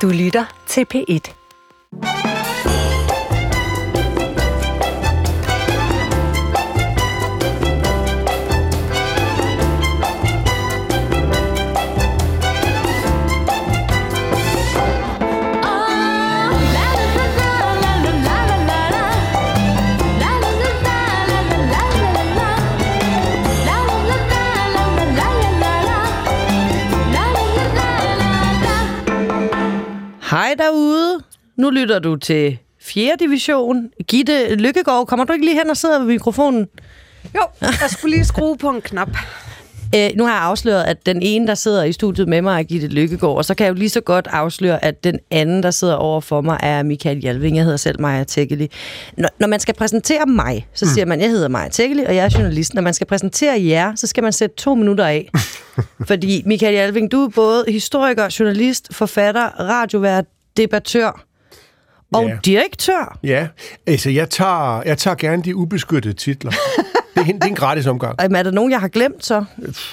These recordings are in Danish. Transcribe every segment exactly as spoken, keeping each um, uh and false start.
Du lytter til P et. Hej derude. Nu lytter du til fjerde division. Gitte Lykkegaard, kommer du ikke lige hen og sidder ved mikrofonen? Jo, jeg skulle lige skrue på en knap. Æ, nu har jeg afsløret, at den ene, der sidder i studiet med mig, er Gitte Lykkegaard, og så kan jeg jo lige så godt afsløre, at den anden, der sidder over for mig, er Michael Hjalving. Jeg hedder selv Maja Tekeli. Når, når man skal præsentere mig, så siger man, jeg hedder Maja Tekeli, og jeg er journalist. Når man skal præsentere jer, så skal man sætte to minutter af. Fordi Michael Hjalving, du er både historiker, journalist, forfatter, radiovært, debattør og ja. direktør. Ja, altså jeg tager, jeg tager gerne de ubeskyttede titler. Det er, det er en gratis omgang. Er der nogen, jeg har glemt så?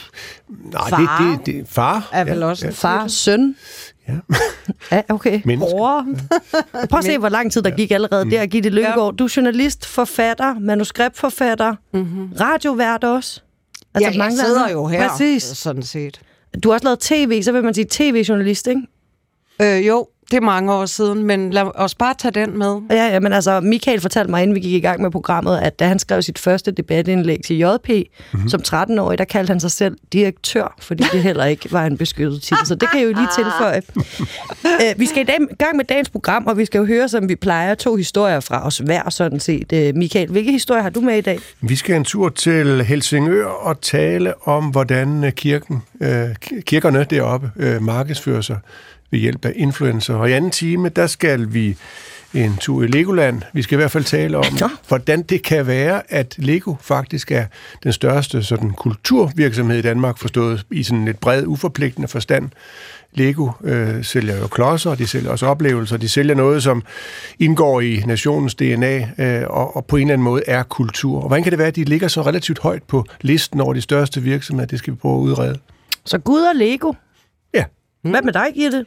Nej, far. det, det, det far. Er vel ja, også ja. Far, søn. Ja. Ja, okay. Bror. Prøv at se, hvor lang tid der gik allerede mm. der. Gitte Lykkegaard, du er journalist, forfatter, manuskriptforfatter, mm-hmm. radiovært også. Altså, ja, jeg sidder jo her, præcis. Sådan set. Du har også lavet tv, så vil man sige tv-journalist, ikke? Øh, jo, det er mange år siden, men lad os bare tage den med. Ja, ja, men altså, Michael fortalte mig, inden vi gik i gang med programmet, at da han skrev sit første debatindlæg til J P, mm-hmm. som tretten-årig, der kaldte han sig selv direktør, fordi det heller ikke var en beskyttet titel. Så det kan jeg jo lige tilføje. uh, vi skal i dag, gang med dagens program, og vi skal jo høre, som vi plejer, to historier fra os hver, sådan set. Uh, Michael, hvilke historier har du med i dag? Vi skal en tur til Helsingør og tale om, hvordan kirken, øh, kirkerne deroppe øh, markedsfører sig ved hjælp af influencer. Og i anden time, der skal vi en tur i Legoland. Vi skal i hvert fald tale om, ja. hvordan det kan være, at Lego faktisk er den største sådan, kulturvirksomhed i Danmark, forstået i sådan et bred, uforpligtende forstand. Lego øh, sælger jo klodser, de sælger også oplevelser, de sælger noget, som indgår i nationens D N A, øh, og, og på en eller anden måde er kultur. Og hvordan kan det være, at de ligger så relativt højt på listen over de største virksomheder? Det skal vi prøve at udrede. Så Gud og Lego. Ja. Hvad med dig, Gitte?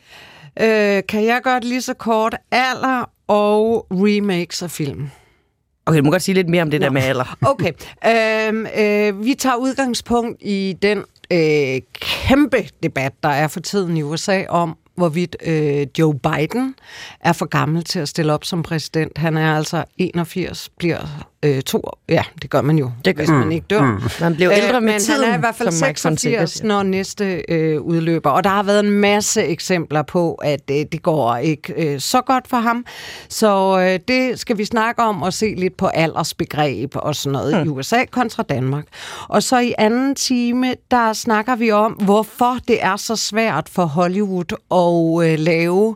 Øh, kan jeg gøre det lige så kort? Alder og remakes af film. Okay, du må godt sige lidt mere om det Nå. der med alder. Okay. Øh, øh, vi tager udgangspunkt i den øh, kæmpe debat, der er for tiden i U S A om, hvorvidt øh, Joe Biden er for gammel til at stille op som præsident. Han er altså enogfirs, bliver øh, to år. Ja, det gør man jo, det gør. hvis man ikke dør. Mm. Man bliver ældre øh, med men tiden. Men han er i hvert fald seksogfirs, når næste øh, udløber. Og der har været en masse eksempler på, at øh, det går ikke øh, så godt for ham. Så øh, det skal vi snakke om og se lidt på aldersbegreb og sådan noget mm. i U S A kontra Danmark. Og så i anden time, der snakker vi om, hvorfor det er så svært for Hollywood at øh, lave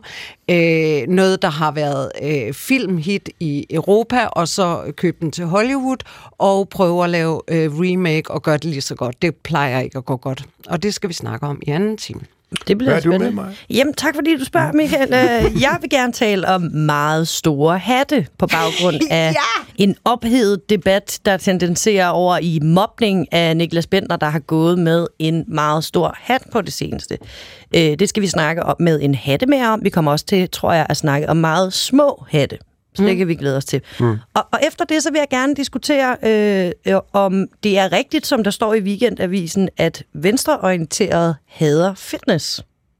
øh, noget, der har været øh, filmhit i Europa, og så købe den til Hollywood, og prøve at lave øh, remake og gøre det lige så godt. Det plejer ikke at gå godt. Og det skal vi snakke om i anden time. Det bliver Hvad er spændende. Du med mig? Jamen, tak fordi du spørger, Michael. Jeg vil gerne tale om meget store hatte på baggrund af ja! en ophedet debat, der tendenserer over i mobning af Niklas Bentner, der har gået med en meget stor hat på det seneste. Det skal vi snakke om med en hatte mere om. Vi kommer også til, tror jeg, at snakke om meget små hatte. Så det kan vi glæde os til. Mm. Og, og efter det, så vil jeg gerne diskutere, øh, øh, om det er rigtigt, som der står i Weekendavisen, at venstreorienteret hader fitness.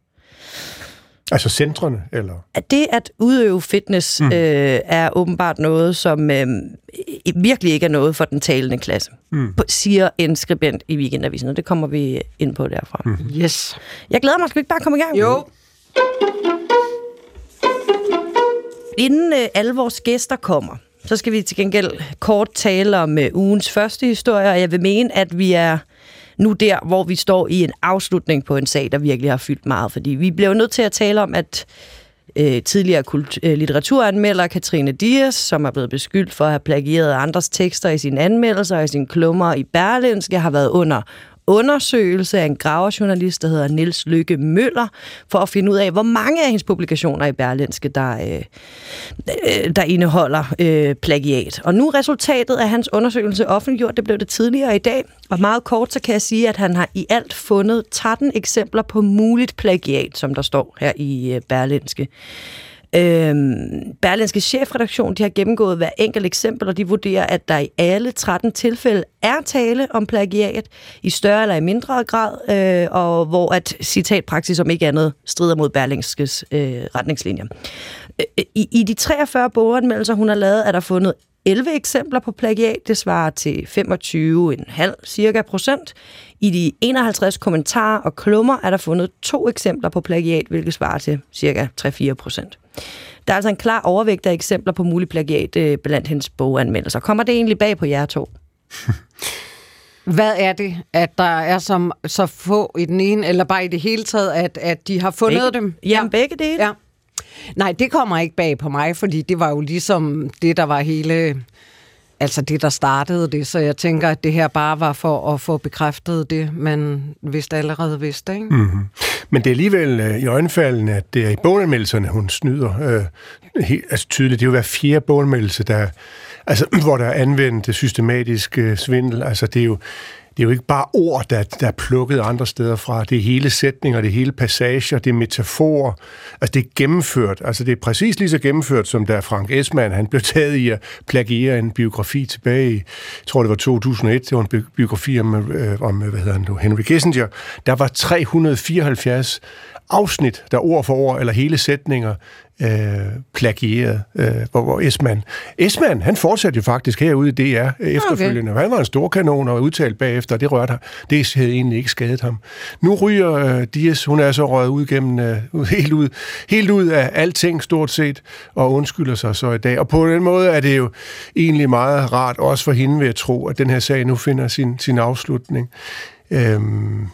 Altså centrene, eller? At det at udøve fitness mm. øh, er åbenbart noget, som øh, virkelig ikke er noget for den talende klasse, mm. siger en skribent i Weekendavisen, og det kommer vi ind på derfra. Mm. Yes. Jeg glæder mig, skal vi ikke bare komme i gang? Jo. Inden øh, alle vores gæster kommer, så skal vi til gengæld kort tale om øh, ugens første historie, og jeg vil mene, at vi er nu der, hvor vi står i en afslutning på en sag, der virkelig har fyldt meget. Fordi vi bliver nødt til at tale om, at øh, tidligere kult- øh, litteraturanmelder Katrine Dias, som er blevet beskyldt for at have plagieret andres tekster i sine anmeldelser og i sine klummer i Berlingske, har været under undersøgelse af en graverjournalist, der hedder Niels Lykke Møller, for at finde ud af, hvor mange af hendes publikationer i Berlingske, der, øh, der indeholder øh, plagiat. Og nu er resultatet af hans undersøgelse offentliggjort, det blev det tidligere i dag, og meget kort så kan jeg sige, at han har i alt fundet tretten eksempler på muligt plagiat, som der står her i øh, Berlingske. Øhm, Berlingske chefredaktion, de har gennemgået hver enkelt eksempel, og de vurderer, at der i alle tretten tilfælde er tale om plagiat, i større eller i mindre grad, øh, og hvor at citatpraksis om ikke andet strider mod Berlingskes øh, retningslinjer. I, I de treogfyrre boganmeldelser, hun har lavet, er der fundet elleve eksempler på plagiat. Det svarer til femogtyve komma fem cirka procent. I de enoghalvtreds kommentarer og klummer er der fundet to eksempler på plagiat, hvilket svarer til cirka tre til fire procent. Der er altså en klar overvægt af eksempler på mulig plagiat øh, blandt hendes boganmeldelser. Kommer det egentlig bag på jer to? Hvad er det, at der er som, så få i den ene, eller bare i det hele taget, at, at de har fundet begge. dem? Jamen, ja. begge dele. Ja. Nej, det kommer ikke bag på mig, fordi det var jo ligesom det, der var hele... Altså det, der startede det, så jeg tænker, at det her bare var for at få bekræftet det, man vidste allerede vidste, ikke? Mm-hmm. Men det er alligevel øh, i øjenfaldene, at det er i boganmeldelserne, hun snyder. Øh, helt, altså tydeligt, det er jo hver fjerde boganmeldelse, der, altså, hvor der er anvendt systematisk øh, svindel. Altså det er jo Det er jo ikke bare ord, der, der er plukket andre steder fra. Det er hele sætninger, det er hele passager, det er metaforer. Altså, det er gennemført. Altså, det er præcis lige så gennemført, som da Frank Esmann, han blev taget i at plagiere en biografi tilbage i, jeg tror, det var to tusind og et. Det var en biografi om, øh, om hvad hedder han nu, Henry Kissinger. Der var tre hundrede og fireoghalvfjerds afsnit, der ord for ord, eller hele sætninger, øh, plagieret, øh, hvor, hvor Esmann... Esmann, han fortsatte jo faktisk herude i D R efterfølgende. Okay. Han var en stor kanon og udtalt bagefter, og det rørte ham. Det havde egentlig ikke skadet ham. Nu ryger øh, Dias, hun er så røget ud gennem, øh, helt, ud, helt ud af alting stort set, og undskylder sig så i dag. Og på den måde er det jo egentlig meget rart, også for hende ved at tro, at den her sag nu finder sin, sin afslutning. Øhm,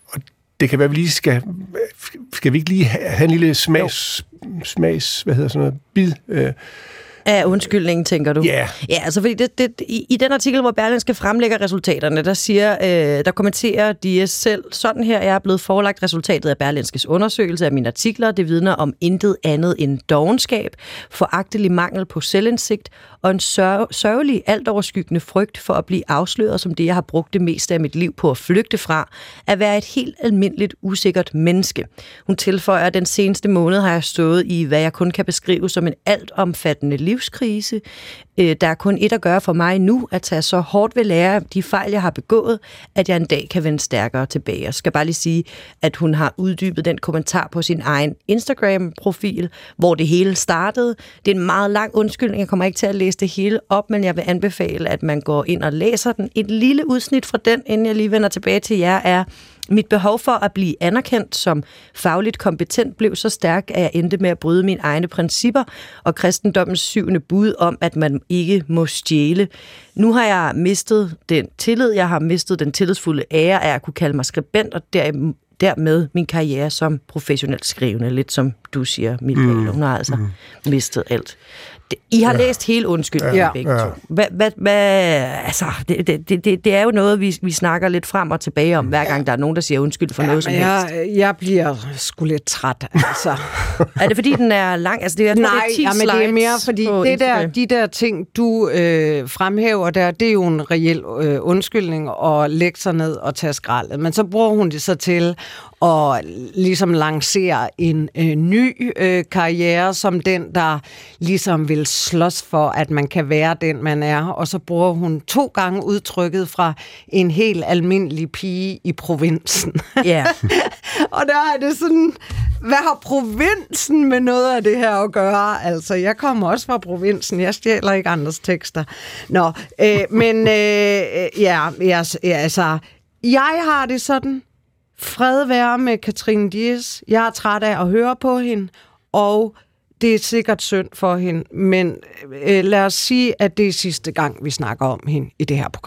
Det kan være, vi lige skal... Skal vi ikke lige have en lille smags... smags hvad hedder sådan noget? Bid? Øh. Af undskyldningen, tænker du? Ja. Yeah. Ja, altså fordi det, det, i, i den artikel, hvor Berlingske fremlægger resultaterne, der siger, øh, der kommenterer de selv sådan her: jeg er blevet forelagt resultatet af Berlingskes undersøgelse af mine artikler. Det vidner om intet andet end dovenskab, foragtelig mangel på selvindsigt og en sørg, sørgelig, altoverskyggende frygt for at blive afsløret som det, jeg har brugt det meste af mit liv på at flygte fra, at være et helt almindeligt, usikkert menneske. Hun tilføjer, at den seneste måned har jeg stået i, hvad jeg kun kan beskrive som en altomfattende livskrise. Der er kun et at gøre for mig nu, at tage så hårdt ved lære de fejl, jeg har begået, at jeg en dag kan vende stærkere tilbage. Jeg skal bare lige sige, at hun har uddybet den kommentar på sin egen Instagram-profil, hvor det hele startede. Det er en meget lang undskyldning. Jeg kommer ikke til at læse det hele op, men jeg vil anbefale, at man går ind og læser den. Et lille udsnit fra den, inden jeg lige vender tilbage til jer, er: mit behov for at blive anerkendt som fagligt kompetent blev så stærk, at jeg endte med at bryde mine egne principper og kristendommens syvende bud om, at man ikke må stjæle. Nu har jeg mistet den tillid, jeg har mistet den tillidsfulde ære af at kunne kalde mig skribent, og der, dermed min karriere som professionelt skrivende, lidt som du siger, Michael. Mm. Hun har altså mm. mistet alt. I har ja. læst hele undskyldningen ja. begge to. Hvad, hvad, hvad, altså, det, det, det, det er jo noget, vi, vi snakker lidt frem og tilbage om, hver gang der er nogen, der siger undskyld for ja, noget som jeg, helst. Jeg bliver sgu lidt træt, altså. Er det fordi, den er lang? Altså, det er, Nej, det er ti ja, men det er mere, fordi det der, de der ting, du øh, fremhæver der, det er jo en reel øh, undskyldning at lægge sig ned og tage skraldet. Men så bruger hun det så til og ligesom lancere en øh, ny øh, karriere som den, der ligesom vil slås for, at man kan være den, man er. Og så bruger hun to gange udtrykket fra en helt almindelig pige i provinsen. Ja. Yeah. Og der er det sådan, hvad har provinsen med noget af det her at gøre? Altså, jeg kommer også fra provinsen. Jeg stjæler ikke andres tekster. Nå, øh, men øh, ja, jeg, altså, jeg har det sådan. Fred være med Katrine Dias. Jeg er træt af at høre på hende, og det er sikkert synd for hende, men øh, lad os sige, at det er sidste gang, vi snakker om hende i det her program.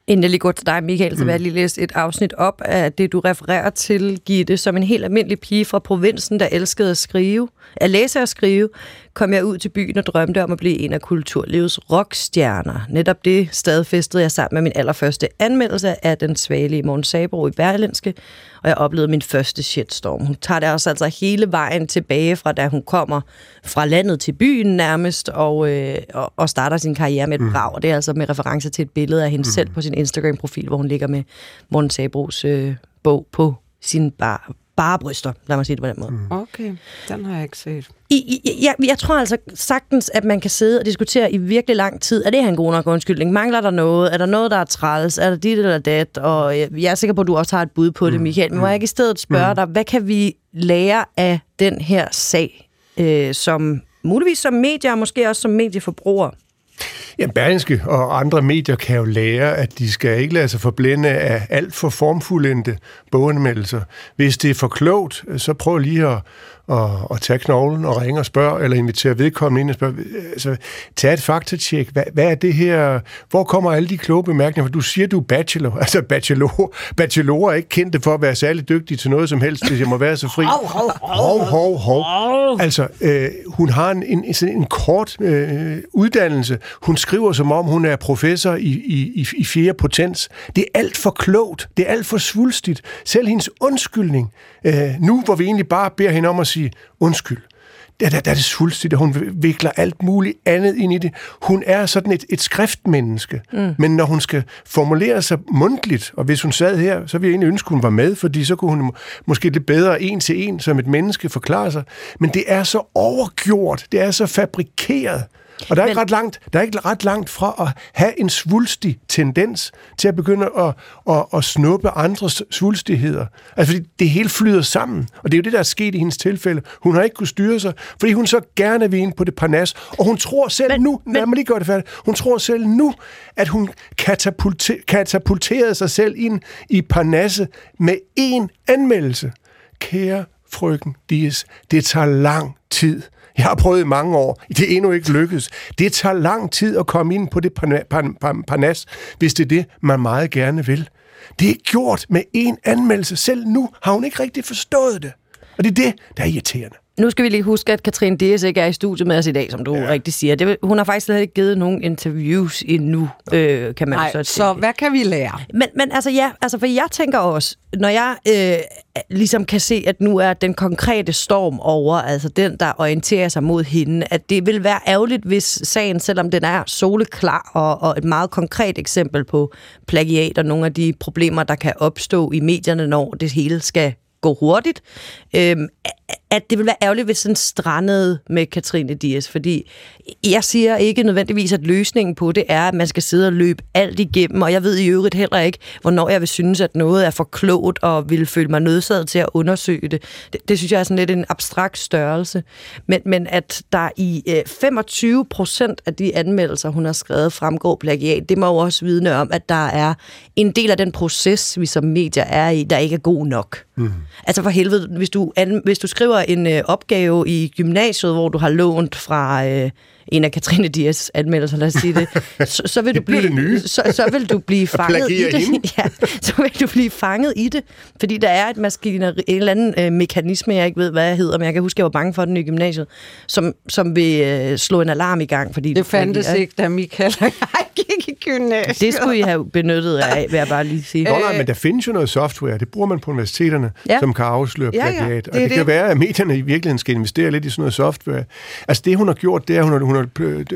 Inden jeg lige går til dig, Michael, så vil jeg lige læse et afsnit op af det, du refererer til, Gitte. Som en helt almindelig pige fra provinsen, der elskede at skrive, at læse og skrive, kom jeg ud til byen og drømte om at blive en af kulturlivets rockstjerner. Netop det stadfæstede jeg sammen med min allerførste anmeldelse af Den Svagelige Mogens Sabroe i Berlingske, og jeg oplevede min første shitstorm. Hun tager det også altså hele vejen tilbage fra, da hun kommer fra landet til byen nærmest, og, øh, og, og starter sin karriere med et brag. Og det er altså med reference til et billede af hende mm. selv på sin Instagram-profil, hvor hun ligger med Mogens Sabroes øh, bog på sin bar. Bare bryster, lad mig sige det på den måde. Mm. Okay, den har jeg ikke set. I, I, jeg, jeg tror altså sagtens, at man kan sidde og diskutere i virkelig lang tid. Er det her en god nok undskyldning? Mangler der noget? Er der noget, der er træls? Er der dit eller dat? Og jeg, jeg er sikker på, at du også har et bud på mm. det, Michael. Men må jeg ikke i stedet spørge mm. dig, hvad kan vi lære af den her sag, øh, som muligvis som medier, og måske også som medieforbrugere? Ja, Berlingske og andre medier kan jo lære, at de skal ikke lade sig forblænde af alt for formfuldendte boganmeldelser. Hvis det er for klogt, så prøv lige at, at, at tage knoglen og ringe og spørge, eller invitere vedkommende ind og spørge. Altså, tag et faktatjek. Hvad, hvad er det her? Hvor kommer alle de kloge bemærkninger? For du siger, du er bachelor. Altså, bachelor, bachelor er ikke kendte for at være særlig dygtig til noget som helst, hvis jeg må være så fri. Hov, hov, hov. Altså, øh, hun har en, en, en kort øh, uddannelse. Hun skriver, som om hun er professor i, i, i fjerde potens. Det er alt for klogt. Det er alt for svulstigt. Selv hendes undskyldning. Øh, nu, hvor vi egentlig bare beder hende om at sige undskyld. Der, der, der er det svulstigt, og hun vikler alt muligt andet ind i det. Hun er sådan et, et skriftmenneske. Mm. Men når hun skal formulere sig mundtligt, og hvis hun sad her, så ville jeg egentlig ønske, hun var med, fordi så kunne hun måske lidt bedre en til en, som et menneske forklare sig. Men det er så overgjort. Det er så fabrikeret. Og der er, ikke ret langt, der er ikke ret langt fra at have en svulstig tendens til at begynde at, at, at snuppe andres svulstigheder. Altså, fordi det hele flyder sammen. Og det er jo det, der er sket i hendes tilfælde. Hun har ikke kunnet styre sig, fordi hun så gerne vil ind på det parnas. Og hun tror selv men, nu, men, lad mig lige gøre det færdigt, hun tror selv nu, at hun katapulte, katapulterede sig selv ind i parnasset med én anmeldelse. Kære frøken Dias, det tager lang tid. Jeg har prøvet i mange år. Det er endnu ikke lykkedes. Det tager lang tid at komme ind på det parnas, hvis det er det, man meget gerne vil. Det er gjort med en anmeldelse. Selv nu har hun ikke rigtig forstået det. Og det er det, der er irriterende. Nu skal vi lige huske, at Katrine Dias ikke er i studiet med os i dag, som du ja. rigtig siger. Det, hun har faktisk slet ikke givet nogen interviews endnu, øh, kan man Nej, så sige. Så hvad kan vi lære? Men, men altså ja, altså, for jeg tænker også, når jeg øh, ligesom kan se, at nu er den konkrete storm over, altså den, der orienterer sig mod hende, at det vil være ærgerligt, hvis sagen, selvom den er soleklar og, og et meget konkret eksempel på plagiat og nogle af de problemer, der kan opstå i medierne, når det hele skal gå hurtigt, øhm, at det vil være ærgerligt, hvis den strandede med Katrine Dias, fordi jeg siger ikke nødvendigvis, at løsningen på det er, at man skal sidde og løbe alt igennem, og jeg ved i øvrigt heller ikke, hvornår jeg vil synes, at noget er for klogt, og vil føle mig nødsaget til at undersøge det. Det, det synes jeg er sådan lidt en abstrakt størrelse. Men, men at der i øh, femogtyve procent af de anmeldelser, hun har skrevet, fremgår plagiat, det må jo også vidne om, at der er en del af den proces, vi som medier er i, der ikke er god nok. Mm. Altså for helvede, hvis du, an, hvis du skriver en øh, opgave i gymnasiet, hvor du har lånt fra øh, en af Katrine Dias anmeldelser, lad os sige det, så, så vil du blive så, så vil du blive fanget i det. Ja, så vil du blive fanget i det, fordi der er et maskineri, en eller anden øh, mekanisme, jeg ikke ved, hvad jeg hedder, men jeg kan huske, jeg var bange for den i gymnasiet, som, som vil øh, slå en alarm i gang. Fordi det fandtes ja. ikke, da Michael og jeg gik i gymnasiet. Det skulle I have benyttet af, vil jeg bare lige sige. Nå, nej, men der findes jo noget software, det bruger man på universiteterne, ja. som kan afsløre plagiat. Ja, ja, det og det, det kan være, at medierne i virkeligheden skal investere lidt i sådan noget software. Altså det, hun har gjort, det er, at hun har, hun har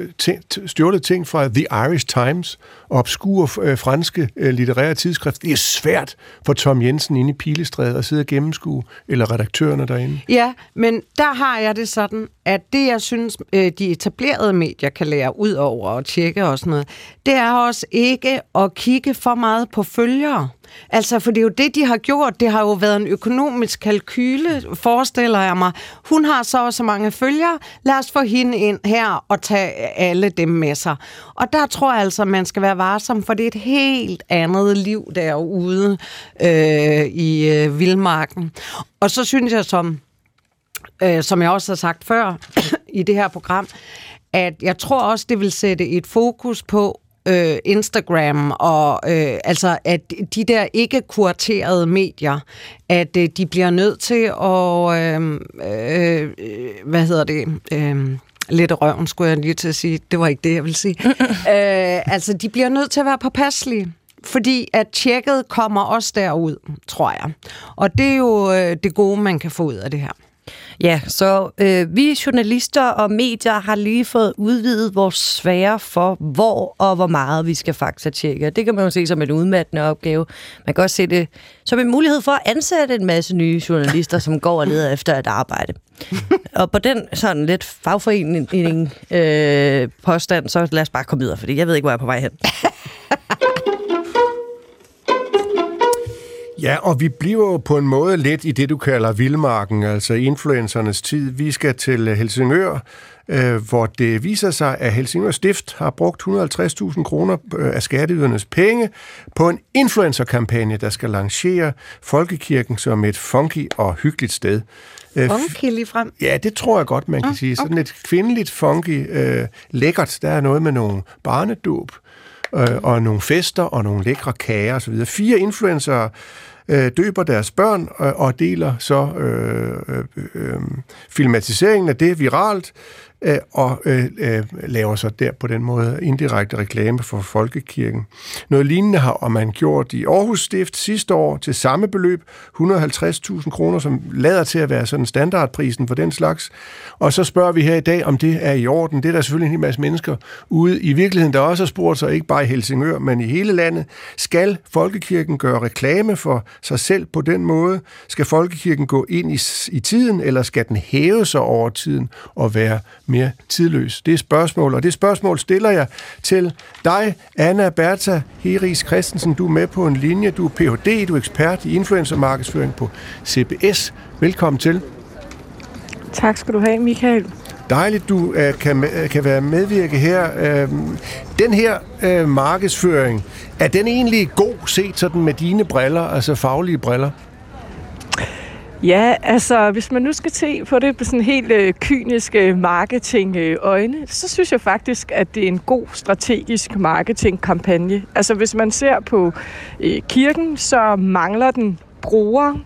stjålet ting fra The Irish Times, obskure øh, franske øh, litterære tidsskrift. Det er svært for Tom Jensen inde i Pilestræde at sidde og gennemskue, eller redaktørerne derinde. Ja, men der har jeg det sådan, at det, jeg synes, øh, de etablerede medier kan lære ud over og tjekke og sådan noget, det er også ikke at kigge for meget på følgere. Altså, for det er jo det, de har gjort. Det har jo været en økonomisk kalkyle, forestiller jeg mig. Hun har så og så mange følgere. Lad os få hende ind her og tage alle dem med sig. Og der tror jeg altså, man skal være varsom, for det er et helt andet liv derude øh, i øh, vildmarken. Og så synes jeg, som, øh, som jeg også har sagt før i det her program, at jeg tror også, det vil sætte et fokus på, øh, Instagram og øh, altså at de der ikke kuraterede medier, at øh, de bliver nødt til at øh, øh, hvad hedder det øh, lidt røven, skulle jeg lige til at sige. Det var ikke det, jeg ville sige. øh, altså, de bliver nødt til at være påpasselige. Fordi at tjekket kommer også derud, tror jeg. Og det er jo øh, det gode, man kan få ud af det her. Ja, så øh, vi journalister og medier har lige fået udvidet vores sfære for, hvor og hvor meget vi skal faktatjekke. Det kan man jo se som en udmattende opgave. Man kan også se det som en mulighed for at ansætte en masse nye journalister, som går og leder efter et arbejde. Og på den sådan lidt fagforening øh, påstand, så lad os bare komme videre, fordi jeg ved ikke, hvor jeg er på vej hen. Ja, og vi bliver jo på en måde lidt i det, du kalder vildmarken, altså influencernes tid. Vi skal til Helsingør, øh, hvor det viser sig, at Helsingør Stift har brugt et hundrede og halvtreds tusind kroner af skatteydernes penge på en influencerkampagne, der skal lancere folkekirken som et funky og hyggeligt sted. Funky lige frem? Ja, det tror jeg godt, man kan okay. sige. Sådan et kvindeligt funky, øh, lækkert. Der er noget med nogle barnedåb, øh, og nogle fester og nogle lækre kager osv. Fire influencer øh, døber deres børn øh, og deler så øh, øh, øh, filmatiseringen af det viralt, øh, og øh, øh, laver så der på den måde indirekte reklame for folkekirken. Noget lignende har man gjort i Aarhus Stift sidste år til samme beløb, et hundrede og halvtreds tusind kroner, som lader til at være sådan standardprisen for den slags. Og så spørger vi her i dag, om det er i orden. Det er der selvfølgelig en hel masse mennesker ude i virkeligheden, der også har spurgt sig, ikke bare i Helsingør, men i hele landet. Skal folkekirken gøre reklame for sig selv på den måde? Skal folkekirken gå ind i, i tiden, eller skal den hæve sig over tiden og være mere tidløs? Det er spørgsmål, og det spørgsmål stiller jeg til dig, Anna Bertha Heris Christensen. Du er med på en linje, du er P H D, du er ekspert i influencermarkedsføring på C B S. Velkommen til. Tak skal du have, Michael. Dejligt, du uh, kan, uh, kan være medvirke her. Uh, den her uh, markedsføring, er den egentlig god set sådan med dine briller, altså faglige briller? Ja, altså hvis man nu skal se på det på sådan helt øh, kyniske marketing-øjne, så synes jeg faktisk, at det er en god strategisk marketingkampagne. Altså hvis man ser på øh, kirken, så mangler den brugere,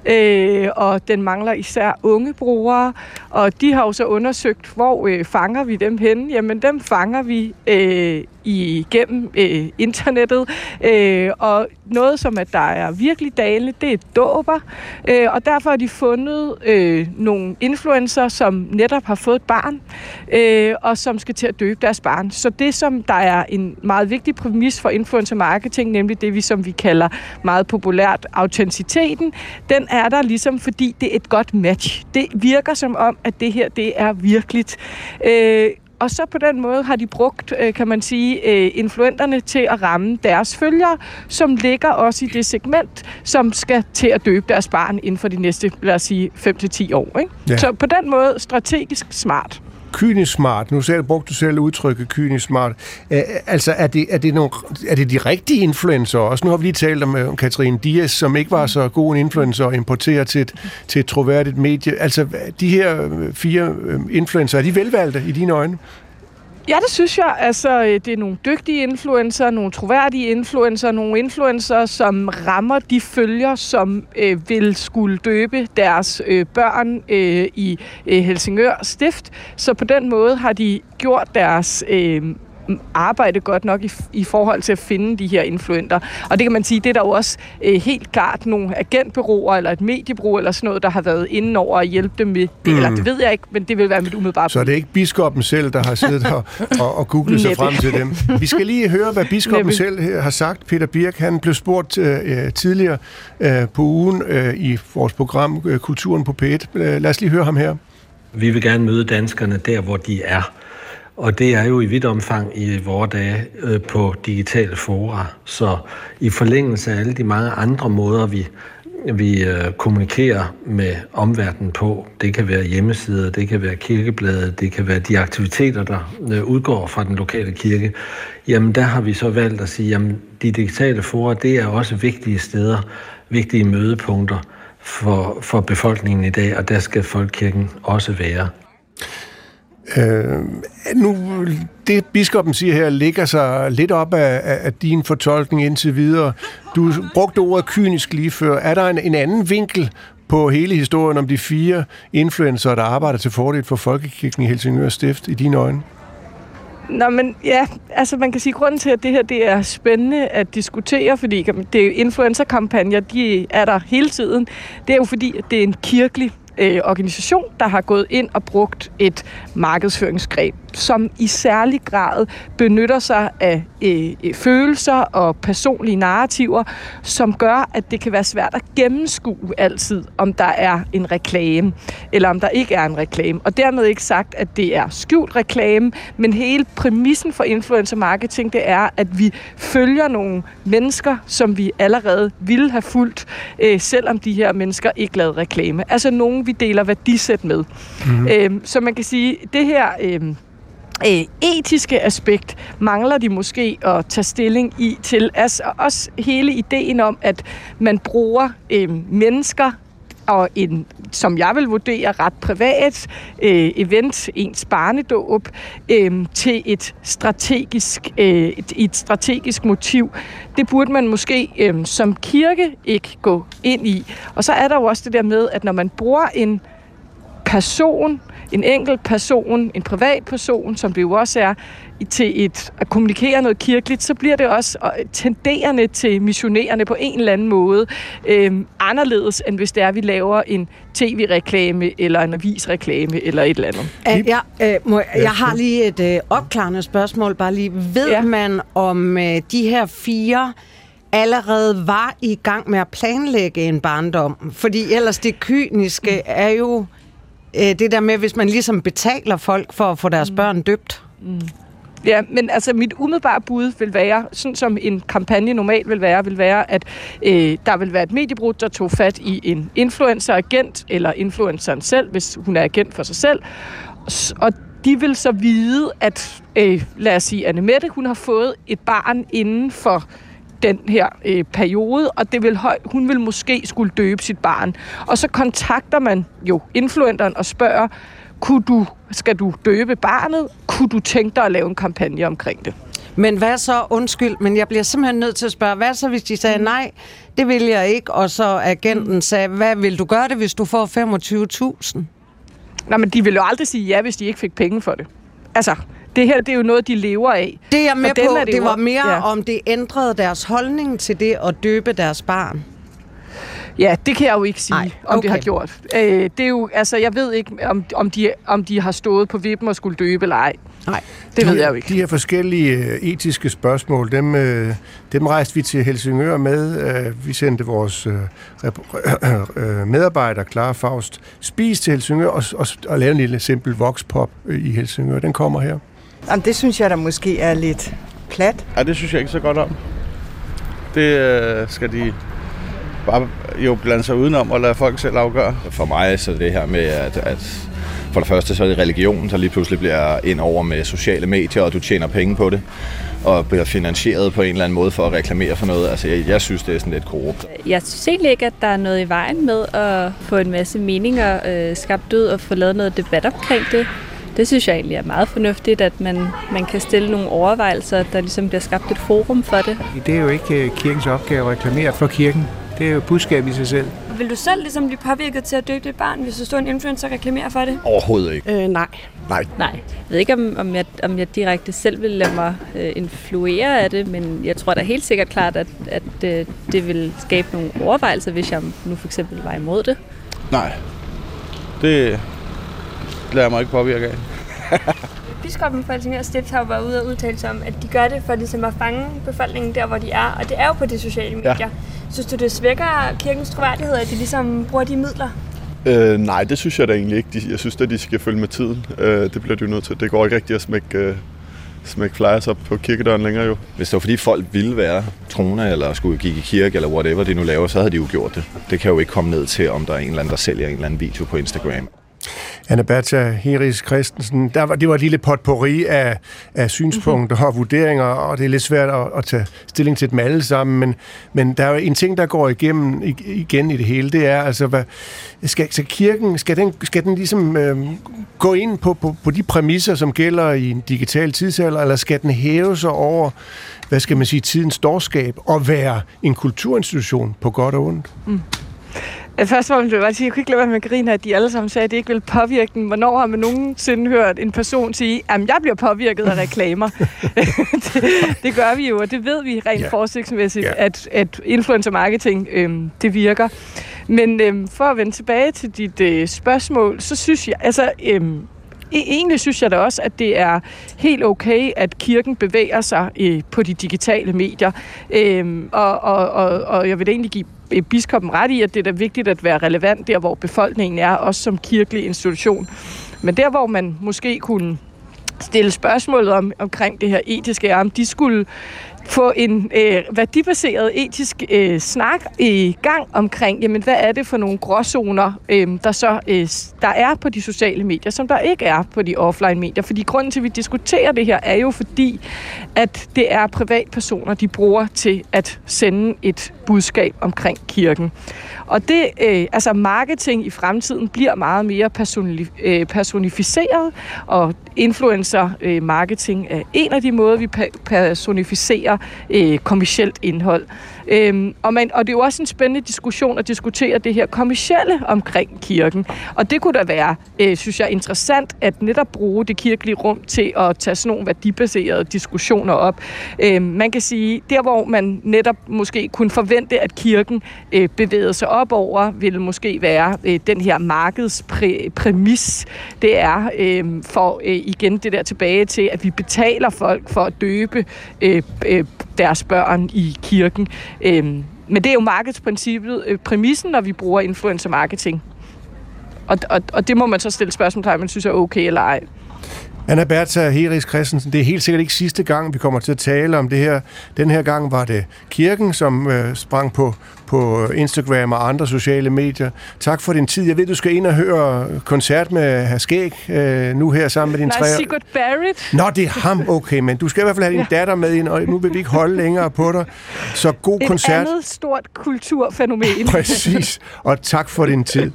øh, og den mangler især unge brugere, og de har jo så undersøgt, hvor øh, fanger vi dem henne? Jamen dem fanger vi øh, igennem øh, internettet, øh, og noget som at der er virkelig dalende, det er dåber, øh, og derfor har de fundet øh, nogle influencer, som netop har fået et barn, øh, og som skal til at døbe deres barn. Så det, som der er en meget vigtig præmis for influencer marketing, nemlig det, vi som vi kalder meget populært autenticiteten, den er der ligesom, fordi det er et godt match. Det virker som om, at det her, det er virkeligt. Øh, Og så på den måde har de brugt, kan man sige, influenterne til at ramme deres følgere, som ligger også i det segment, som skal til at døbe deres barn inden for de næste, lad os sige, fem til ti år. Ikke? Ja. Så på den måde strategisk smart. Kynisk smart. Nu selv brugte du selv udtrykket kynisk smart. Æ, altså, er det, er, det nogle, er det de rigtige influencer også? Nu har vi lige talt om, om Katrine Dias, som ikke var så god en influencer at importere til et, til et troværdigt medie. Altså, de her fire influencer, er de velvalgte i dine øjne? Ja, det synes jeg. Altså, det er nogle dygtige influencer, nogle troværdige influencer, nogle influencer, som rammer de følgere, som øh, vil skulle døbe deres øh, børn øh, i øh, Helsingør Stift. Så på den måde har de gjort deres øh, arbejde godt nok i, i forhold til at finde de her influenter. Og det kan man sige, det er der jo også øh, helt klart nogle agentbureauer eller et mediebureau eller sådan noget, der har været inde over at hjælpe dem med det. Mm. Eller det ved jeg ikke, men det vil være mit umiddelbare. Så er det ikke biskoppen selv, der har siddet og, og, og googlet sig frem til dem. Vi skal lige høre, hvad biskoppen Næppe. selv har sagt. Peter Birk, han blev spurgt øh, tidligere øh, på ugen øh, i vores program øh, Kulturen på P et. Øh, lad os lige høre ham her. Vi vil gerne møde danskerne der, hvor de er. Og det er jo i vidt omfang i vore dage øh, på digitale fora. Så i forlængelse af alle de mange andre måder, vi, vi øh, kommunikerer med omverdenen på, det kan være hjemmesider, det kan være kirkebladet, det kan være de aktiviteter, der øh, udgår fra den lokale kirke, jamen der har vi så valgt at sige, jamen de digitale fora, det er også vigtige steder, vigtige mødepunkter for, for befolkningen i dag, og der skal folkekirken også være. Øh, nu, det biskoppen siger her, ligger sig lidt op af, af din fortolkning indtil videre. Du brugte ordet kynisk lige før. Er der en, en anden vinkel på hele historien om de fire influencer, der arbejder til fordel for Folkekirken i Helsingør Stift, i dine øjne? Nå, men ja, altså man kan sige, grunden til, at det her det er spændende at diskutere, fordi det er influencer-kampagner, de er der hele tiden. Det er jo fordi, at det er en kirkelig øh, organisation, der har gået ind og brugt et markedsføringsgreb, som i særlig grad benytter sig af øh, følelser og personlige narrativer, som gør, at det kan være svært at gennemskue altid, om der er en reklame, eller om der ikke er en reklame. Og dermed ikke sagt, at det er skjult reklame, men hele præmissen for influencer marketing, det er, at vi følger nogle mennesker, som vi allerede ville have fulgt, øh, selvom de her mennesker ikke lavede reklame. Altså nogen, vi deler værdisæt med. Mm-hmm. Øh, så man kan sige, det her Øh, Øh, etiske aspekt mangler de måske at tage stilling i til. Altså også hele ideen om, at man bruger øh, mennesker og en, som jeg vil vurdere, ret privat øh, event, ens barnedåb, øh, til et strategisk, øh, et, et strategisk motiv. Det burde man måske øh, som kirke ikke gå ind i. Og så er der jo også det der med, at når man bruger en person, en enkelt person, en privat person, som det jo også er, til et, at kommunikere noget kirkeligt, så bliver det også tenderende til missionerende på en eller anden måde øhm, anderledes, end hvis det er, at vi laver en tv-reklame eller en avisreklame eller et eller andet. Uh, ja, uh, må, jeg har lige et uh, opklarende spørgsmål, bare lige. Ved ja. man, om uh, de her fire allerede var i gang med at planlægge en barndom? Fordi ellers det kyniske er jo det der med, hvis man ligesom betaler folk for at få deres mm. børn døbt. Mm. Ja, men altså mit umiddelbare bud vil være, sådan som en kampagne normalt vil være, vil være, at øh, der vil være et mediebrud, der tog fat i en influencer-agent, eller influenceren selv, hvis hun er agent for sig selv, og de vil så vide, at, øh, lad os sige, Annemette, hun har fået et barn inden for den her øh, periode, og det vil høj, hun vil måske skulle døbe sit barn. Og så kontakter man jo influenceren og spørger, kunne du, skal du døbe barnet? Kunne du tænke dig at lave en kampagne omkring det? Men hvad så, undskyld, men jeg bliver simpelthen nødt til at spørge, hvad så hvis de sagde nej, det vil jeg ikke, og så agenten sagde, hvad vil du gøre det, hvis du får femogtyve tusind? Nej, men de vil jo aldrig sige ja, hvis de ikke fik penge for det. Altså, det her, det er jo noget, de lever af. Det er jeg med på, det, det var mere ja. om det ændrede deres holdning til det at døbe deres barn. Ja, det kan jeg jo ikke sige, Ej, okay. om det har gjort. Øh, det er jo, altså, jeg ved ikke, om, om, de, om de har stået på vippen og skulle døbe eller ej. Nej, det de, ved jeg jo ikke. De her forskellige øh, etiske spørgsmål, dem, øh, dem rejste vi til Helsingør med. Øh, vi sendte vores øh, øh, medarbejder, Clara Faust, spise til Helsingør og, og, og lave en lille simpel voxpop øh, i Helsingør. Den kommer her. Jamen, det synes jeg da måske er lidt plat. Ja, det synes jeg ikke så godt om. Det øh, skal de bare jo blande sig udenom og lade folk selv afgøre. For mig så det her med, at, at for det første så er det religionen, der lige pludselig bliver ind over med sociale medier, og du tjener penge på det, og bliver finansieret på en eller anden måde for at reklamere for noget. Altså, jeg, jeg synes, det er sådan lidt korrupt. Jeg synes egentlig ikke, at der er noget i vejen med at få en masse meninger øh, skabt ud og få lavet noget debat omkring det. Det synes jeg egentlig er meget fornuftigt, at man, man kan stille nogle overvejelser, der ligesom bliver skabt et forum for det. Det er jo ikke kirkens opgave at reklamere for kirken. Det er jo budskab i sig selv. Vil du selv ligesom blive påvirket til at døbe dit barn, hvis du står en influencer og reklamerer for det? Overhovedet ikke. Øh, nej. Nej. Nej. Jeg ved ikke, om, om, jeg, om jeg direkte selv vil lade mig øh, influere af det, men jeg tror da helt sikkert klart, at, at øh, det vil skabe nogle overvejelser, hvis jeg nu for eksempel var imod det. Nej. Det lader mig ikke påvirke af. Biskoppen for Helsingør Stift har jo været ude og udtale sig om, at de gør det for ligesom at fange befolkningen der, hvor de er, og det er jo på de sociale medier. Ja. Synes du, det svækker kirkens troværdighed, at de ligesom bruger de midler? Øh, nej, det synes jeg da egentlig ikke. Jeg synes at de skal følge med tiden. Øh, det bliver de jo nødt til. Det går ikke rigtigt at smække, øh, smække flyers op på kirkedøren længere jo. Hvis det var fordi folk ville være troende, eller skulle gik i kirke, eller whatever de nu laver, så havde de jo gjort det. Det kan jo ikke komme ned til, om der er en eller anden, der sælger en eller anden video på Instagram. Anna Bertha Heris Christensen, der var, det var et lille potpourri af, af synspunkter mm-hmm. og vurderinger, og det er lidt svært at, at tage stilling til dem alle sammen, men, men der er jo en ting, der går igennem igen i det hele, det er, altså, hvad, skal, skal kirken, skal den, skal den ligesom øh, gå ind på, på, på de præmisser, som gælder i en digital tidsalder, eller skal den hæve sig over, hvad skal man sige, tidens dårskab, og være en kulturinstitution på godt og ondt? Mm. Først og fremmest vil jeg sige, jeg kunne ikke lade være med at grine, at de alle sammen sagde, at de ikke vil påvirke den. Hvornår har man nogensinde hørt en person sige, at jeg bliver påvirket af reklamer? det, det gør vi jo, og det ved vi rent yeah. forskningsmæssigt, yeah. at, at influencer marketing, øhm, det virker. Men øhm, for at vende tilbage til dit øh, spørgsmål, så synes jeg, altså... Øhm, Egentlig synes jeg da også, at det er helt okay, at kirken bevæger sig øh, på de digitale medier. Øhm, og, og, og, og jeg vil egentlig give biskoppen ret i, at det er da vigtigt at være relevant der, hvor befolkningen er, også som kirkelig institution. Men der, hvor man måske kunne stille spørgsmålet om, omkring det her etiske, om de skulle få en øh, værdibaseret etisk øh, snak i gang omkring, jamen hvad er det for nogle gråzoner, øh, der så øh, der er på de sociale medier, som der ikke er på de offline medier. Fordi grunden til, at vi diskuterer det her, er jo fordi, at det er privatpersoner, de bruger til at sende et budskab omkring kirken. Og det, øh, altså marketing i fremtiden bliver meget mere personif- øh, personificeret, og influencer øh, marketing er en af de måder, vi pa- personificerer øh, kommercielt indhold. Øhm, og, man, og det er jo også en spændende diskussion at diskutere det her kommercielle omkring kirken. Og det kunne da være, øh, synes jeg, interessant at netop bruge det kirkelige rum til at tage sådan nogle værdibaserede diskussioner op. Øhm, man kan sige, der hvor man netop måske kunne forvente, at kirken øh, bevægede sig op over, ville måske være øh, den her markedspræmis. Det er øh, for øh, igen det der tilbage til, at vi betaler folk for at døbe øh, øh, deres børn i kirken. Øhm, men det er jo markedsprincippet, øh, præmissen, når vi bruger influencer marketing. Og, og, og det må man så stille spørgsmål til, om man synes er okay eller ej. Anna Bertha Heris Christensen, det er helt sikkert ikke sidste gang, vi kommer til at tale om det her. Den her gang var det kirken, som øh, sprang på, på Instagram og andre sociale medier. Tak for din tid. Jeg ved, du skal ind og høre koncert med Hr. Skæg øh, nu her sammen med din tre... Nej, Sigurd Barrett. Nå, det er ham. Okay, men du skal i hvert fald have din ja. datter med ind, og nu vil vi ikke holde længere på dig. Så god Et koncert. Et andet stort kulturfænomen. Præcis. Og tak for din tid.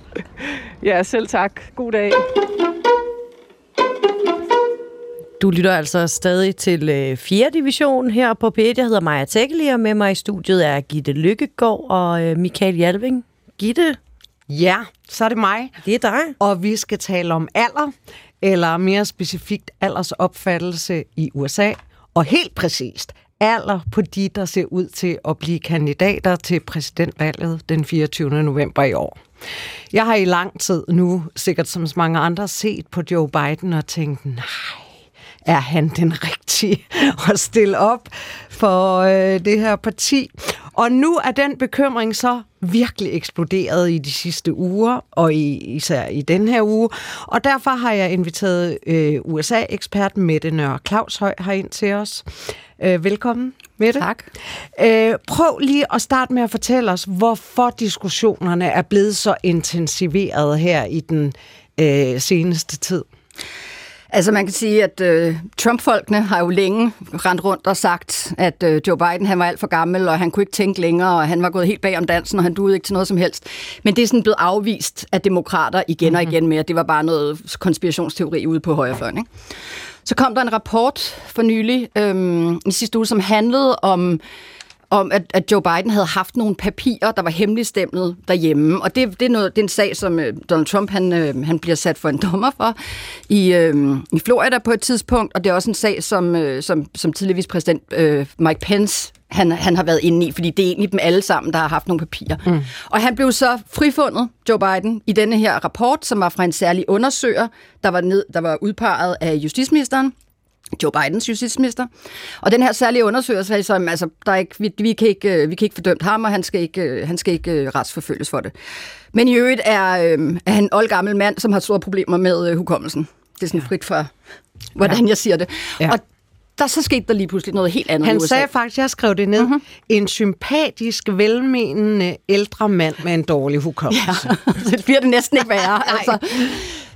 Ja, selv tak. God dag. Du lytter altså stadig til øh, fjerde division her på P et. Jeg hedder Maja Tekeli, og med mig i studiet er Gitte Lykkegaard og øh, Michael Jalving. Gitte? Ja, så er det mig. Det er dig. Og vi skal tale om alder, eller mere specifikt aldersopfattelse i U S A. Og helt præcist, alder på de, der ser ud til at blive kandidater til præsidentvalget den fireogtyvende november i år. Jeg har i lang tid nu, sikkert som så mange andre, set på Joe Biden og tænkt, nej, er han den rigtige at stille op for øh, det her parti? Og nu er den bekymring så virkelig eksploderet i de sidste uger, og i, især i den her uge. Og derfor har jeg inviteret øh, U S A-ekspert Mette Nørre Claushøj herind til os. Øh, velkommen, Mette. Tak. Øh, prøv lige at starte med at fortælle os, hvorfor diskussionerne er blevet så intensiveret her i den øh, seneste tid. Altså man kan sige, at øh, Trump-folkene har jo længe rendt rundt og sagt, at øh, Joe Biden han var alt for gammel, og han kunne ikke tænke længere, og han var gået helt bag om dansen, og han duede ikke til noget som helst. Men det er sådan blevet afvist af demokrater igen og igen med, at det var bare noget konspirationsteori ude på højrefløjen, ikke? Så kom der en rapport for nylig øhm, i sidste uge, som handlede om om at, at Joe Biden havde haft nogle papirer, der var hemmeligstemplet derhjemme. Og det, det, er, noget, det er en sag, som øh, Donald Trump han, øh, han bliver sat for en dommer for i, øh, i Florida på et tidspunkt. Og det er også en sag, som, øh, som, som tidligere vicepræsident øh, Mike Pence han, han har været inde i, fordi det er egentlig dem alle sammen, der har haft nogle papirer. Mm. Og han blev så frifundet, Joe Biden, i denne her rapport, som var fra en særlig undersøger, der var, ned, der var udpeget af justitsministeren. Joe Bidens justitsminister. Og den her særlige undersøgelse, som, altså, der er ikke, vi, vi, kan ikke, vi kan ikke fordømt ham, og han skal ikke, han skal ikke retsforfølges for det. Men i øvrigt er, øh, er han en oldgammel mand, som har store problemer med øh, hukommelsen. Det er sådan frit for, hvordan ja. jeg siger det. Ja. Og der så skete der lige pludselig noget helt andet. Han sagde faktisk, jeg skrev det ned, mm-hmm. en sympatisk, velmenende ældre mand med en dårlig hukommelse. Ja, det bliver det næsten ikke værre. altså.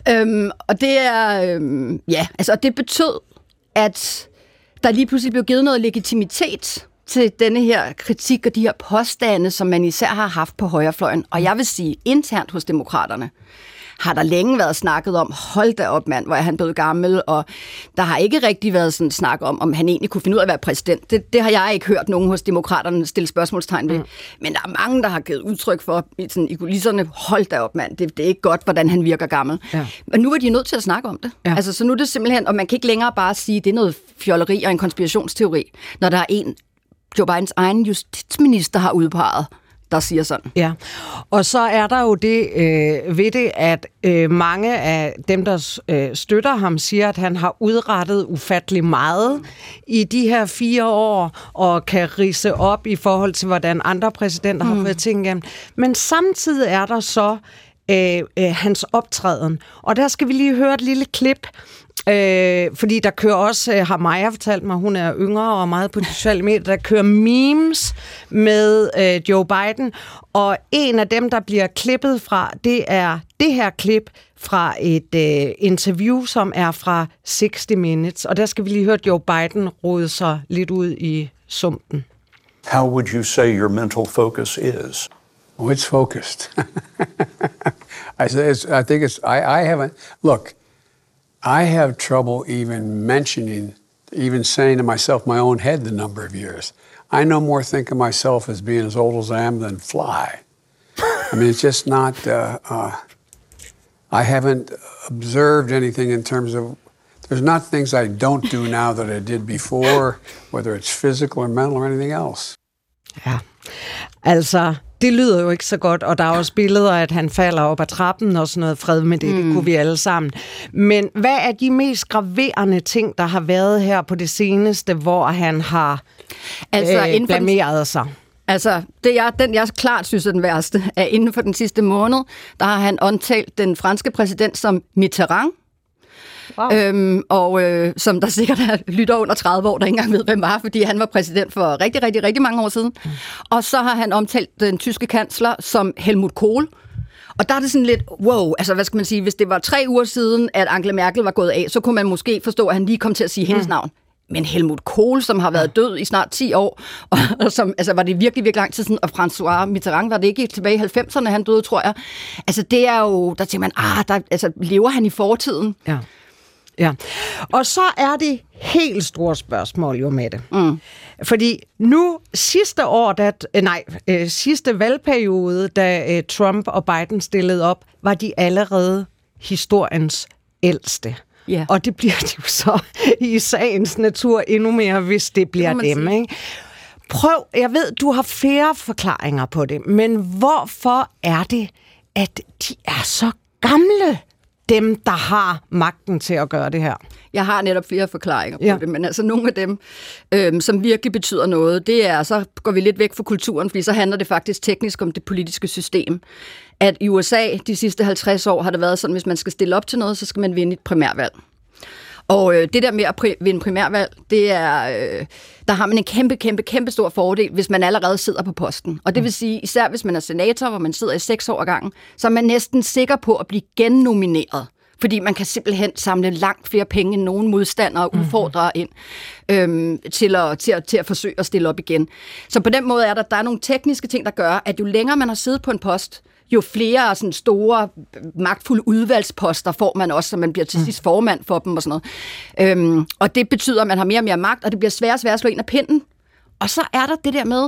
Øhm, og det er, øhm, ja, altså det betød, at der lige pludselig blev givet noget legitimitet til denne her kritik og de her påstande, som man især har haft på højrefløjen. Og jeg vil sige, internt hos demokraterne har der længe været snakket om, hold da op mand, hvor er han blevet gammel, og der har ikke rigtig været sådan snak om, om han egentlig kunne finde ud af at være præsident. Det, det har jeg ikke hørt nogen hos demokraterne stille spørgsmålstegn ved. Mm. Men der er mange, der har givet udtryk for sådan, i kulisserne, hold da op mand, det, det er ikke godt, hvordan han virker gammel. Ja. Men nu er de nødt til at snakke om det. Ja. Altså, så nu er det simpelthen, og man kan ikke længere bare sige, det er noget fjolleri og en konspirationsteori, når der er en, Joe Bidens egen justitsminister har udpeget, der siger sådan. Ja, og så er der jo det øh, ved det, at øh, mange af dem, der øh, støtter ham, siger, at han har udrettet ufattelig meget i de her fire år, og kan ridse op i forhold til, hvordan andre præsidenter mm. har fået ting igennem. Men samtidig er der så øh, øh, hans optræden, og der skal vi lige høre et lille klip. Øh, fordi der kører også, øh, har Maja fortalt mig, hun er yngre og meget på de sociale medier, der kører memes med øh, Joe Biden, og en af dem, der bliver klippet fra, det er det her klip fra et øh, interview, som er fra sixty minutes, og der skal vi lige høre Joe Biden rode sig lidt ud i sumpen. How would you say your mental focus is? Oh, it's focused. I, it's, I think it's, I, I haven't, look, I have trouble even mentioning, even saying to myself, my own head, the number of years. I no more think of myself as being as old as I am than fly. I mean, it's just not, uh, uh, I haven't observed anything in terms of, there's not things I don't do now that I did before, whether it's physical or mental or anything else. Ja, altså, det lyder jo ikke så godt, og der er også billeder af, at han falder op ad trappen og sådan noget. Fred med det, mm. det kunne vi alle sammen. Men hvad er de mest graverende ting, der har været her på det seneste, hvor han har altså, øh, blameret sig? Altså, det jeg, den jeg klart synes er den værste, er inden for den sidste måned, der har han omtalt den franske præsident som Mitterrand. Wow. Øhm, og øh, som der sikkert er lytter under tredive år, der ikke engang ved, hvem var, fordi han var præsident for rigtig, rigtig, rigtig mange år siden. Mm. Og så har han omtalt den tyske kansler som Helmut Kohl. Og der er det sådan lidt, wow, altså hvad skal man sige, hvis det var tre uger siden, at Angela Merkel var gået af, så kunne man måske forstå, at han lige kom til at sige mm. hendes navn. Men Helmut Kohl, som har været død i snart ti år, og, og som, altså var det virkelig, virkelig lang tid siden, og François Mitterrand var det ikke tilbage i halvfemserne, han døde, tror jeg. Altså det er jo, der tænker man, ah, der, altså lever han i fortiden? Ja. Ja, og så er det helt store spørgsmål jo med det. Mm. Fordi nu sidste år, da, nej, øh, sidste valgperiode, da øh, Trump og Biden stillede op, var de allerede historiens ældste. Yeah. Og det bliver de jo så i sagens natur endnu mere, hvis det bliver dem. Ikke? Prøv, jeg ved, du har flere forklaringer på det, men hvorfor er det, at de er så gamle? Dem, der har magten til at gøre det her. Jeg har netop flere forklaringer på ja. det, men altså nogle af dem, øhm, som virkelig betyder noget, det er, så går vi lidt væk fra kulturen, fordi så handler det faktisk teknisk om det politiske system. At i U S A de sidste halvtreds år har det været sådan, hvis man skal stille op til noget, så skal man vinde et primærvalg. Og øh, det der med at pri- vinde primærvalg, det er, øh, der har man en kæmpe, kæmpe, kæmpe stor fordel, hvis man allerede sidder på posten. Og det vil sige, især hvis man er senator, hvor man sidder i seks år ad gangen, så er man næsten sikker på at blive gennomineret. Fordi man kan simpelthen samle langt flere penge end nogen modstandere og udfordrere ind øhm, til, at, til, at, til at forsøge at stille op igen. Så på den måde er der, der er nogle tekniske ting, der gør, at jo længere man har siddet på en post, jo flere sådan store, magtfulde udvalgsposter får man også, så man bliver til sidst formand for dem og sådan noget. Øhm, og det betyder, at man har mere og mere magt, og det bliver sværere og sværere at slå ind af pinden. Og så er der det der med,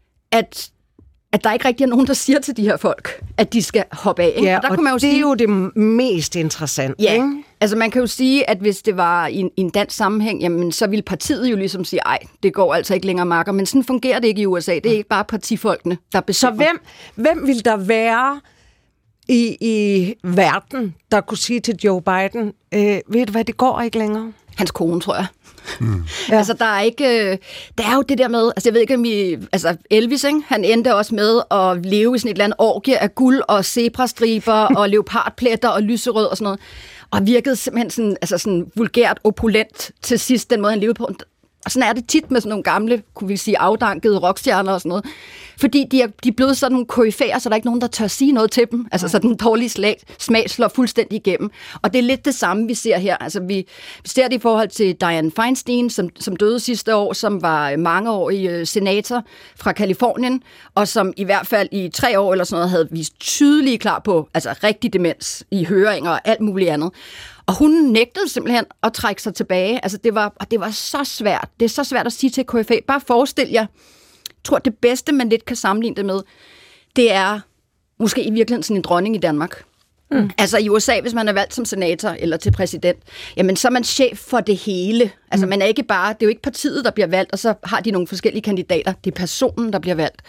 at at der ikke rigtig er nogen, der siger til de her folk, at de skal hoppe af. Ikke? Ja, og, der og kan man jo det sige, er jo det mest interessante. Ja, ikke? altså man kan jo sige, at hvis det var i en, i en dansk sammenhæng, jamen så ville partiet jo ligesom sige, ej, det går altså ikke længere, Marker. Men sådan fungerer det ikke i U S A. Det er ikke bare partifolkene, der bestemmer. Så hvem, hvem vil der være i, i verden, der kunne sige til Joe Biden, øh, ved du hvad, det går ikke længere? Hans kone, tror jeg. Mm. Ja. Altså, der er ikke... Der er jo det der med... Altså, jeg ved ikke, om I... Altså, Elvis, ikke? Han endte også med at leve i sådan et eller andet orgie af guld og zebrastriber og leopardpletter og lyserød og sådan noget. Og virkede simpelthen sådan, altså sådan vulgært opulent til sidst, den måde, han levede på. Og sådan er det tit med sådan nogle gamle, kunne vi sige, afdankede rockstjerner og sådan noget. Fordi de er, de er blevet sådan nogle koryfæer, så der er ikke nogen, der tør sige noget til dem. Altså så den dårlige slag, smag slår fuldstændig igennem. Og det er lidt det samme, vi ser her. Altså vi, vi ser det i forhold til Dianne Feinstein, som, som døde sidste år, som var mangeårig senator fra Kalifornien, og som i hvert fald i tre år eller sådan noget havde vist tydeligt klar på altså rigtig demens i høringer og alt muligt andet. Og hun nægtede simpelthen at trække sig tilbage. Altså det var, og det var så svært. Det er så svært at sige til K F A. Bare forestil jer, jeg tror det bedste, man lidt kan sammenligne det med, det er måske i virkeligheden sådan en dronning i Danmark. Mm. Altså i U S A, hvis man er valgt som senator eller til præsident, jamen så er man chef for det hele. Altså mm. man er ikke bare, det er jo ikke partiet, der bliver valgt, og så har de nogle forskellige kandidater. Det er personen, der bliver valgt.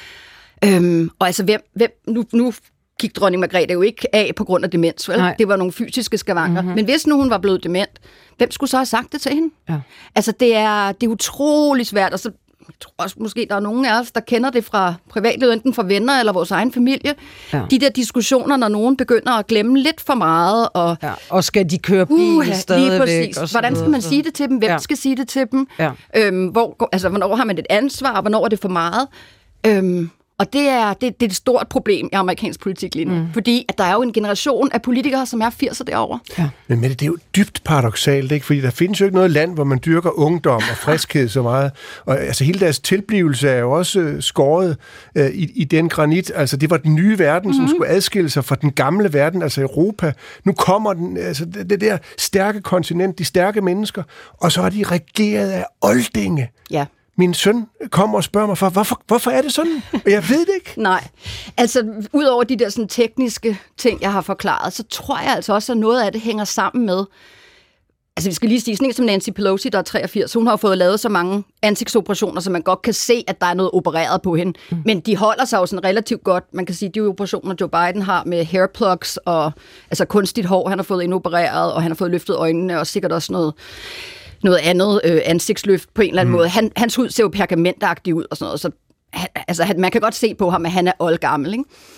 Øhm, og altså hvem, hvem nu, nu gik dronning Margrethe jo ikke af på grund af demens, vel? Det var nogle fysiske skavanker. Mm-hmm. Men hvis nu hun var blevet dement, hvem skulle så have sagt det til hende? Ja. Altså det er, det er utrolig svært, og så jeg tror også, måske der er nogen af os, der kender det fra privatlivet, enten fra venner eller vores egen familie. Ja. De der diskussioner, når nogen begynder at glemme lidt for meget. Og, ja. og skal de køre bil uh, stadigvæk? Hvordan skal man sige det til dem? Hvem ja. skal sige det til dem? Ja. Øhm, hvor, altså, hvornår har man et ansvar, og hvornår er det for meget? Øhm, Og det er, det, det er et stort problem i amerikansk politik lige nu. Mm. Fordi at der er jo en generation af politikere, som er firs derovre. Ja. Men Mette, det er jo dybt paradoksalt, ikke? Fordi der findes jo ikke noget land, hvor man dyrker ungdom og friskhed så meget. Og altså hele deres tilblivelse er jo også øh, skåret øh, i, i den granit. Altså det var den nye verden, mm-hmm. som skulle adskille sig fra den gamle verden, altså Europa. Nu kommer den, altså det, det der stærke kontinent, de stærke mennesker, og så er de regeret af oldinge. Ja. Min søn kommer og spørger mig, for, hvorfor, hvorfor er det sådan? Og jeg ved det ikke. Nej, altså udover de der sådan, tekniske ting, jeg har forklaret, så tror jeg altså også, at noget af det hænger sammen med, altså vi skal lige sige, sådan en som Nancy Pelosi, der er treogfirs, hun har jo fået lavet så mange ansigtsoperationer, så man godt kan se, at der er noget opereret på hende. Mm. Men de holder sig jo sådan relativt godt. Man kan sige, de operationer, Joe Biden har med hairplugs og altså kunstigt hår, han har fået indopereret, og han har fået løftet øjnene, og sikkert også noget noget andet øh, ansigtsløft på en eller anden mm. måde. Han, hans hud ser jo pergamentagtig ud og sådan noget, så han, altså, han, man kan godt se på ham, at han er oldgammel,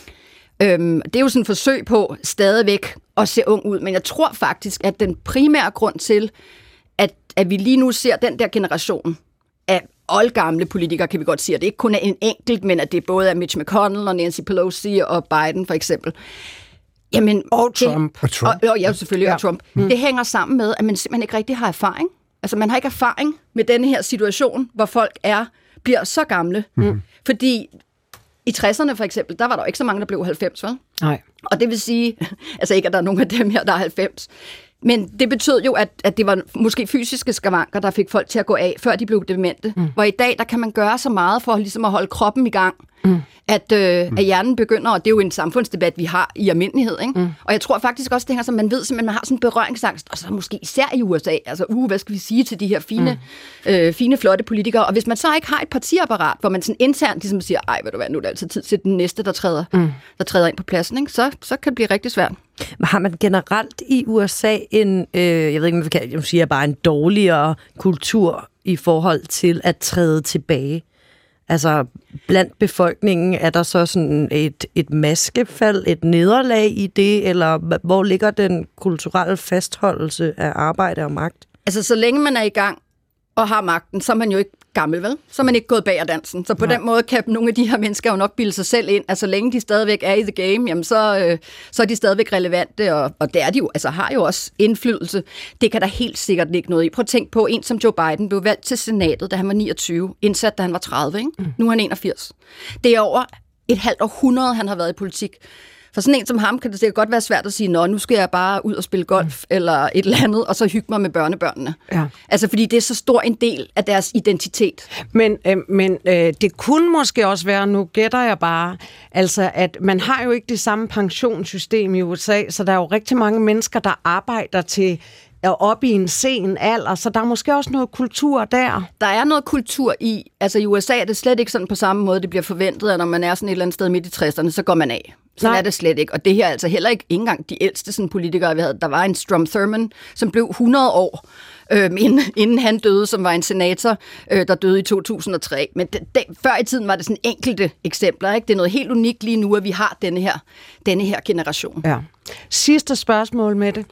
ikke? Øhm, det er jo sådan et forsøg på stadigvæk at se ung ud, men jeg tror faktisk, at den primære grund til, at, at vi lige nu ser den der generation af oldgamle politikere, kan vi godt sige, at det ikke kun er en enkelt, men at det både er Mitch McConnell og Nancy Pelosi og Biden for eksempel. Jamen, og Trump. Det, og Trump. Og, og, ja, selvfølgelig, ja. og Trump. Mm. Det hænger sammen med, at man simpelthen ikke rigtig har erfaring. Altså, man har ikke erfaring med denne her situation, hvor folk er, bliver så gamle. Mm. Fordi i tresserne for eksempel, der var der ikke så mange, der blev halvfems, vel? Nej. Og det vil sige, altså ikke, at der er nogen af dem her, der er halvfems. Men det betød jo, at, at det var måske fysiske skavanker, der fik folk til at gå af, før de blev demente. Mm. Hvor i dag, der kan man gøre så meget for ligesom at holde kroppen i gang, mm. at, øh, mm. at hjernen begynder, og det er jo en samfundsdebat, vi har i almindelighed. Ikke? Mm. Og jeg tror faktisk også, det hænger som man ved, at man har sådan en berøringsangst, og så måske især i U S A, altså uh, hvad skal vi sige til de her fine, mm. øh, fine flotte politikere. Og hvis man så ikke har et partiapparat, hvor man sådan internt ligesom siger, ej, ved du hvad, nu er det altid tid til den næste, der træder, mm. der træder ind på pladsen, ikke? Så, så kan det blive rigtig svært. Men har man generelt i U S A en, øh, jeg ved ikke, om man kan, jeg siger bare en dårligere kultur i forhold til at træde tilbage? Altså, blandt befolkningen, er der så sådan et, et maskefald, et nederlag i det, eller hvor ligger den kulturelle fastholdelse af arbejde og magt? Altså, så længe man er i gang og har magten, så er man jo ikke gammel, vel? Så er man ikke gået bag af dansen. Så på Nej. den måde kan nogle af de her mennesker jo nok bilde sig selv ind, at så længe de stadigvæk er i the game, jamen så, øh, så er de stadigvæk relevante, og, og det er de jo, altså har jo også indflydelse. Det kan der helt sikkert ligge noget i. Prøv at tænke på, en som Joe Biden blev valgt til senatet, da han var niogtyve, indsat, da han var tredive, ikke? Mm. Nu er han enogfirs. Det er over et halvt århundrede, han har været i politik. For sådan en som ham kan det sikkert godt være svært at sige, nå, nu skal jeg bare ud og spille golf mm. eller et eller andet, og så hygge mig med børnebørnene. Ja. Altså, fordi det er så stor en del af deres identitet. Men, øh, men øh, det kunne måske også være, nu gætter jeg bare, altså, at man har jo ikke det samme pensionssystem i U S A, så der er jo rigtig mange mennesker, der arbejder til er oppe i en sen alder, så der er måske også noget kultur der. Der er noget kultur i, altså i U S A er det slet ikke sådan på samme måde, det bliver forventet, at når man er sådan et eller andet sted midt i tresserne, så går man af. Sådan Nej. er det slet ikke. Og det her er altså heller ikke, ikke engang de ældste sådan, politikere, vi havde. Der var en Strom Thurmond, som blev hundrede år, øh, inden, inden han døde, som var en senator, øh, der døde i to tusind og tre. Men det, det, før i tiden var det sådan enkelte eksempler. Ikke? Det er noget helt unikt lige nu, at vi har denne her, denne her generation. Ja. Sidste spørgsmål med det.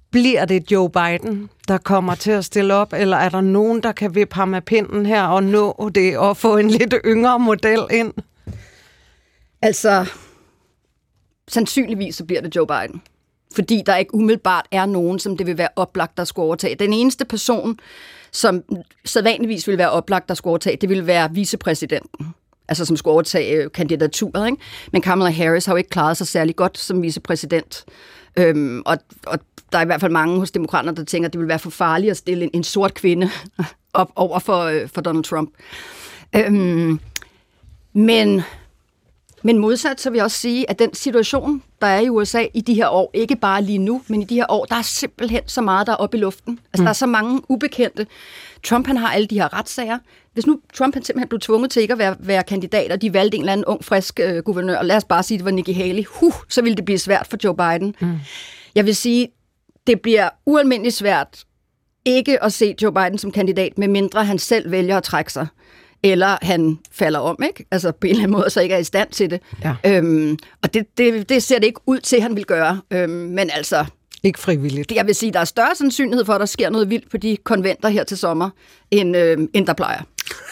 Bliver det Joe Biden, der kommer til at stille op, eller er der nogen, der kan vippe ham af pinden her og nå det og få en lidt yngre model ind? Altså, sandsynligvis så bliver det Joe Biden. Fordi der ikke umiddelbart er nogen, som det vil være oplagt, der skulle overtage. Den eneste person, som sædvanligvis vil være oplagt, der skulle overtage, det vil være vicepræsidenten. Altså som skulle overtage kandidaturet, ikke? Men Kamala Harris har jo ikke klaret sig særlig godt som vicepræsident. Øhm, og, og der er i hvert fald mange hos demokraterne, der tænker, at det vil være for farligt at stille en, en sort kvinde op over for, øh, for Donald Trump. Øhm, men, men modsat, så vil jeg også sige, at den situation, der er i U S A i de her år, ikke bare lige nu, men i de her år, der er simpelthen så meget, der er oppe i luften. Altså, mm. der er så mange ubekendte. Trump, han har alle de her retssager. Hvis nu Trump han simpelthen blev tvunget til ikke at være, være kandidat, og de valgte en eller anden ung, frisk øh, guvernør, og lad os bare sige, det var Nikki Haley, huh, så ville det blive svært for Joe Biden. Mm. Jeg vil sige, det bliver ualmindeligt svært ikke at se Joe Biden som kandidat, medmindre han selv vælger at trække sig. Eller han falder om, ikke? Altså på en eller anden måde, så ikke er i stand til det. Ja. Øhm, og det, det, det ser det ikke ud til, han vil gøre. Øhm, men altså... Ikke frivilligt. Jeg vil sige, der er større sandsynlighed for, at der sker noget vildt på de konventer her til sommer, end, øh, end der plejer.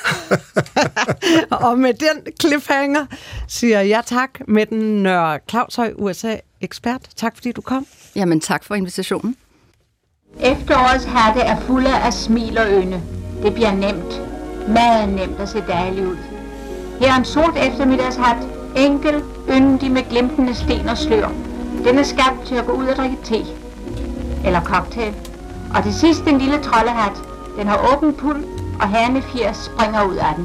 Og med den cliffhanger siger jeg tak med den Nørre Claus Høj, U S A-ekspert. Tak fordi du kom. Jamen tak for invitationen. Efterårets hatte er fulde af smil og ynde. Det bliver nemt. Meget nemt at se dejlig ud. Her er en sort eftermiddagshat. Enkel, yndig med glimtende sten og slør. Den er skabt til at gå ud og drikke te. Eller cocktail. Og til sidst en lille troldehat. Den har åben puld, og hanefjer springer ud af den.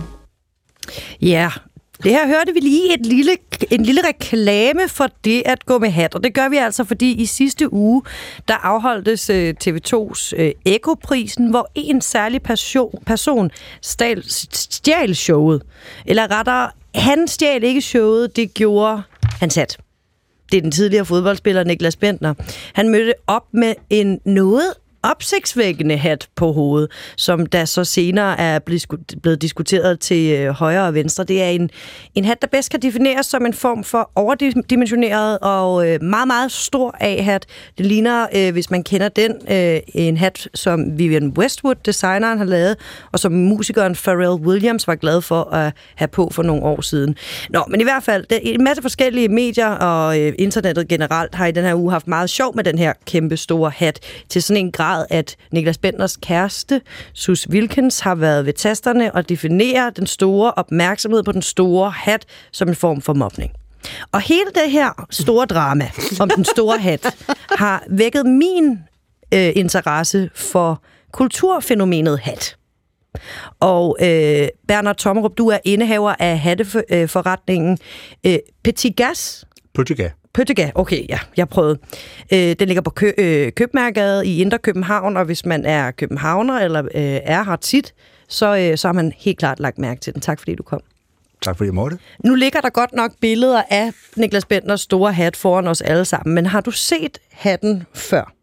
Ja, det her hørte vi lige et lille, en lille reklame for det at gå med hat. Og det gør vi altså, fordi i sidste uge, der afholdtes T V to's Ekkoprisen, hvor en særlig person, person stjal, stjal showet. Eller rettere, han stjal ikke showet, det gjorde hans hat. Det er den tidligere fodboldspiller Niklas Bendtner. Han mødte op med en noget opsigtsvækkende hat på hovedet, som der så senere er blevet diskuteret til højre og venstre. Det er en, en hat, der bedst kan defineres som en form for overdimensioneret og meget, meget stor A-hat. Det ligner, hvis man kender den, en hat, som Vivienne Westwood, designeren, har lavet, og som musikeren Pharrell Williams var glad for at have på for nogle år siden. Nå, men i hvert fald, en masse forskellige medier og internettet generelt har i den her uge haft meget sjov med den her kæmpe store hat til sådan en grad, at Niklas Bendtners kæreste, Sus Wilkins, har været ved tasterne og definerer den store opmærksomhed på den store hat som en form for mobning. Og hele det her store drama om den store hat har vækket min øh, interesse for kulturfænomenet hat. Og øh, Bernard Tommerup, du er indehaver af hatteforretningen øh, Petit Gas. Petit Gas. Pøttega, okay, ja, jeg prøvede. Øh, den ligger på Kø- øh, Købmagergade i Indre København, og hvis man er københavner eller øh, er her tit, så, øh, så har man helt klart lagt mærke til den. Tak fordi du kom. Tak fordi jeg måtte. Nu ligger der godt nok billeder af Niklas Bendtners store hat foran os alle sammen, men har du set hatten før?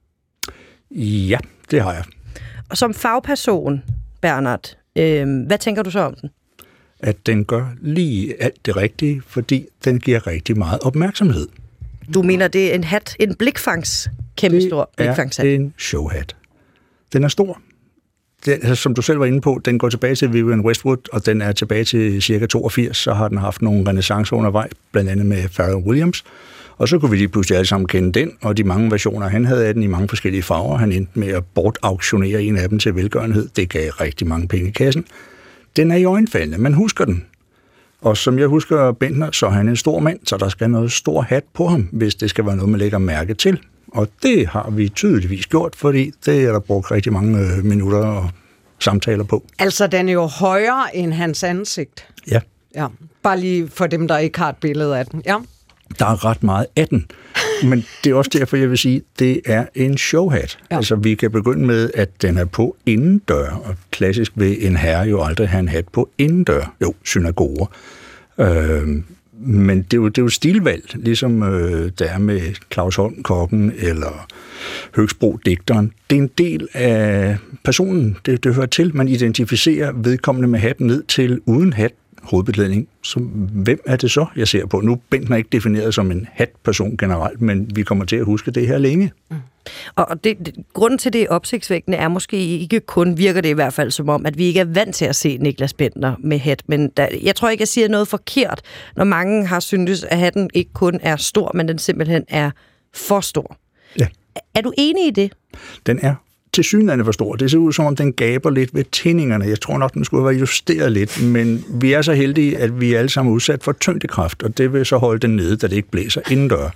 Ja, det har jeg. Og som fagperson, Bernard, øh, hvad tænker du så om den? At den gør lige alt det rigtige, fordi den giver rigtig meget opmærksomhed. Du mener, det er en hat, en blikfangs, kæmpe stor blikfangshat? Det er en showhat. Den er stor. Det, altså, som du selv var inde på, den går tilbage til Vivienne Westwood, og den er tilbage til cirka toogfirs, så har den haft nogle renaissancer undervejs, blandt andet med Pharrell Williams. Og så kunne vi lige pludselig alle sammen kende den, og de mange versioner, han havde af den i mange forskellige farver. Han endte med at bortauktionere en af dem til velgørenhed. Det gav rigtig mange penge i kassen. Den er i øjenfaldende, man husker den. Og som jeg husker Bendtner, så er han en stor mand, så der skal noget stor hat på ham, hvis det skal være noget, man lægger mærke til. Og det har vi tydeligvis gjort, fordi det er der brugt rigtig mange minutter og samtaler på. Altså, den er jo højere end hans ansigt. Ja. Ja, bare lige for dem, der ikke har et billede af den. Ja. Der er ret meget af den. Men det er også derfor, jeg vil sige, at det er en showhat. Ja. Altså, vi kan begynde med, at den er på indendør. Og klassisk vil en herre jo aldrig have en hat på indendør. Jo, synagoger. Øh, men det er, jo, det er jo stilvalg, ligesom øh, der er med Claus Holm, kokken, eller Høgsbro, digteren. Det er en del af personen, det, det hører til. Man identificerer vedkommende med hatten ned til uden hat. hovedbeklædning, så hvem er det så, jeg ser på? Nu er Bentner ikke defineret som en hat-person generelt, men vi kommer til at huske det her længe. Mm. Og det, det, grunden til det opsigtsvækkende er måske ikke kun, virker det i hvert fald som om, at vi ikke er vant til at se Niklas Bentner med hat, men der, jeg tror ikke, jeg siger noget forkert, når mange har syntes, at hatten ikke kun er stor, men den simpelthen er for stor. Ja. Er du enig i det? Den er tilsyneladende for stor. Det ser ud som om, den gaber lidt ved tændingerne. Jeg tror nok, den skulle have været justeret lidt, men vi er så heldige, at vi er alle sammen udsat for tyngdekraft, og det vil så holde den nede, da det ikke blæser indendør,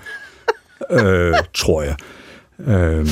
øh, tror jeg. Øh,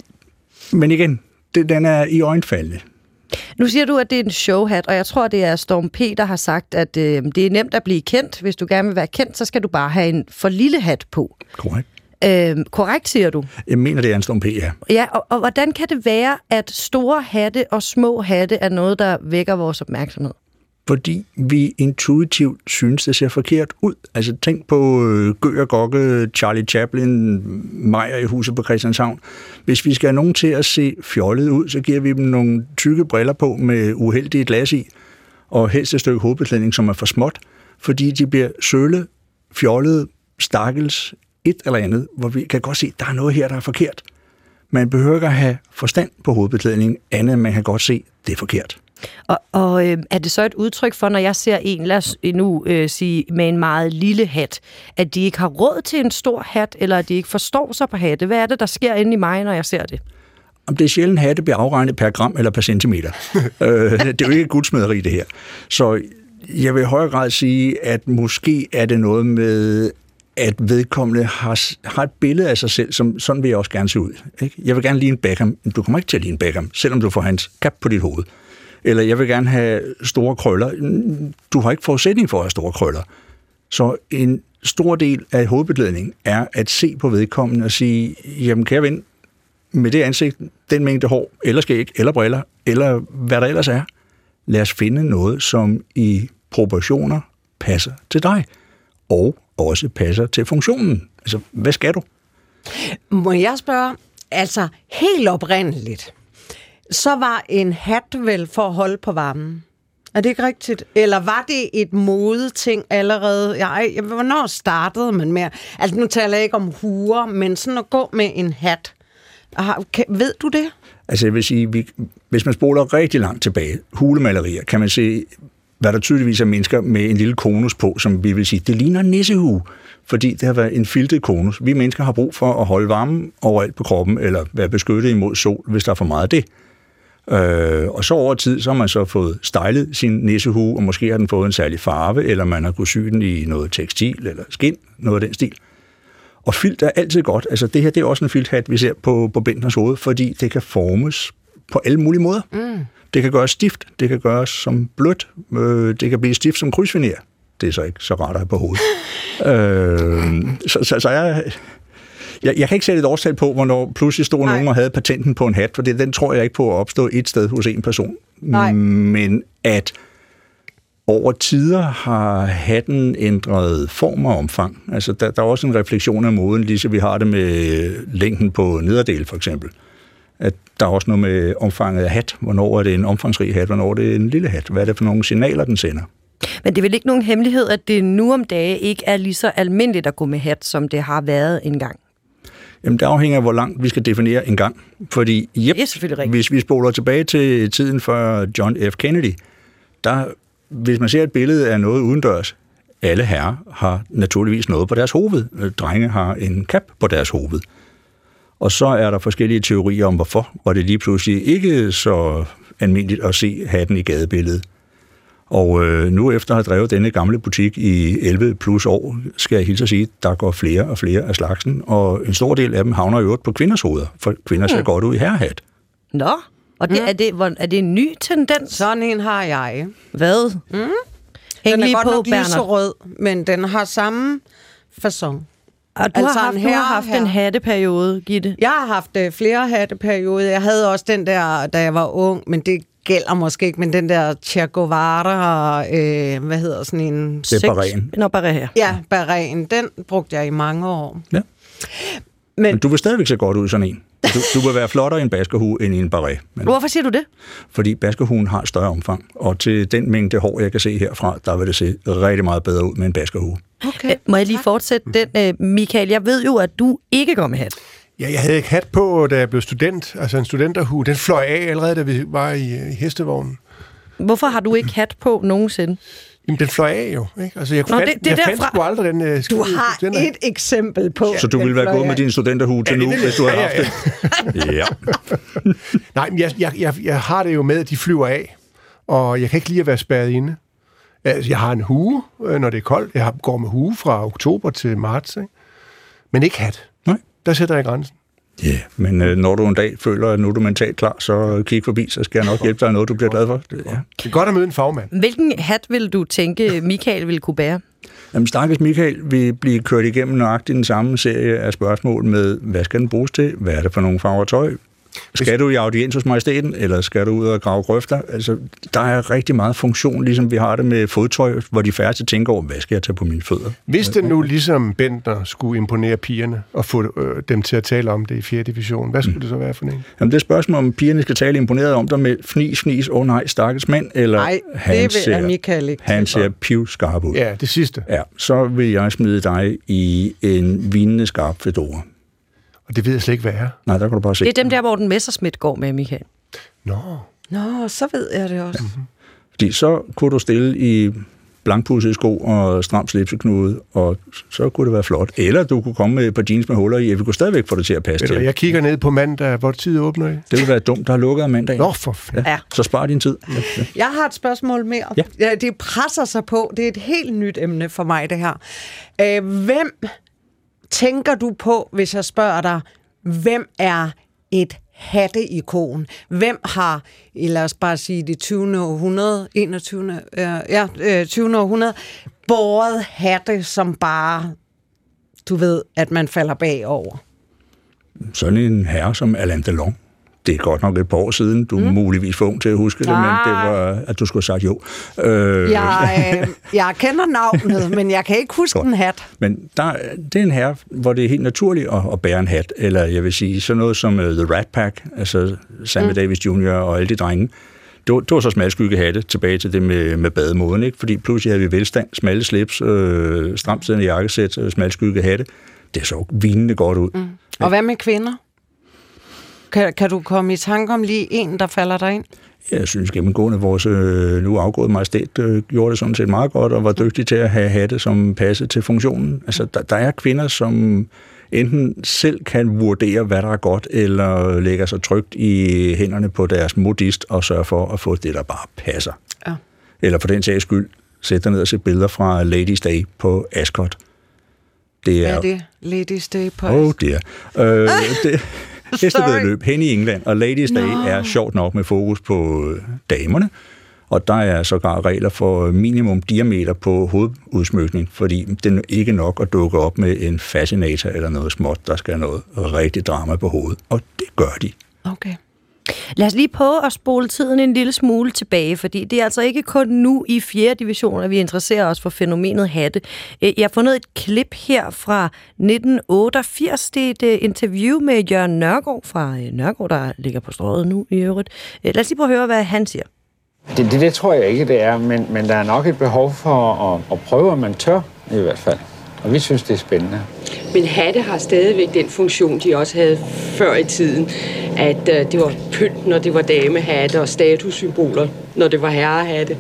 men igen, det, den er i øjenfaldende. Nu siger du, at det er en showhat, og jeg tror, det er Storm P., der har sagt, at øh, det er nemt at blive kendt. Hvis du gerne vil være kendt, så skal du bare have en for lille hat på. Korrekt. Øh, korrekt, siger du? Jeg mener, det er en Storm P, ja. Ja, og, og hvordan kan det være, at store hatte og små hatte er noget, der vækker vores opmærksomhed? Fordi vi intuitivt synes, det ser forkert ud. Altså tænk på øh, Gøger Gokke, Charlie Chaplin, Meyer i huset på Christianshavn. Hvis vi skal have nogen til at se fjollet ud, så giver vi dem nogle tykke briller på med uheldige glas i, og helst et stykke hovedbeklædning, som er for småt, fordi de bliver sølle, fjollede, stakkels, et eller andet, hvor vi kan godt se, at der er noget her, der er forkert. Man behøver ikke at have forstand på hovedbeklædning, andet end man kan godt se, at det er forkert. Og, og øh, er det så et udtryk for, når jeg ser en, lad os nu øh, sige, med en meget lille hat, at de ikke har råd til en stor hat, eller at de ikke forstår sig på hatte? Hvad er det, der sker inde i mig, når jeg ser det? Om det er sjældent, hatte bliver afregnet per gram eller per centimeter. øh, det er jo ikke guldsmederi, det her. Så jeg vil i højere grad sige, at måske er det noget med, at vedkommende har, har et billede af sig selv, som sådan vil jeg også gerne se ud. Ikke? Jeg vil gerne ligne Beckham. Du kommer ikke til at ligne Beckham, selvom du får hans cap på dit hoved. Eller jeg vil gerne have store krøller. Du har ikke forudsætning for at have store krøller. Så en stor del af hovedbeklædningen er at se på vedkommende og sige, jamen kære ven, med det ansigt, den mængde hår, eller skæg, eller briller, eller hvad der ellers er, lad os finde noget, som i proportioner passer til dig, og også passer til funktionen. Altså, hvad skal du? Må jeg spørge, altså helt oprindeligt, så var en hat vel for at holde på varmen? Er det ikke rigtigt? Eller var det et modeting allerede? Jeg, jeg, hvornår startede man med? Altså nu taler jeg ikke om huer, men sådan at gå med en hat. Kan, ved du det? Altså jeg vil sige, vi, hvis man spoler rigtig langt tilbage, hulemalerier, kan man se, hvad der tydeligvis er mennesker med en lille konus på, som vi vil sige, det ligner en nissehue, fordi det har været en filtet konus. Vi mennesker har brug for at holde varmen overalt på kroppen, eller være beskyttet imod sol, hvis der er for meget af det. Øh, og så over tid, så har man så fået stylet sin nissehue, og måske har den fået en særlig farve, eller man har kunnet sy den i noget tekstil eller skind, noget af den stil. Og filt er altid godt. Altså det her, det er også en filthat, vi ser på, på Bentners hoved, fordi det kan formes på alle mulige måder. Mm. Det kan gøres stift, det kan gøres som blødt, øh, det kan blive stift som krydsfiner. Det er så ikke så rart at have på hovedet. øh, så, så, så jeg... Jeg, jeg kan ikke sætte et årstal på, hvornår pludselig stod nogen og havde patenten på en hat, for det, den tror jeg ikke på at opstå et sted hos en person. Nej. Men at over tider har hatten ændret form og omfang. Altså, der, der er også en refleksion af moden, ligesom vi har det med længden på nederdel, for eksempel. At der er også noget med omfanget af hat. Hvornår er det en omfangsrig hat, hvornår er det en lille hat? Hvad er det for nogle signaler, den sender? Men det er vel ikke nogen hemmelighed, at det nu om dage ikke er lige så almindeligt at gå med hat, som det har været engang? Jamen, det afhænger af, hvor langt vi skal definere en gang. Fordi, yep, hvis vi spoler tilbage til tiden for John F. Kennedy, der, hvis man ser et billede af noget udendørs, alle herrer har naturligvis noget på deres hoved. Drenge har en cap på deres hoved. Og så er der forskellige teorier om, hvorfor var det lige pludselig ikke så almindeligt at se hatten i gadebilledet. Og øh, nu efter at have drevet denne gamle butik i elleve plus år, skal jeg hilse at sige, der går flere og flere af slagsen, og en stor del af dem havner i øvrigt på kvinders hoveder, for kvinder ser mm. godt ud i herrehat. Nå, og det, mm. er, det, er det en ny tendens? Sådan en har jeg. Hvad? Mm. Hæng den er lige godt på, nok lyserød, men den har samme facon. Og du, altså har, haft, du har haft en hatteperiode, Gitte? Jeg har haft uh, flere hatteperioder. Jeg havde også den der, da jeg var ung, men det gælder måske ikke, men den der Che Guevara, øh, hvad hedder sådan en... Det er baren. Nå, baren. Ja, baren. Den brugte jeg i mange år. Ja. Men, men du vil stadigvæk se godt ud sådan en. Du, du vil være flottere i en baskerhue end i en beret. Men, Hvorfor siger du det? fordi baskerhuen har større omfang, og til den mængde hår, jeg kan se herfra, der vil det se rigtig meget bedre ud med en baskerhue. Okay. Æ, må jeg lige fortsætte den, Michael? Jeg ved jo, at du ikke går med hat. Ja, jeg havde ikke hat på, da jeg blev student. Altså en studenterhue. Den fløj af allerede, da vi var i, i hestevognen. Hvorfor har du ikke hat på nogensinde? Jamen, den fløj af jo. Ikke? Altså, jeg, Nå, fandt, det, det jeg derfra... fandt sgu aldrig den... Uh, du har den et eksempel på... Så du ville være gået med din studenterhue til ja, nu, det, hvis du havde ja, haft det? Ja. Nej, men jeg, jeg, jeg, jeg har det jo med, at de flyver af. Og jeg kan ikke lide at være spærret inde. Altså, jeg har en hue, når det er koldt. Jeg går med hue fra oktober til marts. Ikke? Men ikke hat. Nej. Der sætter jeg grænsen. Ja, yeah, men øh, når du en dag føler, at nu er du mentalt klar, så kig forbi, så skal jeg nok hjælpe dig noget, du bliver glad for. Det, ja. det er godt at møde en fagmand. Hvilken hat vil du tænke, Michael ville kunne bære? Jamen, stakkels Michael vil blive kørt igennem nøjagtigt den samme serie af spørgsmål med, hvad skal den bruges til? Hvad er det for nogle farver tøj? Skal du i audiens hos majestæten, eller skal du ud og grave grøfter? Altså, der er rigtig meget funktion, ligesom vi har det med fodtøj, hvor de færreste tænker over, hvad skal jeg tage på mine fødder? Hvis det nu ligesom Bentner skulle imponere pigerne og få øh, dem til at tale om det i fjerde division, hvad skulle mm. det så være for en? Jamen, det er spørgsmål, om pigerne skal tale imponeret om dig med fnis, fnis, åh oh, nej, stakkels mand, eller nej, han det vil ser, Michael ikke han ser pivskarp ud. Ja, det sidste. Ja, så vil jeg smide dig i en vinende skarp fedora. Og det ved jeg slet ikke, hvad er. Nej, der kan du bare se. Det er dem der, hvor den Messerschmidt går med, Michael. Nå. Nå, så ved jeg det også. Mm-hmm. Fordi så kunne du stille i blankpudsede sko og stram slipseknude, og så kunne det være flot. Eller du kunne komme med et par jeans med huller i, og vi kunne stadigvæk få det til at passe til. Jeg kigger ned på mandag. Hvor tid åbner I? Det vil være dumt, der har lukket mandag. Nå, for f- ja. Så spar din tid. Ja. Ja. Jeg har et spørgsmål mere. Ja. Ja, det presser sig på. Det er et helt nyt emne for mig, det her. Øh, hvem tænker du på, hvis jeg spørger dig, hvem er et hatteikon? Hvem har, lad os bare sige det tyvende århundrede, enogtyvende ja, tyvende århundrede, båret hatte, som bare, du ved, at man falder bagover? Sådan en herre som Alain Delon. Det er godt nok et par år siden. Du er mm. muligvis for ung til at huske det, ah. men det var, at du skulle have sagt jo. Øh. Jeg, øh, jeg kender navnet, men jeg kan ikke huske en hat. Men der, det er en herre, hvor det er helt naturligt at, at bære en hat. Eller jeg vil sige, sådan noget som uh, The Rat Pack, altså Sammy mm. Davis junior og alle de drenge. Det var, det var så smalskygge hatte, tilbage til det med, med bademoden, ikke? Fordi pludselig havde vi velstand, smalle slips, øh, stramt siddende jakkesæt, øh, smalskygge hatte. Det så vinende godt ud. Mm. Og hvad med kvinder? Kan, kan du komme i tanke om lige en, der falder dig ind? Jeg synes gennemgående, vores øh, nu afgået majestæt øh, gjorde det sådan set meget godt, og var dygtig til at have hatte, som passede til funktionen. Altså, der, der er kvinder, som enten selv kan vurdere, hvad der er godt, eller lægger sig trygt i hænderne på deres modist og sørger for at få det, der bare passer. Ja. Eller for den sags skyld, sæt dig ned og se billeder fra Ladies Day på Ascot. Det er, er det Ladies Day på Ascot? Åh, oh, det er. Øh, det hestevæddeløb hen i England, og Ladies Day no. er sjovt nok med fokus på damerne, og der er sågar regler for minimum diameter på hovedudsmykning, fordi det er ikke nok at dukke op med en fascinator eller noget småt, der skal noget rigtig drama på hovedet, og det gør de. Okay. Lad os lige prøve at spole tiden en lille smule tilbage, fordi det er altså ikke kun nu i fjerde division, at vi interesserer os for fænomenet hatte. Jeg har fundet et klip her fra nitten otteogfirs. Det er et interview med Jørgen Nørgaard fra Nørgaard, der ligger på Strøget nu i øvrigt. Lad os lige prøve at høre, hvad han siger. Det, det, det tror jeg ikke, det er, men, men der er nok et behov for at, at prøve, om man tør i hvert fald. Og vi synes, det er spændende. Men hatte har stadigvæk den funktion, de også havde før i tiden, at uh, det var pynt, når det var damehatte, og statussymboler, når det var herrehatte.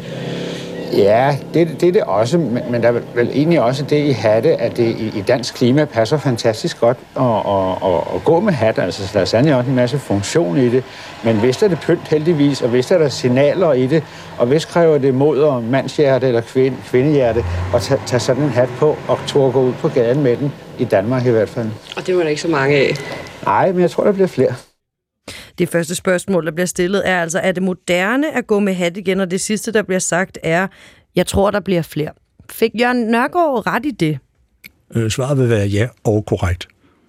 Ja, det, det er det også, men, men der er vel egentlig også det i hatte, at det i, i dansk klima passer fantastisk godt at, at, at, at gå med hat. Altså, der er sandelig også en masse funktion i det, men hvis der er det pynt heldigvis, og hvis der er signaler i det, og hvis kræver det mod og mandshjerte eller kvinde, kvindehjerte, at tage, tage sådan en hat på og turde gå ud på gaden med den, i Danmark i hvert fald. Og det var der ikke så mange af. Nej, men jeg tror, der bliver flere. Det første spørgsmål, der bliver stillet, er altså, er det moderne at gå med hat igen? Og det sidste, der bliver sagt, er, jeg tror, der bliver flere. Fik Jørgen Nørgaard ret i det? Øh, svaret vil være ja og korrekt.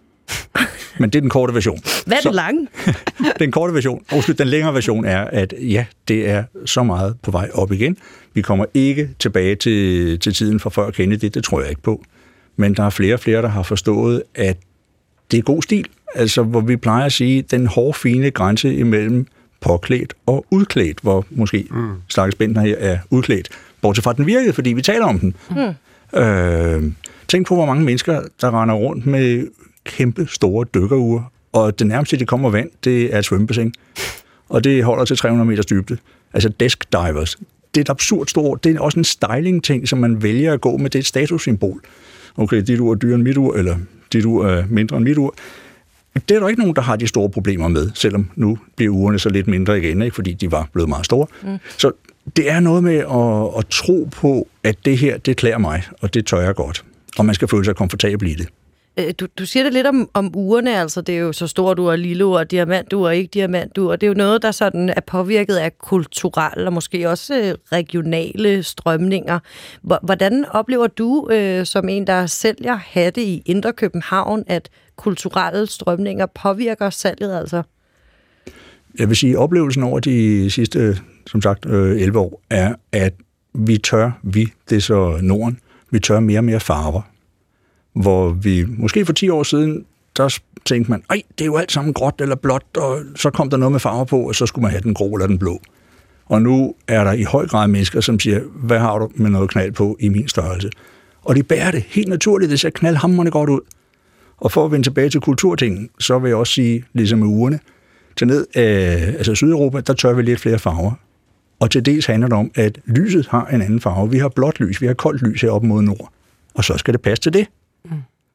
Men det er den korte version. Hvad er den lange? Den korte version, undskyld, den længere version er, at ja, det er så meget på vej op igen. Vi kommer ikke tilbage til, til tiden fra før Kennedy, det tror jeg ikke på. Men der er flere og flere, der har forstået, at det er god stil Altså, hvor vi plejer at sige, den hårde, fine grænse imellem påklædt og udklædt, hvor måske mm. stakkels Bentner her er udklædt. Bortset fra, den virkede, fordi vi taler om den. Mm. Øh, tænk på, hvor mange mennesker, der render rundt med kæmpe store dykkerure, og det nærmeste, de kommer vand, det er et svømmebassin. Og det holder til tre hundrede meters dybde. Altså desk divers. Det er et absurd stort. Det er også en styling-ting, som man vælger at gå med. Det er et statussymbol. Okay, dit ur er dyrere end mit ur, eller dit ur er mindre end mit ur. Det er der ikke nogen, der har de store problemer med, selvom nu bliver urene så lidt mindre igen, ikke? Fordi de var blevet meget store. Mm. Så det er noget med at, at tro på, at det her, det klæder mig, og det tør jeg godt. Og man skal føle sig komfortabel i det. Du, du siger det lidt om, om urene, altså det er jo så stort ur, lille ur, diamantur og ikke diamantur. Det er jo noget, der sådan er påvirket af kulturelle og måske også regionale strømninger. Hvordan oplever du, øh, som en, der sælger hatte i Indre København, at kulturelle strømninger påvirker salget altså? Jeg vil sige, at oplevelsen over de sidste, som sagt, elleve år, er, at vi tør, vi, det er så Norden, vi tør mere og mere farver. Hvor vi, måske for ti år siden, der tænkte man, ej, det er jo alt sammen gråt eller blåt, og så kom der noget med farver på, og så skulle man have den grå eller den blå. Og nu er der i høj grad mennesker, som siger, hvad har du med noget knald på i min størrelse? Og de bærer det helt naturligt, det ser knaldhamrende godt ud. Og for at vende tilbage til kulturtingen, så vil jeg også sige, ligesom med ugerne, til ned af altså Sydeuropa, der tør vi lidt flere farver. Og til dels handler det om, at lyset har en anden farve. Vi har blåt lys, vi har koldt lys heroppe mod nord. Og så skal det passe til det. Mm.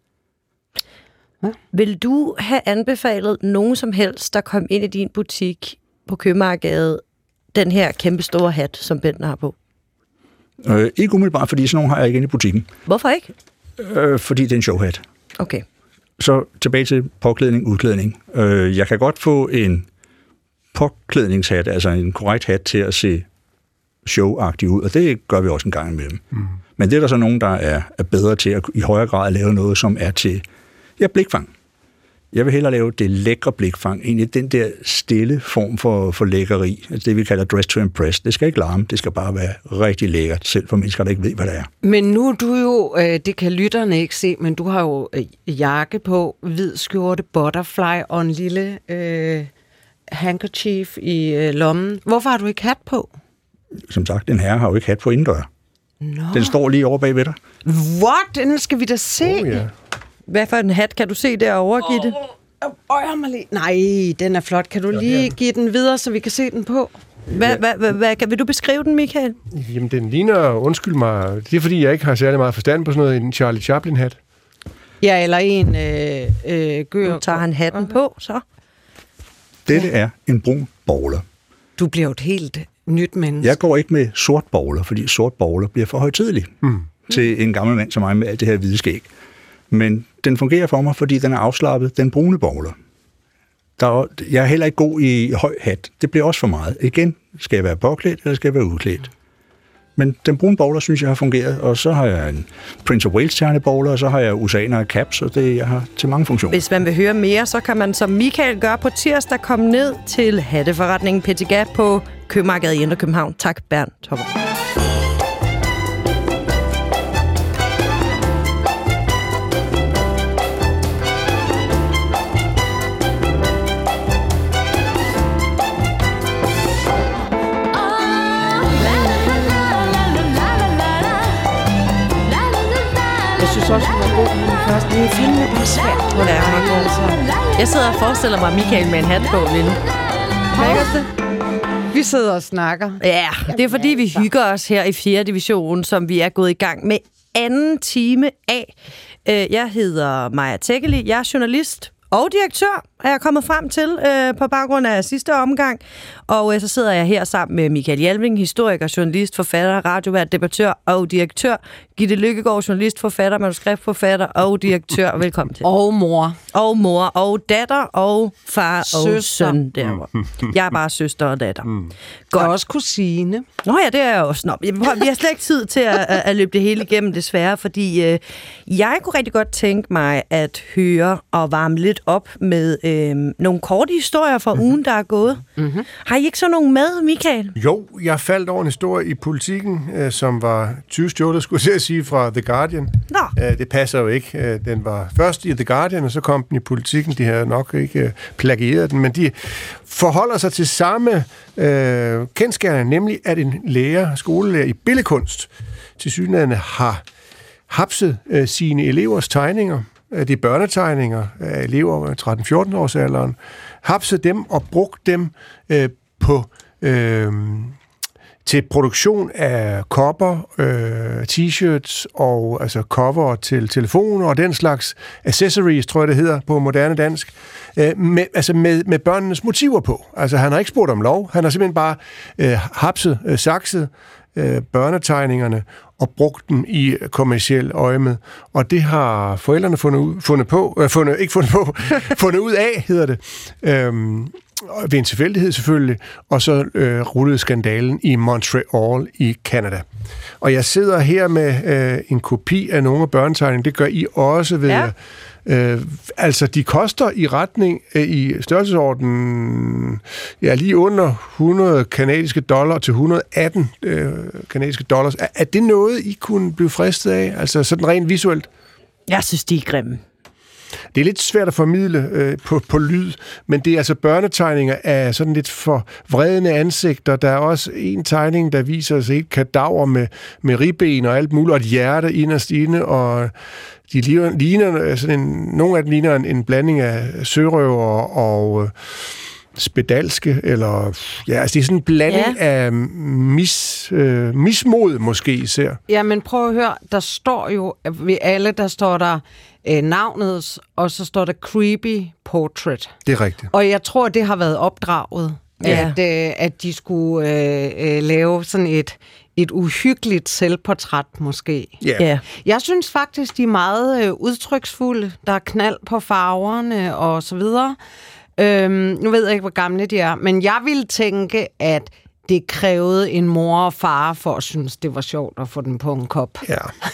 Ja. Vil du have anbefalet nogen som helst, der kom ind i din butik på Købmagergade, den her kæmpe store hat, som Bentner har på? Øh, ikke umiddelbart, fordi sådan nogen har jeg ikke inde i butikken. Hvorfor ikke? Øh, fordi det er en showhat. Okay. Så tilbage til påklædning, udklædning. Øh, jeg kan godt få en påklædningshat, altså en korrekt hat til at se showagtig ud, og det gør vi også en gang imellem. Mm. Men det er der så nogen, der er, er bedre til at i højere grad at lave noget, som er til ja, blikfang. Jeg vil hellere lave det lækre blikfang, egentlig den der stille form for, for lækkeri, altså det vi kalder dress to impress. Det skal ikke larme, det skal bare være rigtig lækkert, selv for mennesker, der ikke ved, hvad det er. Men nu er du jo, øh, det kan lytterne ikke se, men du har jo øh, jakke på, hvid skjorte, butterfly og en lille øh, handkerchief i øh, lommen. Hvorfor har du ikke hat på? Som sagt, en herre har jo ikke hat på indendør. No. Den står lige over bagved dig. What? Den skal vi da se. Oh, yeah. Hvad for en hat kan du se derovre, Gitte? Øjer mig lige. Nej, den er flot. Kan du lige give den videre, så vi kan se den på? Hvad, ja. hvad, hvad, hvad, vil du beskrive den, Michael? Jamen, den ligner, undskyld mig, det er fordi, jeg ikke har særlig meget forstand på sådan noget, en Charlie Chaplin-hat. Ja, eller en øh, øh, gør. Nu tager han hatten på, så. Dette ja. er en brun bowler. Du bliver jo et helt nyt menneske. Jeg går ikke med sort bowler, fordi sort bowler bliver for højtidelig mm. til en gammel mand som mig med alt det her hvide skæg. Men den fungerer for mig, fordi den er afslappet, den brune bowler. Der er, jeg er heller ikke god i høj hat. Det bliver også for meget. Igen, skal jeg være påklædt, eller skal jeg være udklædt? Men den brune bowler, synes jeg, har fungeret. Og så har jeg en Prince of Wales-terne bowler, og så har jeg usaner og caps, og det jeg har til mange funktioner. Hvis man vil høre mere, så kan man, som Michael gør på tirsdag, komme ned til hatteforretningen Pettigat på Købmagergade i Indre København. Tak, Bernd Topper. Også var god med den første. Det er fandme bare svært. Hvor er man god. Jeg sidder og forestiller mig Michael med en hat på, Lille. Lækkert det? Vi sidder og snakker. Ja, det er fordi, vi hygger os her i fjerde division, som vi er gået i gang med anden time af. Jeg hedder Maja Tekkeli. Jeg er journalist og direktør, er jeg kommet frem til øh, på baggrund af sidste omgang. Og øh, så sidder jeg her sammen med Michael Hjelving, historiker, journalist, forfatter, radiovært, debattør og direktør. Gitte Lykkegaard, journalist, forfatter, manuskriptforfatter og direktør. Velkommen til. Og mor. Og mor, og datter, og far, søster. og søn. Derovre. Jeg er bare søster og datter. Mm. Godt. Og også kusine. Nå ja, det er jeg også. Nå, vi har slet ikke tid til at, at løbe det hele igennem, desværre, fordi øh, jeg kunne rigtig godt tænke mig at høre og varme lidt hit op med øh, nogle korte historier fra mm-hmm. ugen, der er gået. Mm-hmm. Har I ikke så nogen med, Michael? Jo, jeg faldt over en historie i Politiken, øh, som var tyve stjålet, skulle jeg sige, fra The Guardian. Nå. Øh, det passer jo ikke. Øh, den var først i The Guardian, og så kom den i Politiken. De har nok ikke øh, plagieret den, men de forholder sig til samme øh, kendskærning, nemlig at en lærer, skolelærer i billedkunst, tilsyneladende har hapset øh, sine elevers tegninger. Det er børnetegninger af elever i tretten fjorten års alderen, hapset dem og brugt dem øh, på, øh, til produktion af kopper, øh, t-shirts og altså cover til telefoner og den slags accessories, tror jeg det hedder på moderne dansk, øh, med, altså med, med børnenes motiver på. Altså han har ikke spurgt om lov, han har simpelthen bare øh, hapset, øh, sakset øh, børnetegningerne og brugt dem i kommerciel øjemed. Og det har forældrene fundet, ud, fundet på, øh, fundet, ikke fundet på, fundet ud af, hedder det, øhm, ved en tilfældighed selvfølgelig, og så øh, rullede skandalen i Montreal i Canada. Og jeg sidder her med øh, en kopi af nogle af børnetegningerne, det gør I også ved ja. Øh, altså, de koster i retning øh, i størrelsesorden ja, lige under hundrede kanadiske dollar til et hundrede og atten øh, kanadiske dollars. Er, er det noget, I kunne blive fristet af? Altså sådan rent visuelt? Jeg synes, de er grimme. Det er lidt svært at formidle øh, på, på lyd, men det er altså børnetegninger af sådan lidt for vredende ansigter. Der er også en tegning, der viser sig et kadaver med, med ribben og alt muligt, og et hjerte inderst inde, og de ligner, ligner sådan en, nogle af dem ligner en, en blanding af sørøver og øh, spedalske, eller ja, altså det er sådan en blanding ja. af mis, øh, mismod måske især. Ja, men prøv at høre, der står jo ved alle, der står der øh, navnet, og så står der creepy portrait. Det er rigtigt. Og jeg tror, det har været opdraget, ja. at, øh, at de skulle øh, øh, lave sådan et et uhyggeligt selvportræt måske. Yeah. Yeah. Jeg synes faktisk, de er meget øh, udtryksfulde. Der er knald på farverne og så videre. Øhm, nu ved jeg ikke, hvor gamle de er, men jeg ville tænke, at det krævede en mor og far for at synes, det var sjovt at få den på en kop. Ja.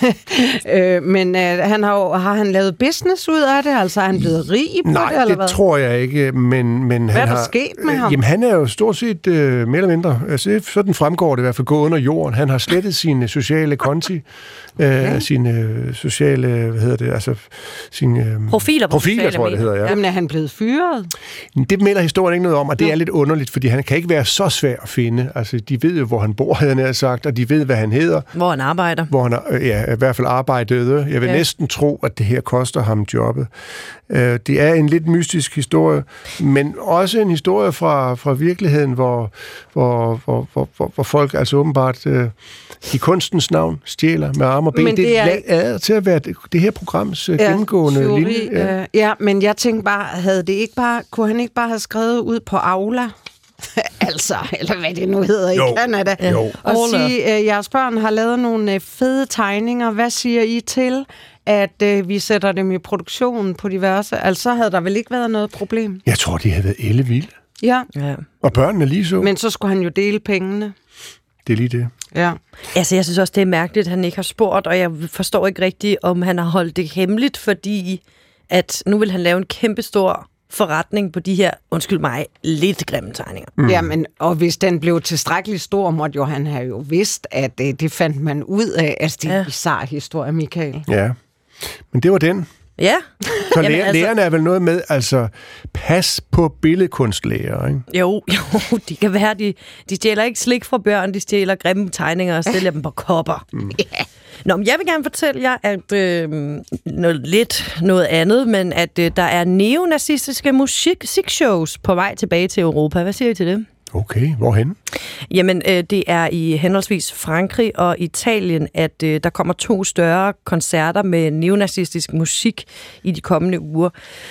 øh, men øh, han har, har han lavet business ud af det? Altså er han blevet rig på Nej, det? Nej, det hvad? tror jeg ikke. Men, men hvad han er der har, sket med ham? Jamen, han er jo stort set øh, mere eller mindre, altså, sådan fremgår det i hvert fald, gå under jorden. Han har slettet sine sociale konti, øh, okay. sine øh, sociale, hvad hedder det, altså sine øh, profiler, profiler tror jeg, det hedder, ja. Jamen, er han blevet fyret? Det melder historien ikke noget om, og det er lidt underligt, fordi han kan ikke være så svær at finde. Altså, de ved jo, hvor han bor, havde han sagt, og de ved, hvad han hedder. Hvor han arbejder. Hvor han, ja, i hvert fald arbejdede. Jeg vil ja. næsten tro, at det her koster ham jobbet. Det er en lidt mystisk historie, men også en historie fra, fra virkeligheden, hvor, hvor, hvor, hvor, hvor folk altså åbenbart i kunstens navn stjæler med arme og ben. Men det, det er, er til at være det, det her programs ja, gennemgående teori, linje. Ja. Øh, ja, men jeg tænkte bare, havde det ikke bare, kunne han ikke bare have skrevet ud på Aula? altså, eller hvad det nu hedder jo. i Canada. Jo. Og sige, at jeres børn har lavet nogle fede tegninger. Hvad siger I til, at øh, vi sætter dem i produktionen på diverse? Altså, havde der vel ikke været noget problem? Jeg tror, de havde været ellevilde. Ja. ja. Og børnene lige så. Men så skulle han jo dele pengene. Det er lige det. Ja. Altså, jeg synes også, det er mærkeligt, at han ikke har spurgt, og jeg forstår ikke rigtigt, om han har holdt det hemmeligt, fordi at nu vil han lave en kæmpestor forretning på de her, undskyld mig, lidt grimme tegninger. Mm. Jamen, og hvis den blev tilstrækkeligt stor, måtte jo han have jo vidst, at det, det fandt man ud af. Altså, det er en ja. bizarre historie, Michael. Ja, men det var den. Ja. Så lærer, altså, lærerne er vel noget med, altså, pas på billedkunstlærer, ikke? Jo, jo, de kan være, de, de stjæler ikke slik fra børn, de stjæler grimme tegninger og sælger dem på kopper. Mm. Yeah. Nå, men jeg vil gerne fortælle jer, at øh, noget, lidt noget andet, men at øh, der er neonazistiske musikshows på vej tilbage til Europa. Hvad siger I til det? Okay, hvorhen? Jamen, øh, det er i henholdsvis Frankrig og Italien, at øh, der kommer to større koncerter med neonazistisk musik i de kommende uger.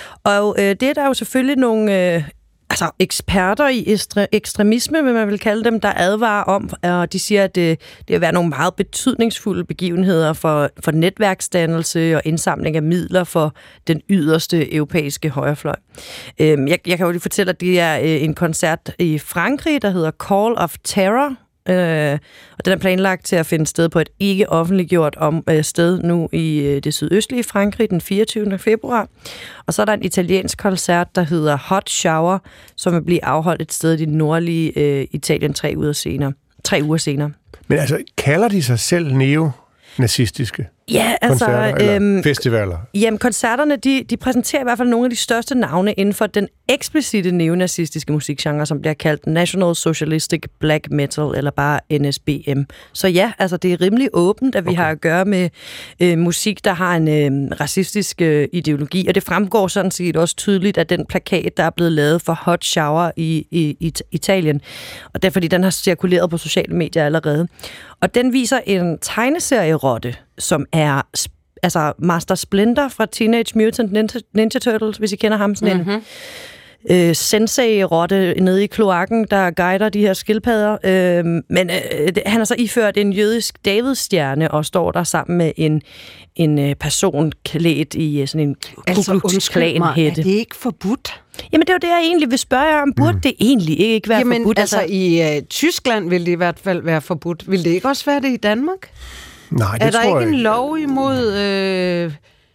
Og øh, det er der jo selvfølgelig nogle øh, altså, eksperter i ekstre, ekstremisme, vil man vil kalde dem, der advarer om, og de siger, at det, det vil være nogle meget betydningsfulde begivenheder for, for netværksdannelse og indsamling af midler for den yderste europæiske højrefløj. Jeg, jeg kan jo lige fortælle, at det er en koncert i Frankrig, der hedder Call of Terror, Øh, og den er planlagt til at finde sted på et ikke offentliggjort om, øh, sted nu i øh, det sydøstlige Frankrig den fireogtyvende februar. Og så er der en italiensk koncert, der hedder Hot Shower, som vil blive afholdt et sted i det nordlige øh, Italien tre uger senere. Tre uger senere. Men altså, kalder de sig selv neo-nazistiske? Ja, altså... Koncerter eller øhm, festivaler? Jamen, koncerterne, de, de præsenterer i hvert fald nogle af de største navne inden for den eksplicite neonazistiske musikgenre, som bliver kaldt National Socialistic Black Metal, eller bare N S B M. Så ja, altså, det er rimelig åbent, at vi okay. har at gøre med øh, musik, der har en øh, racistisk øh, ideologi, og det fremgår sådan set også tydeligt af den plakat, der er blevet lavet for Hot Shower i, i, i Italien. Og det er, fordi den har cirkuleret på sociale medier allerede. Og den viser en tegneserierotte, som er altså Master Splinter fra Teenage Mutant Ninja, Ninja Turtles, hvis I kender ham, sådan mm-hmm. en øh, sensei-rotte nede i kloakken, der guider de her skildpadder. Øh, men øh, han har så iført en jødisk Davidstjerne og står der sammen med en, en person klædt i sådan en altså, Ku Klux Klan-hætte. Er det ikke forbudt? Jamen, det er jo det, jeg egentlig vil spørge jer om. Burde mm. det egentlig ikke være Jamen, forbudt? altså, i uh, Tyskland vil det i hvert fald være forbudt. Vil det ikke også være det i Danmark? Nej, det er der tror ikke jeg en lov imod... Øh...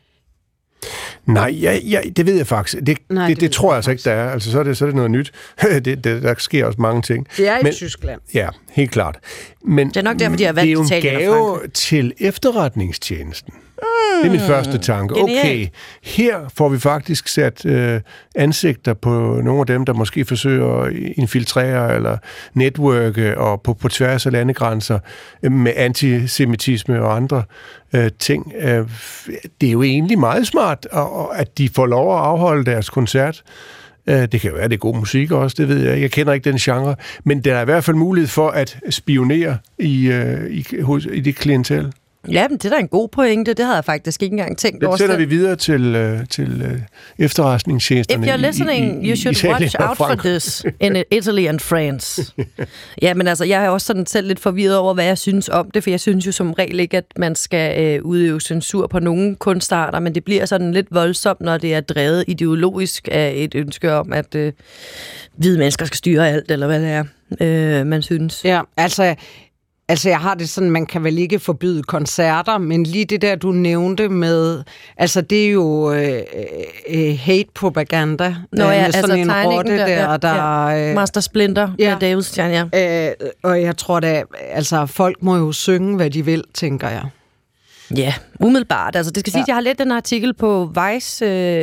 Nej, ja, ja, det ved jeg faktisk. Det, Nej, det, det, det tror jeg altså ikke, der er. Altså, så er det, så er det noget nyt. det, det, der sker også mange ting. Det er i Men, Tyskland. Ja, helt klart. Men det er nok derfor, de har valgt Italien. Det er jo en gave til efterretningstjenesten. Det er min første tanke. Genial. Okay, her får vi faktisk sat øh, ansigter på nogle af dem, der måske forsøger at infiltrere eller netværke og på, på tværs af landegrænser øh, med antisemitisme og andre øh, ting. Øh, det er jo egentlig meget smart, og, at de får lov at afholde deres koncert. Øh, det kan jo være, det er god musik også, det ved jeg. Jeg kender ikke den genre, men der er i hvert fald mulighed for at spionere i, øh, i, hos, i det klientel. Ja, men det er da en god pointe. Det havde jeg faktisk ikke engang tænkt over. Det sætter vi videre til, uh, til uh, efterretningstjenesterne. If you're listening, i, i, you should watch out for this in Italy and France. Ja, men altså, jeg er også sådan selv lidt forvirret over, hvad jeg synes om det, for jeg synes jo som regel ikke, at man skal uh, udøve censur på nogen kunstarter, men det bliver sådan lidt voldsomt, når det er drevet ideologisk af et ønske om, at uh, hvide mennesker skal styre alt, eller hvad det er, uh, man synes. Ja, altså... Altså, jeg har det sådan, man kan vel ikke forbyde koncerter, men lige det der, du nævnte med, altså, det er jo øh, øh, hate-propaganda. Nå ja, med altså sådan en rotte der, der, ja, der ja. Master Splinter ja. med Davidstjerne, ja. Øh, og jeg tror da, altså, folk må jo synge, hvad de vil, tænker jeg. Ja, umiddelbart. Altså, det skal sige, at jeg har let den artikel på Vice øh,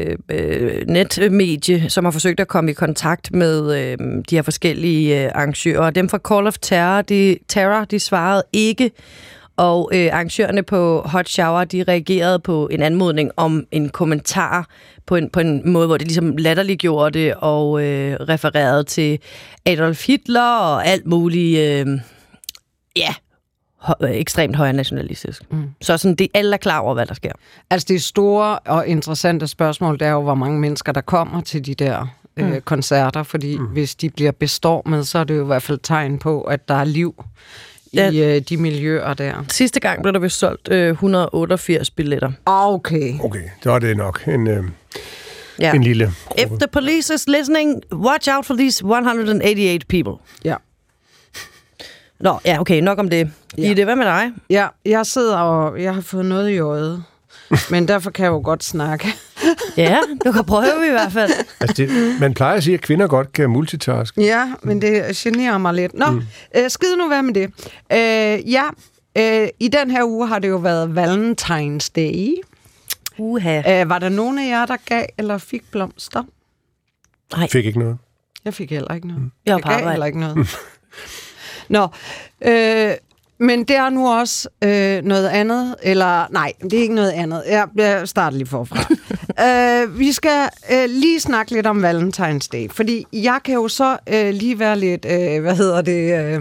øh, netmedie, som har forsøgt at komme i kontakt med øh, de her forskellige øh, arrangører. Dem fra Call of Terror, de, Terror, de svarede ikke, og øh, arrangørerne på Hot Shower, de reagerede på en anmodning om en kommentar på en, på en måde, hvor det ligesom latterliggjorde det og øh, refererede til Adolf Hitler og alt muligt, øh, ja, ekstremt højere nationalistisk. Mm. Så sådan, det, alle er klar over, hvad der sker. Altså det store og interessante spørgsmål, det er jo, hvor mange mennesker, der kommer til de der mm. øh, koncerter, fordi mm. hvis de bliver bestormet, så er det jo i hvert fald tegn på, at der er liv ja. i øh, de miljøer der. Sidste gang blev der vist solgt øh, et hundrede og otteogfirs billetter. Okay. Okay, så er det nok en... Øh ja. En lille gruppe. If the police is listening, watch out for these one hundred eighty-eight people. Ja. Nå, ja, okay, nok om det. Ja. Ide, hvad med dig? Ja, jeg sidder og... Jeg har fået noget i øjet. Men derfor kan jeg jo godt snakke. Ja, du kan prøve i hvert fald. Altså det, man plejer at sige, at kvinder godt kan multitask. Ja, men det generer mig lidt. Nå, mm. øh, skid nu være med det. Øh, ja, øh, i den her uge har det jo været Valentine's Day. Uha. Øh, var der nogen af jer, der gav eller fik blomster? Nej. Fik ikke noget. Jeg fik heller ikke noget. Mm. Jeg, jeg gav heller ikke noget. Nå, øh, men det er nu også øh, noget andet, eller nej, det er ikke noget andet. Jeg, jeg starter lige forfra. øh, vi skal øh, lige snakke lidt om Valentine's Day, fordi jeg kan jo så øh, lige være lidt, øh, hvad hedder det, øh,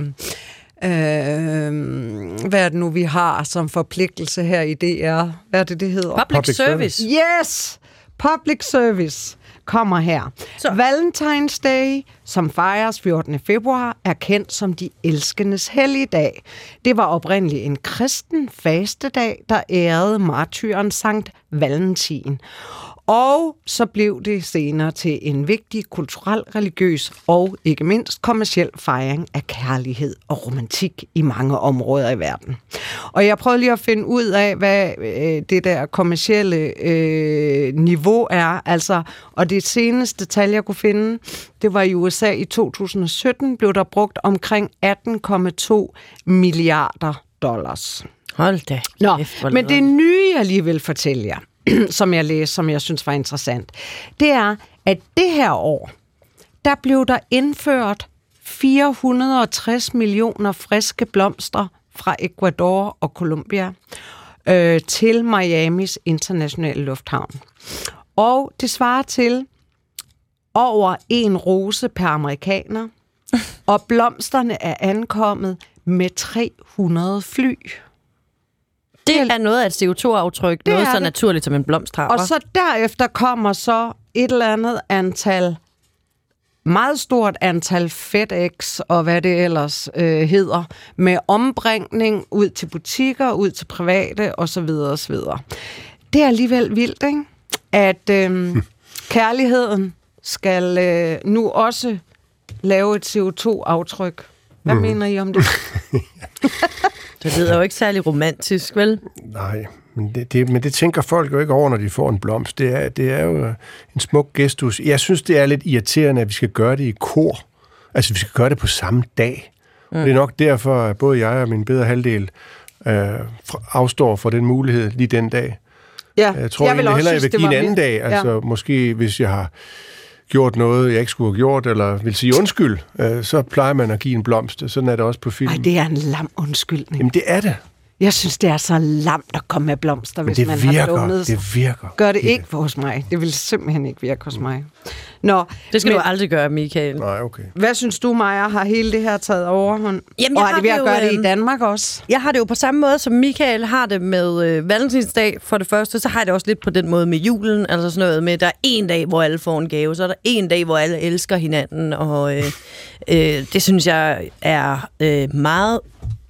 øh, hvad er det nu, vi har som forpligtelse her i D R? Hvad er det, det hedder? Public, Public service. service. Yes! Public service kommer her. Så. Valentine's Day, som fejres fjortende februar, er kendt som de elskendes helligdag. Det var oprindeligt en kristen fastedag, der ærede martyren Sankt Valentin. Og så blev det senere til en vigtig kulturel, religiøs og ikke mindst kommerciel fejring af kærlighed og romantik i mange områder i verden. Og jeg prøvede lige at finde ud af, hvad øh, det der kommercielle øh, niveau er. Altså, og det seneste tal, jeg kunne finde, det var i U S A i to tusind og sytten, blev der brugt omkring atten komma to milliarder dollars. Hold da. Nå, kæft, men det nye, jeg lige vil fortælle jer, som jeg læste, som jeg synes var interessant, det er, at det her år, der blev der indført fire hundrede og tres millioner friske blomster fra Ecuador og Colombia øh, til Miamis internationale lufthavn. Og det svarer til over en rose per amerikaner, og blomsterne er ankommet med tre hundrede fly. Det er noget af et C O to aftryk, noget så det. naturligt som en blomsttrapper. Og så derefter kommer så et eller andet antal, meget stort antal FedEx og hvad det ellers øh, hedder, med ombringning ud til butikker, ud til private osv. osv. Det er alligevel vildt, ikke? At øh, kærligheden skal øh, nu også lave et C O to aftryk. Hvad mm. mener I om det? Det lyder jo ikke særlig romantisk, vel? Nej, men det, det, men det tænker folk jo ikke over, når de får en blomst. Det er, det er jo en smuk gestus. Jeg synes, det er lidt irriterende, at vi skal gøre det i kor. Altså, vi skal gøre det på samme dag. Mm. Det er nok derfor, at både jeg og min bedre halvdel øh, afstår for den mulighed lige den dag. Ja, jeg tror jeg vil egentlig hellere, synes, jeg vil give en anden mere. dag. Altså, ja. Måske hvis jeg har gjort noget, jeg ikke skulle have gjort, eller vil sige undskyld, øh, så plejer man at give en blomst. Sådan er det også på film. Ej, det er en lam undskyldning. Jamen, det er det. Jeg synes, det er så lamt at komme med blomster, hvis det man virker, har dummet. Det virker. Gør det ikke hos mig. Det vil simpelthen ikke virke hos mig. Nå, det skal men, du aldrig gøre, Michael. Nej, okay. Hvad synes du, Maja, har hele det her taget overhånd? Jamen, og er det ved at gøre jo, det i Danmark også? Jeg har det jo på samme måde, som Michael har det med øh, Valentinsdag for det første. Så har jeg det også lidt på den måde med julen. Altså sådan noget med, der er en dag, hvor alle får en gave. Så er der en dag, hvor alle elsker hinanden. Og øh, øh, det synes jeg er øh, meget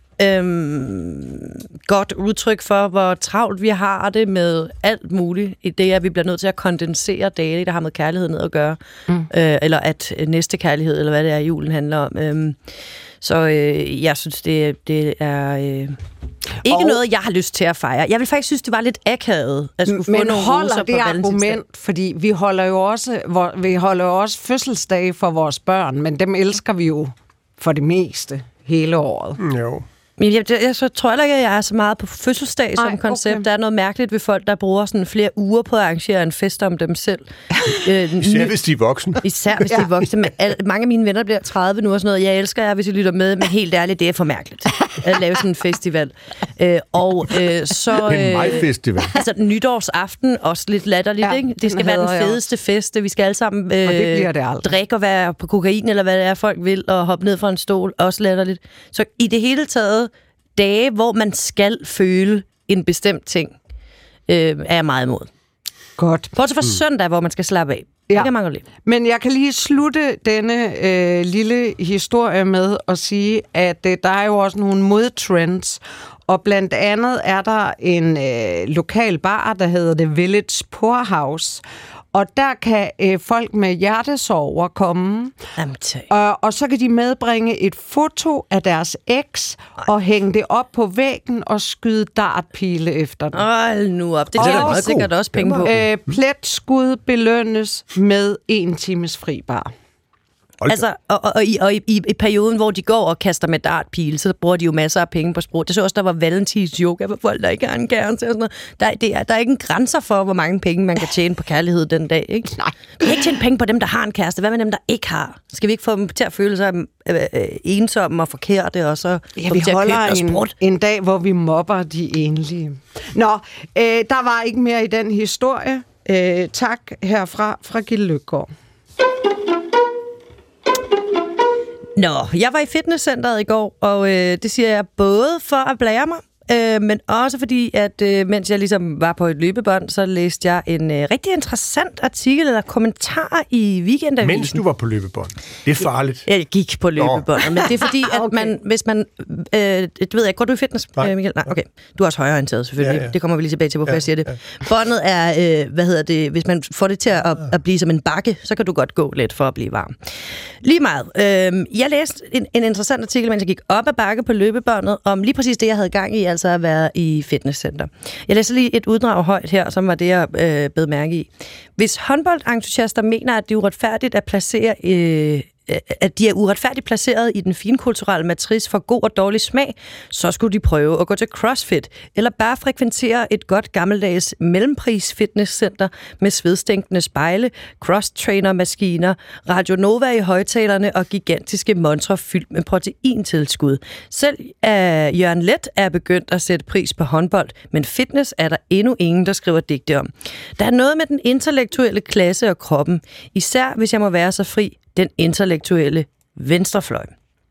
Øhm, godt udtryk for, hvor travlt vi har det med alt muligt. I det, at vi bliver nødt til at kondensere dage, der har med kærlighed ned at gøre. Mm. Øh, eller at næste kærlighed, eller hvad det er, julen handler om. Øhm, så øh, jeg synes, det, det er øh, ikke og noget, jeg har lyst til at fejre. Jeg vil faktisk synes, det var lidt akavet at skulle få men nogle holder det argument, fordi vi holder jo også, hvor, vi holder jo også fødselsdage for vores børn, men dem elsker vi jo for det meste hele året. Jo. Men jeg, jeg så tror heller ikke, at jeg er så meget på fødselsdag som Ej, koncept. Okay. Der er noget mærkeligt ved folk, der bruger sådan flere uger på at arrangere en fest om dem selv. Især hvis de er voksne. Især hvis ja. de er voksne. Men al, mange af mine venner bliver tredive nu og sådan noget. Jeg elsker jer, hvis I lytter med, men helt ærligt, det er for mærkeligt at lave sådan en festival. Øh, og øh, så... Øh, en majfestival. Altså nytårsaften, også lidt latterligt, ja, ikke? Det skal være den fedeste fest. Vi skal alle sammen øh, det det drikke og være på kokain, eller hvad det er, folk vil, og hoppe ned fra en stol. Også latterligt. Så i det hele taget dage, hvor man skal føle en bestemt ting, øh, er jeg meget imod. Godt. Bortset fra mm. søndag, hvor man skal slappe af. Ja. Det kan man godt lide. Men jeg kan lige slutte denne øh, lille historie med at sige, at øh, der er jo også nogle modtrends, og blandt andet er der en øh, lokal bar, der hedder The Village Poorhouse, og der kan øh, folk med hjertesorger komme, og, og så kan de medbringe et foto af deres eks, Ej. og hænge det op på væggen og skyde dartpile efter den. Hold nu op, det er der sikkert også penge på. Øh, pletskud belønnes med en times fri bar. Altså, og, og, og, i, og i, i perioden, hvor de går og kaster med dartpile, så bruger de jo masser af penge på sprog. Det så også, der var Valentins yoga for folk, der ikke har en kæreste og sådan noget. Der, det er, der er ikke en grænser for, hvor mange penge man kan tjene på kærlighed den dag, ikke? Nej. Vi kan ikke tjene penge på dem, der har en kæreste. Hvad med dem, der ikke har? Skal vi ikke få dem til at føle sig øh, øh, ensomme og forkerte, og så ja, vi holder en, en dag, hvor vi mobber de enlige. Nå, øh, der var ikke mere i den historie. Øh, tak herfra fra Gitte Løkgaard. Nå, jeg var i fitnesscenteret i går, og øh, det siger jeg både for at blære mig, øh, men også fordi, at øh, mens jeg ligesom var på et løbebånd, så læste jeg en øh, rigtig interessant artikel eller kommentar i Weekendavisen. Mens du var på løbebånd? Det er farligt. Jeg, jeg gik på løbebånd, men det er fordi, at okay. man, hvis man, øh, det ved jeg, går du i fitness, Nej. Michael? Nej, okay. Du er også højreorienteret, selvfølgelig. Ja, ja. Det kommer vi lige tilbage til, hvorfor ja, jeg siger det. Ja. Båndet er, øh, hvad hedder det, hvis man får det til at, at blive som en bakke, så kan du godt gå lidt for at blive varm. Lige meget. Øh, jeg læste en, en interessant artikel, mens jeg gik op ad bakke på løbebåndet, om lige præcis det, jeg havde gang i, altså at være i fitnesscenter. Jeg læser lige et uddrag højt her, som var det, jeg øh, bed mærke i. Hvis håndboldentusiaster mener, at det er uretfærdigt at placere... Øh, at de er uretfærdigt placeret i den finkulturelle matris for god og dårlig smag, så skulle de prøve at gå til CrossFit, eller bare frekventere et godt gammeldags mellempris fitnesscenter med svedstænkende spejle, cross-trainer-maskiner, Radio Nova i højtalerne og gigantiske monstre fyldt med proteintilskud. Selv uh, Jørgen Leth er begyndt at sætte pris på håndbold, men fitness er der endnu ingen, der skriver digte om. Der er noget med den intellektuelle klasse og kroppen, især hvis jeg må være så fri, den intellektuelle venstrefløj.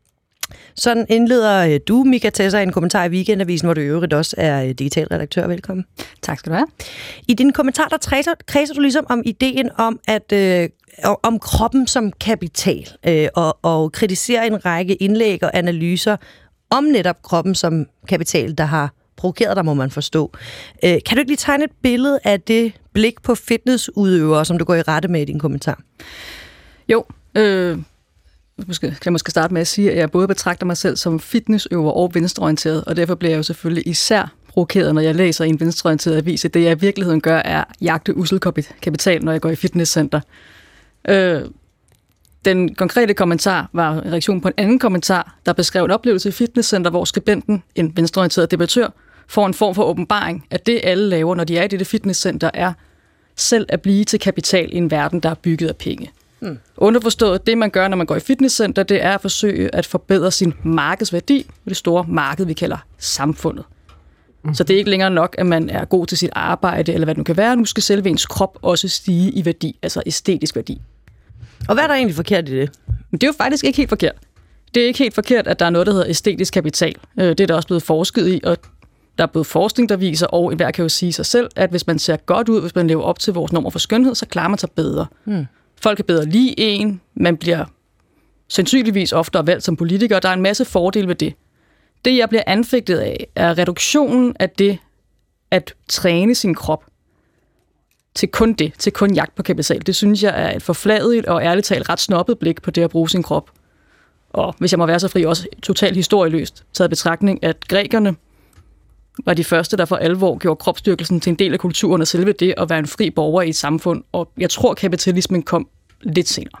Sådan indleder du, Mika Tesser, en kommentar i Weekendavisen, hvor du i øvrigt også er digital redaktør. Velkommen. Tak skal du have. I din kommentar, der kredser, kredser du ligesom om ideen om, at, øh, om kroppen som kapital, øh, og, og kritiserer en række indlæg og analyser om netop kroppen som kapital, der har provokeret dig, må man forstå. Øh, kan du ikke lige tegne et billede af det blik på fitnessudøvere, som du går i rette med i din kommentar? Jo, øh, måske, kan jeg måske starte med at sige, at jeg både betragter mig selv som fitnessøver og venstreorienteret, og derfor bliver jeg jo selvfølgelig især provokeret, når jeg læser i en venstreorienteret avis, at det jeg i virkeligheden gør, er jagte ussel kapital, når jeg går i fitnesscenter. Øh, den konkrete kommentar var en reaktion på en anden kommentar, der beskrev en oplevelse i fitnesscenter, hvor skribenten, en venstreorienteret debattør, får en form for åbenbaring, at det alle laver, når de er i dette fitnesscenter, er selv at blive til kapital i en verden, der er bygget af penge. Mm. Underforstået, det man gør, når man går i fitnesscenter, det er at forsøge at forbedre sin markedsværdi, det store marked, vi kalder samfundet. Mm. Så det er ikke længere nok, at man er god til sit arbejde, eller hvad det nu kan være. Nu skal selve ens krop også stige i værdi, altså æstetisk værdi. Og hvad er der egentlig forkert i det? Men det er jo faktisk ikke helt forkert. Det er ikke helt forkert, at der er noget, der hedder æstetisk kapital. Det er der også blevet forsket i, og der er blevet forskning, der viser, og enhver kan jo sige sig selv, at hvis man ser godt ud, hvis man lever op til vores normer for skønhed, så klarer man sig bedre. Mm. Folk er bedre lige en, man bliver sandsynligvis oftere valgt som politiker, og der er en masse fordele ved det. Det, jeg bliver anfægtet af, er reduktionen af det at træne sin krop til kun det, til kun jagt på kapital. Det synes jeg er et forfladet og ærligt talt ret snobbet blik på det at bruge sin krop. Og hvis jeg må være så fri, også totalt historieløst, taget betragtning, at grækerne var de første, der for alvor gjorde kropsstyrkelsen til en del af kulturen, og selve det at være en fri borger i et samfund. Og jeg tror, kapitalismen kom lidt senere.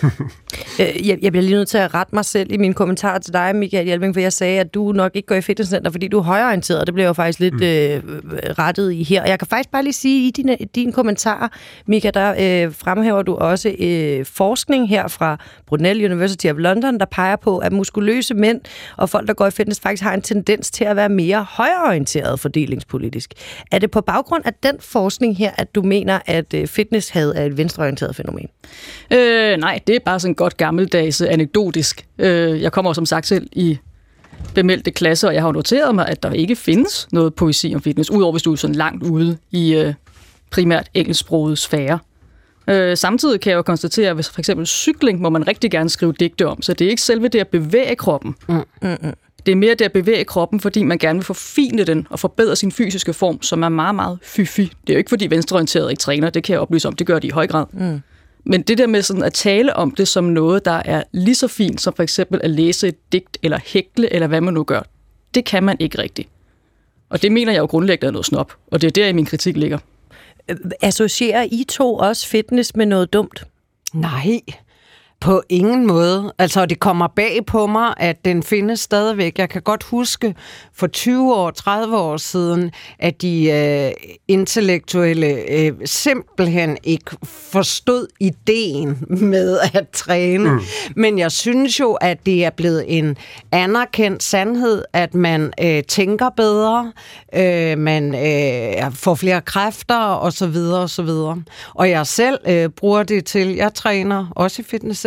jeg, jeg bliver lige nødt til at rette mig selv i mine kommentarer til dig, Michael Hjelming, for jeg sagde, at du nok ikke går i fitnesscenter, fordi du er højreorienteret, og det bliver jo faktisk lidt mm. øh, rettet i her. Og jeg kan faktisk bare lige sige, i dine, dine kommentarer, Mika, der øh, fremhæver du også øh, forskning her fra Brunel University of London, der peger på, at muskuløse mænd og folk, der går i fitness, faktisk har en tendens til at være mere højreorienteret fordelingspolitisk. Er det på baggrund af den forskning her, at du mener, at øh, fitnesshad er et venstreorienteret fænomen? Øh, nej, det er bare sådan godt gammeldags anekdotisk. Øh, jeg kommer som sagt selv i bemeldte klasser, og jeg har noteret mig, at der ikke findes noget poesi om fitness, udover hvis du er sådan langt ude i øh, primært engelsksprogede sfære. Øh, samtidig kan jeg jo konstatere, at hvis for eksempel cykling må man rigtig gerne skrive digte om, så det er ikke selve det at bevæge kroppen. Mm. Mm-hmm. Det er mere det at bevæge kroppen, fordi man gerne vil forfine den og forbedre sin fysiske form, som er meget, meget fy-fy. Det er jo ikke, fordi venstreorienterede ikke træner, det kan jeg oplyse om, det gør de i høj grad. Mm. Men det der med sådan at tale om det som noget, der er lige så fint som for eksempel at læse et digt eller hækle, eller hvad man nu gør, det kan man ikke rigtigt. Og det mener jeg jo grundlæggende er noget snop, og det er der, min kritik ligger. Associerer I to også fitness med noget dumt? Nej, på ingen måde. Altså, det kommer bag på mig, at den findes stadigvæk. Jeg kan godt huske for tyve år, tredive år siden, at de øh, intellektuelle øh, simpelthen ikke forstod ideen med at træne. Mm. Men jeg synes jo, at det er blevet en anerkendt sandhed, at man øh, tænker bedre, øh, man øh, får flere kræfter, og så videre, og så videre. Og jeg selv øh, bruger det til, jeg træner også i fitnesscenter,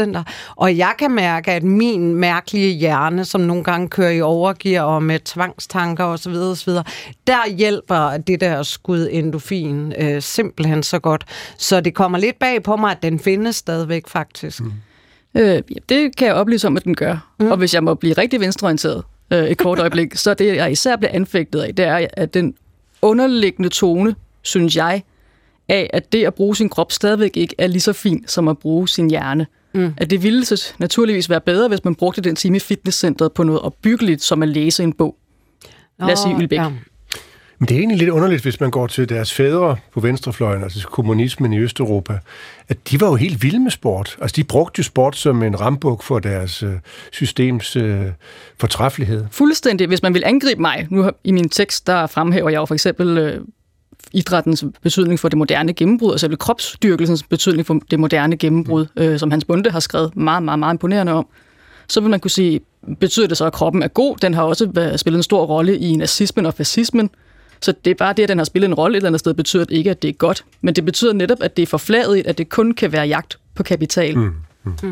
fitnesscenter, og jeg kan mærke, at min mærkelige hjerne, som nogle gange kører i overgear og med tvangstanker osv., osv., der hjælper det der skud endorfin øh, simpelthen så godt. Så det kommer lidt bag på mig, at den findes stadigvæk faktisk. Mm. Øh, ja, det kan jeg oplyse om, at den gør. Mm. Og hvis jeg må blive rigtig venstreorienteret øh, et kort øjeblik, så det, jeg især bliver anfægtet af, det er, at den underliggende tone, synes jeg, af, at det at bruge sin krop stadigvæk ikke er lige så fint som at bruge sin hjerne. Mm. At det ville så naturligvis være bedre, hvis man brugte den time i fitnesscenteret på noget opbyggeligt, som at læse en bog. Lad os sige Ylbæk. Ja. Men det er egentlig lidt underligt, hvis man går til deres fædre på venstrefløjen, altså kommunismen i Østeuropa, at de var jo helt vilde med sport. Altså de brugte jo sport som en rambuk for deres øh, systems øh, fortræffelighed. Fuldstændig. Hvis man vil angribe mig, nu i min tekst, der fremhæver jeg jo for eksempel øh, idrættens betydning for det moderne gennembrud, og selv kropsdyrkelsens betydning for det moderne gennembrud, mm. øh, som Hans Bonde har skrevet meget, meget, meget imponerende om. Så vil man kunne sige, betyder det så, at kroppen er god? Den har også spillet en stor rolle i nazismen og fascismen. Så det er bare det, at den har spillet en rolle et eller andet sted, betyder det ikke, at det er godt. Men det betyder netop, at det er forfladigt, at det kun kan være jagt på kapital. Mm. Mm. Mm.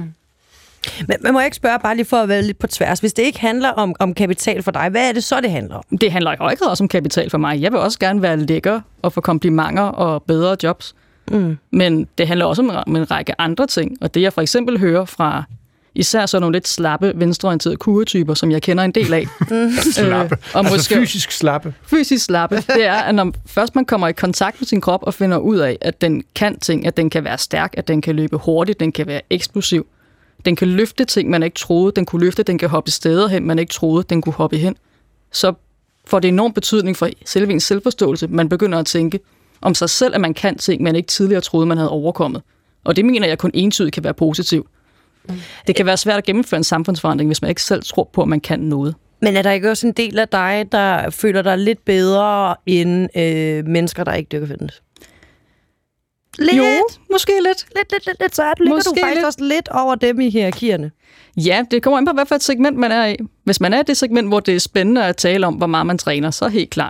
Men man må ikke spørge, bare lige for at være lidt på tværs. Hvis det ikke handler om, om kapital for dig, hvad er det så, det handler om? Det handler i høj grad også om kapital for mig. Jeg vil også gerne være lækker og få komplimenter og bedre jobs. Mm. Men det handler også om, om en række andre ting. Og det, jeg for eksempel hører fra især sådan nogle lidt slappe, venstreorienterede kuretyper, som jeg kender en del af. Slappe. Øh, og altså måske, fysisk slappe? Fysisk slappe. Det er, at når først man kommer i kontakt med sin krop og finder ud af, at den kan ting, at den kan være stærk, at den kan løbe hurtigt, den kan være eksplosiv, den kan løfte ting, man ikke troede, den kunne løfte, den kan hoppe steder hen, man ikke troede, den kunne hoppe hen, så får det enorm betydning for selve ens selvforståelse. Man begynder at tænke om sig selv, at man kan ting, man ikke tidligere troede, man havde overkommet. Og det mener jeg kun entydigt kan være positivt. Det kan være svært at gennemføre en samfundsforandring, hvis man ikke selv tror på, at man kan noget. Men er der ikke også en del af dig, der føler dig lidt bedre end øh, mennesker, der ikke dyrker fitness? Lidt. Jo, måske lidt. Lidt, lidt, lidt, lidt. Så er du, ligger du faktisk lidt. også lidt over dem i hierarkierne. Ja, det kommer ind på, hvad for et segment man er i. Hvis man er i det segment, hvor det er spændende at tale om, hvor meget man træner, så er helt klart.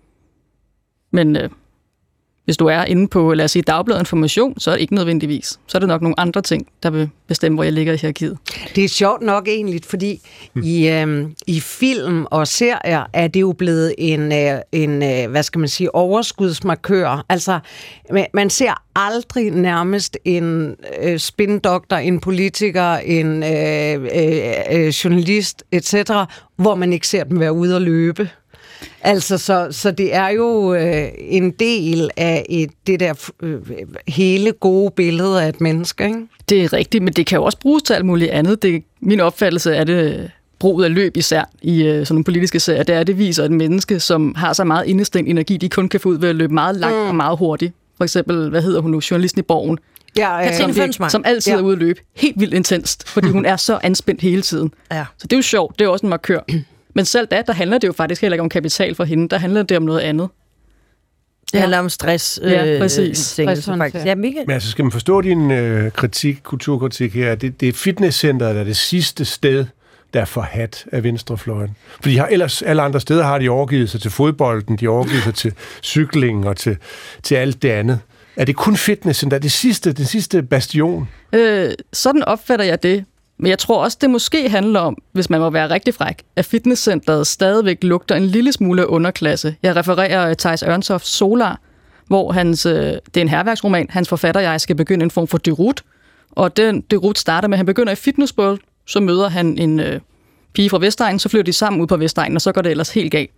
Men øh, hvis du er inde på, lad os sige, Dagbladet Information, så er det ikke nødvendigvis. Så er det nok nogle andre ting, der vil bestemme, hvor jeg ligger i hierarkiet. Det er sjovt nok egentlig, fordi hmm. i, øh, i film og serier er det jo blevet en, øh, en øh, hvad skal man sige, overskudsmarkør. Altså, man ser aldrig nærmest en øh, spindoktor, en politiker, en øh, øh, øh, journalist, et cetera, hvor man ikke ser dem være ude at løbe. Altså, så, så det er jo øh, en del af et, det der øh, hele gode billede af et menneske, ikke? Det er rigtigt, men det kan jo også bruges til alt muligt andet. Det, min opfattelse er det bruget af løb især i øh, sådan nogle politiske serier. Det er, det viser et menneske, som har så meget indestængt energi, de kun kan få ud ved at løbe meget langt mm. og meget hurtigt. For eksempel, hvad hedder hun nu? Journalisten i Borgen. Ja, øh, som, det, som altid ja. er ude at løbe. Helt vildt intenst, fordi hun er så anspændt hele tiden. Ja. Så det er jo sjovt. Det er også en markør. Men selv da, der handler det jo faktisk heller ikke om kapital for hende. Der handler det om noget andet. Det ja. handler om stress. Øh, ja, præcis. Ting, stress, faktisk. Ja, Men altså, skal man forstå din øh, kritik, kulturkritik her? Det, det er fitnesscenteret, der er det sidste sted, der er forhat af venstrefløjen. Fordi har, ellers alle andre steder har de overgivet sig til fodbolden, de har overgivet sig til cykling og til, til alt det andet. Er det kun fitnesscenter? Det sidste, det sidste bastion? Øh, sådan opfatter jeg det. Men jeg tror også, det måske handler om, hvis man må være rigtig fræk, at fitnesscenteret stadigvæk lugter en lille smule underklasse. Jeg refererer Theis Ørnsofts Solar, hvor hans, det er en hærværksroman, hans forfatter jeg skal begynde en form for derut, og den derut starter med, at han begynder i fitnessbål, så møder han en øh, pige fra Vestegnen, så flytter de sammen ud på Vestegnen, og så går det ellers helt galt.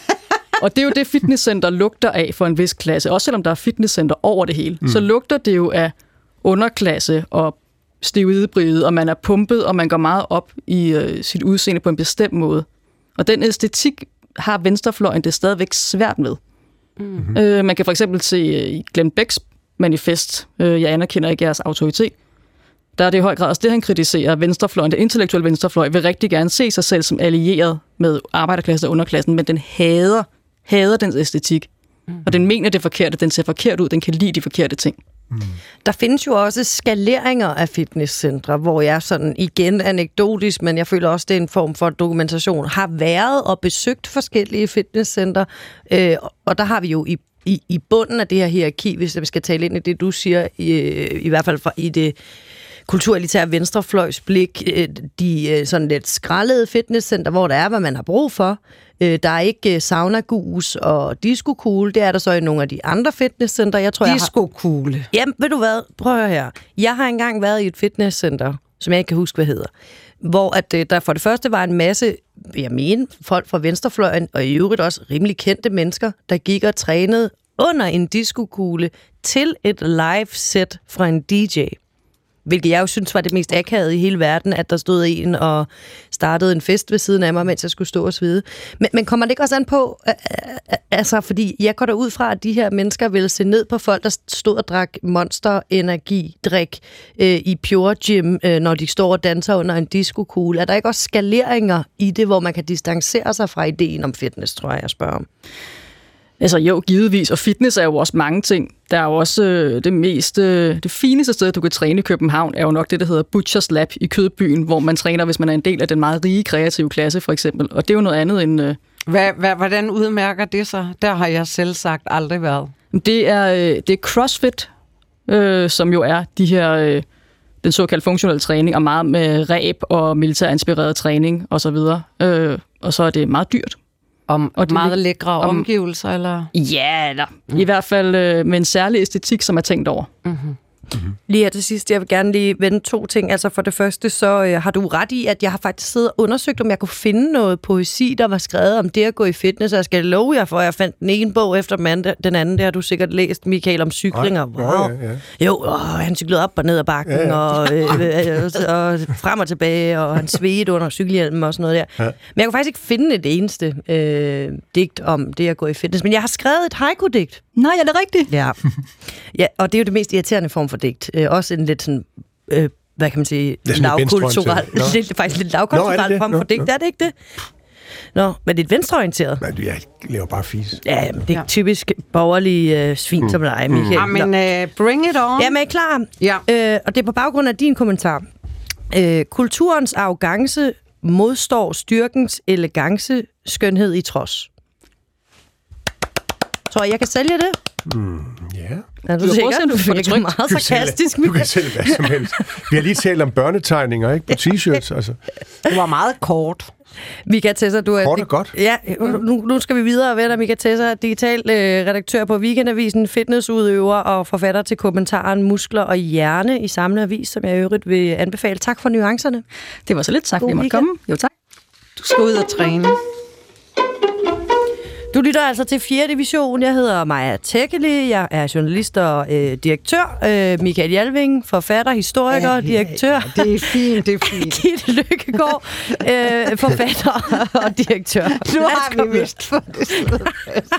Og det er jo det, fitnesscenter lugter af for en vis klasse, også selvom der er fitnesscenter over det hele. Mm. Så lugter det jo af underklasse og steroidebriget, og man er pumpet, og man går meget op i øh, sit udseende på en bestemt måde. Og den æstetik har venstrefløjen det stadigvæk svært med. Mm-hmm. Øh, man kan for eksempel se øh, i Glenn Becks manifest, øh, jeg anerkender ikke jeres autoritet, der er det i høj grad også det, han kritiserer. Venstrefløjen, det intellektuelle venstrefløj, vil rigtig gerne se sig selv som allieret med arbejderklassen og underklassen, men den hader, hader dens æstetik. Mm. Og den mener det forkerte, den ser forkert ud, den kan lide de forkerte ting. Mm. Der findes jo også skaleringer af fitnesscentre, hvor jeg sådan igen anekdotisk, men jeg føler også, det er en form for dokumentation, har været og besøgt forskellige fitnesscentre, øh, og der har vi jo i, i, i bunden af det her hierarki, hvis vi skal tale ind i det, du siger, i, i hvert fald for, i det kulturelitære venstrefløjsblik, øh, de øh, sådan lidt skrællede fitnesscenter, hvor der er, hvad man har brug for. Øh, der er ikke øh, sauna-gus og disco-kugle. Det er der så i nogle af de andre fitnesscenter. Jeg tror, disco-kugle? Jeg har... Jamen, ved du hvad? Prøv at høre her. Jeg har engang været i et fitnesscenter, som jeg ikke kan huske, hvad hedder, hvor at, øh, der for det første var en masse, jeg mener, folk fra venstrefløjen, og i øvrigt også rimelig kendte mennesker, der gik og trænede under en disco-kugle til et live-set fra en D J. Hvilket jeg jo synes var det mest akavede i hele verden, at der stod en og startede en fest ved siden af mig, mens jeg skulle stå og svede. Men, men kommer det ikke også an på, altså fordi jeg går derud fra, at de her mennesker ville se ned på folk, der stod og drak Monster-energidrik øh, i Pure Gym, øh, når de står og danser under en disco-kugle. Er der ikke også skaleringer i det, hvor man kan distancere sig fra ideen om fitness, tror jeg, jeg spørger om? Altså jo, givetvis, og fitness er jo også mange ting. Der er jo også øh, det mest, øh, det fineste sted, du kan træne i København, er jo nok det, der hedder Butchers Lab i Kødbyen, hvor man træner, hvis man er en del af den meget rige, kreative klasse, for eksempel. Og det er jo noget andet end... Øh... Hvad, hvad, hvordan udmærker det sig? Der har jeg selv sagt aldrig været. Det er, øh, det er CrossFit, øh, som jo er de her... Øh, den såkaldte funktionelle træning, og meget med ræb og militærinspireret træning osv. Øh, og så er det meget dyrt. Om og meget det, lækre om, omgivelser, eller? Ja, eller mm. i hvert fald øh, med en særlig æstetik, som er tænkt over. Mm-hmm. Mm-hmm. Lige her til sidst, jeg vil gerne lige vende to ting. Altså for det første, så øh, har du ret i, at jeg har faktisk siddet og undersøgt, om jeg kunne finde noget poesi, der var skrevet om det at gå i fitness. Og jeg skal love jer for, at jeg fandt den ene bog efter den anden. Den anden, der har du sikkert læst, Michael, om cyklinger. Wow. Ja, ja, ja. Jo, åh, han cyklede op og ned ad bakken, ja, ja. Og, øh, øh, og frem og tilbage, og han svedte under cykelhjelmen og sådan noget der. Ja. Men jeg kunne faktisk ikke finde et eneste øh, digt om det at gå i fitness. Men jeg har skrevet et haiku-digt. Nej, er det rigtigt? Ja. Ja, og det er jo det mest irriterende form for digt. Øh, også en lidt sådan, øh, hvad kan man sige, lavkulturel, lidt, faktisk lidt lavkulturel form for digt. Er det ikke det? Nå, men det er et venstreorienteret. Men jeg laver bare fis. Ja, det er ja. typisk borgerlige øh, svin mm. som dig, Michael. Ja, men uh, bring it on. Ja, men er I klar? Ja. Øh, og det er på baggrund af din kommentar. Øh, kulturens arrogance modstår styrkens elegance, skønhed i trods. Tror jeg, jeg kan sælge det? Mm, ja. Er du, du sikker? Du virker meget sarkastisk. Du kan sælge hvad som helst. Vi har lige talt om børnetegninger, ikke? På t-shirts, altså. Det var meget kort. Mika Tesser, du er... Kort og godt. Ja, nu, nu skal vi videre, venner. Mika Tesser, digital øh, redaktør på Weekendavisen, fitnessudøver og forfatter til kommentaren Muskler og Hjerne i samme avis, som jeg i øvrigt vil anbefale. Tak for nuancerne. Det var så lidt. Tak, fordi jeg måtte komme. Jo, tak. Du skal ud og træne. Du lytter altså til fjerde division. Jeg hedder Maja Tekkeli. Jeg er journalist og øh, direktør. Øh, Michael Jalving, forfatter, historiker, ja, direktør. Ja, det er fint, det er fint. Gitte Lykkegaard, øh, forfatter og direktør. Nu har vi vist for det fast.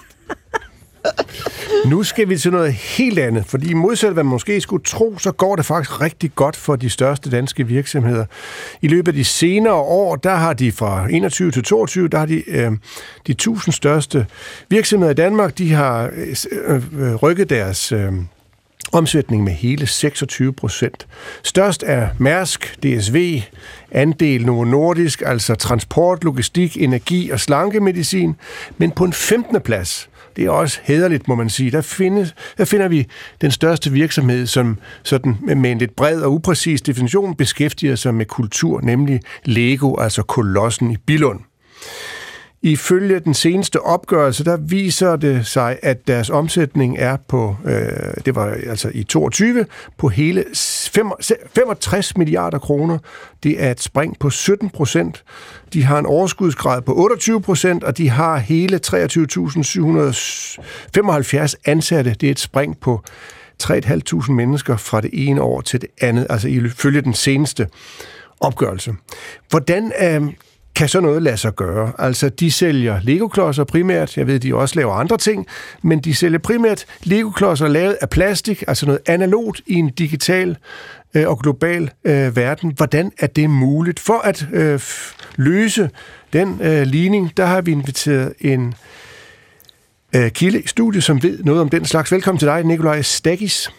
Nu skal vi til noget helt andet, fordi modsat hvad man måske skulle tro, så går det faktisk rigtig godt for de største danske virksomheder. I løbet af de senere år, der har de fra enogtyve til toogtyve, der har de øh, de tusind største virksomheder i Danmark, de har øh, rykket deres øh, omsætning med hele seksogtyve procent. Størst er Mærsk, D S V, andel Novo Nordisk, altså transport, logistik, energi og slankemedicin, men på en femtende plads. Det er også hæderligt, må man sige. Der, findes, der finder vi den største virksomhed, som sådan, med en lidt bred og upræcis definition beskæftiger sig med kultur, nemlig Lego, altså kolossen i Billund. Ifølge den seneste opgørelse, der viser det sig, at deres omsætning er på, øh, det var altså i toogtyve, på hele femogtres milliarder kroner. Det er et spring på sytten procent. De har en overskudsgrad på otteogtyve procent, og de har hele treogtyve tusind syv hundrede femoghalvfjerds ansatte. Det er et spring på tre tusind fem hundrede mennesker fra det ene år til det andet, altså ifølge den seneste opgørelse. Hvordan øh, kan så noget lade sig gøre? Altså, de sælger Lego-klodser primært. Jeg ved, de også laver andre ting, men de sælger primært Lego-klodser lavet af plastik, altså noget analogt i en digital øh, og global øh, verden. Hvordan er det muligt? For at øh, f- løse den øh, ligning, der har vi inviteret en øh, kilde i studiet, som ved noget om den slags. Velkommen til dig, Nikolaj Staggis.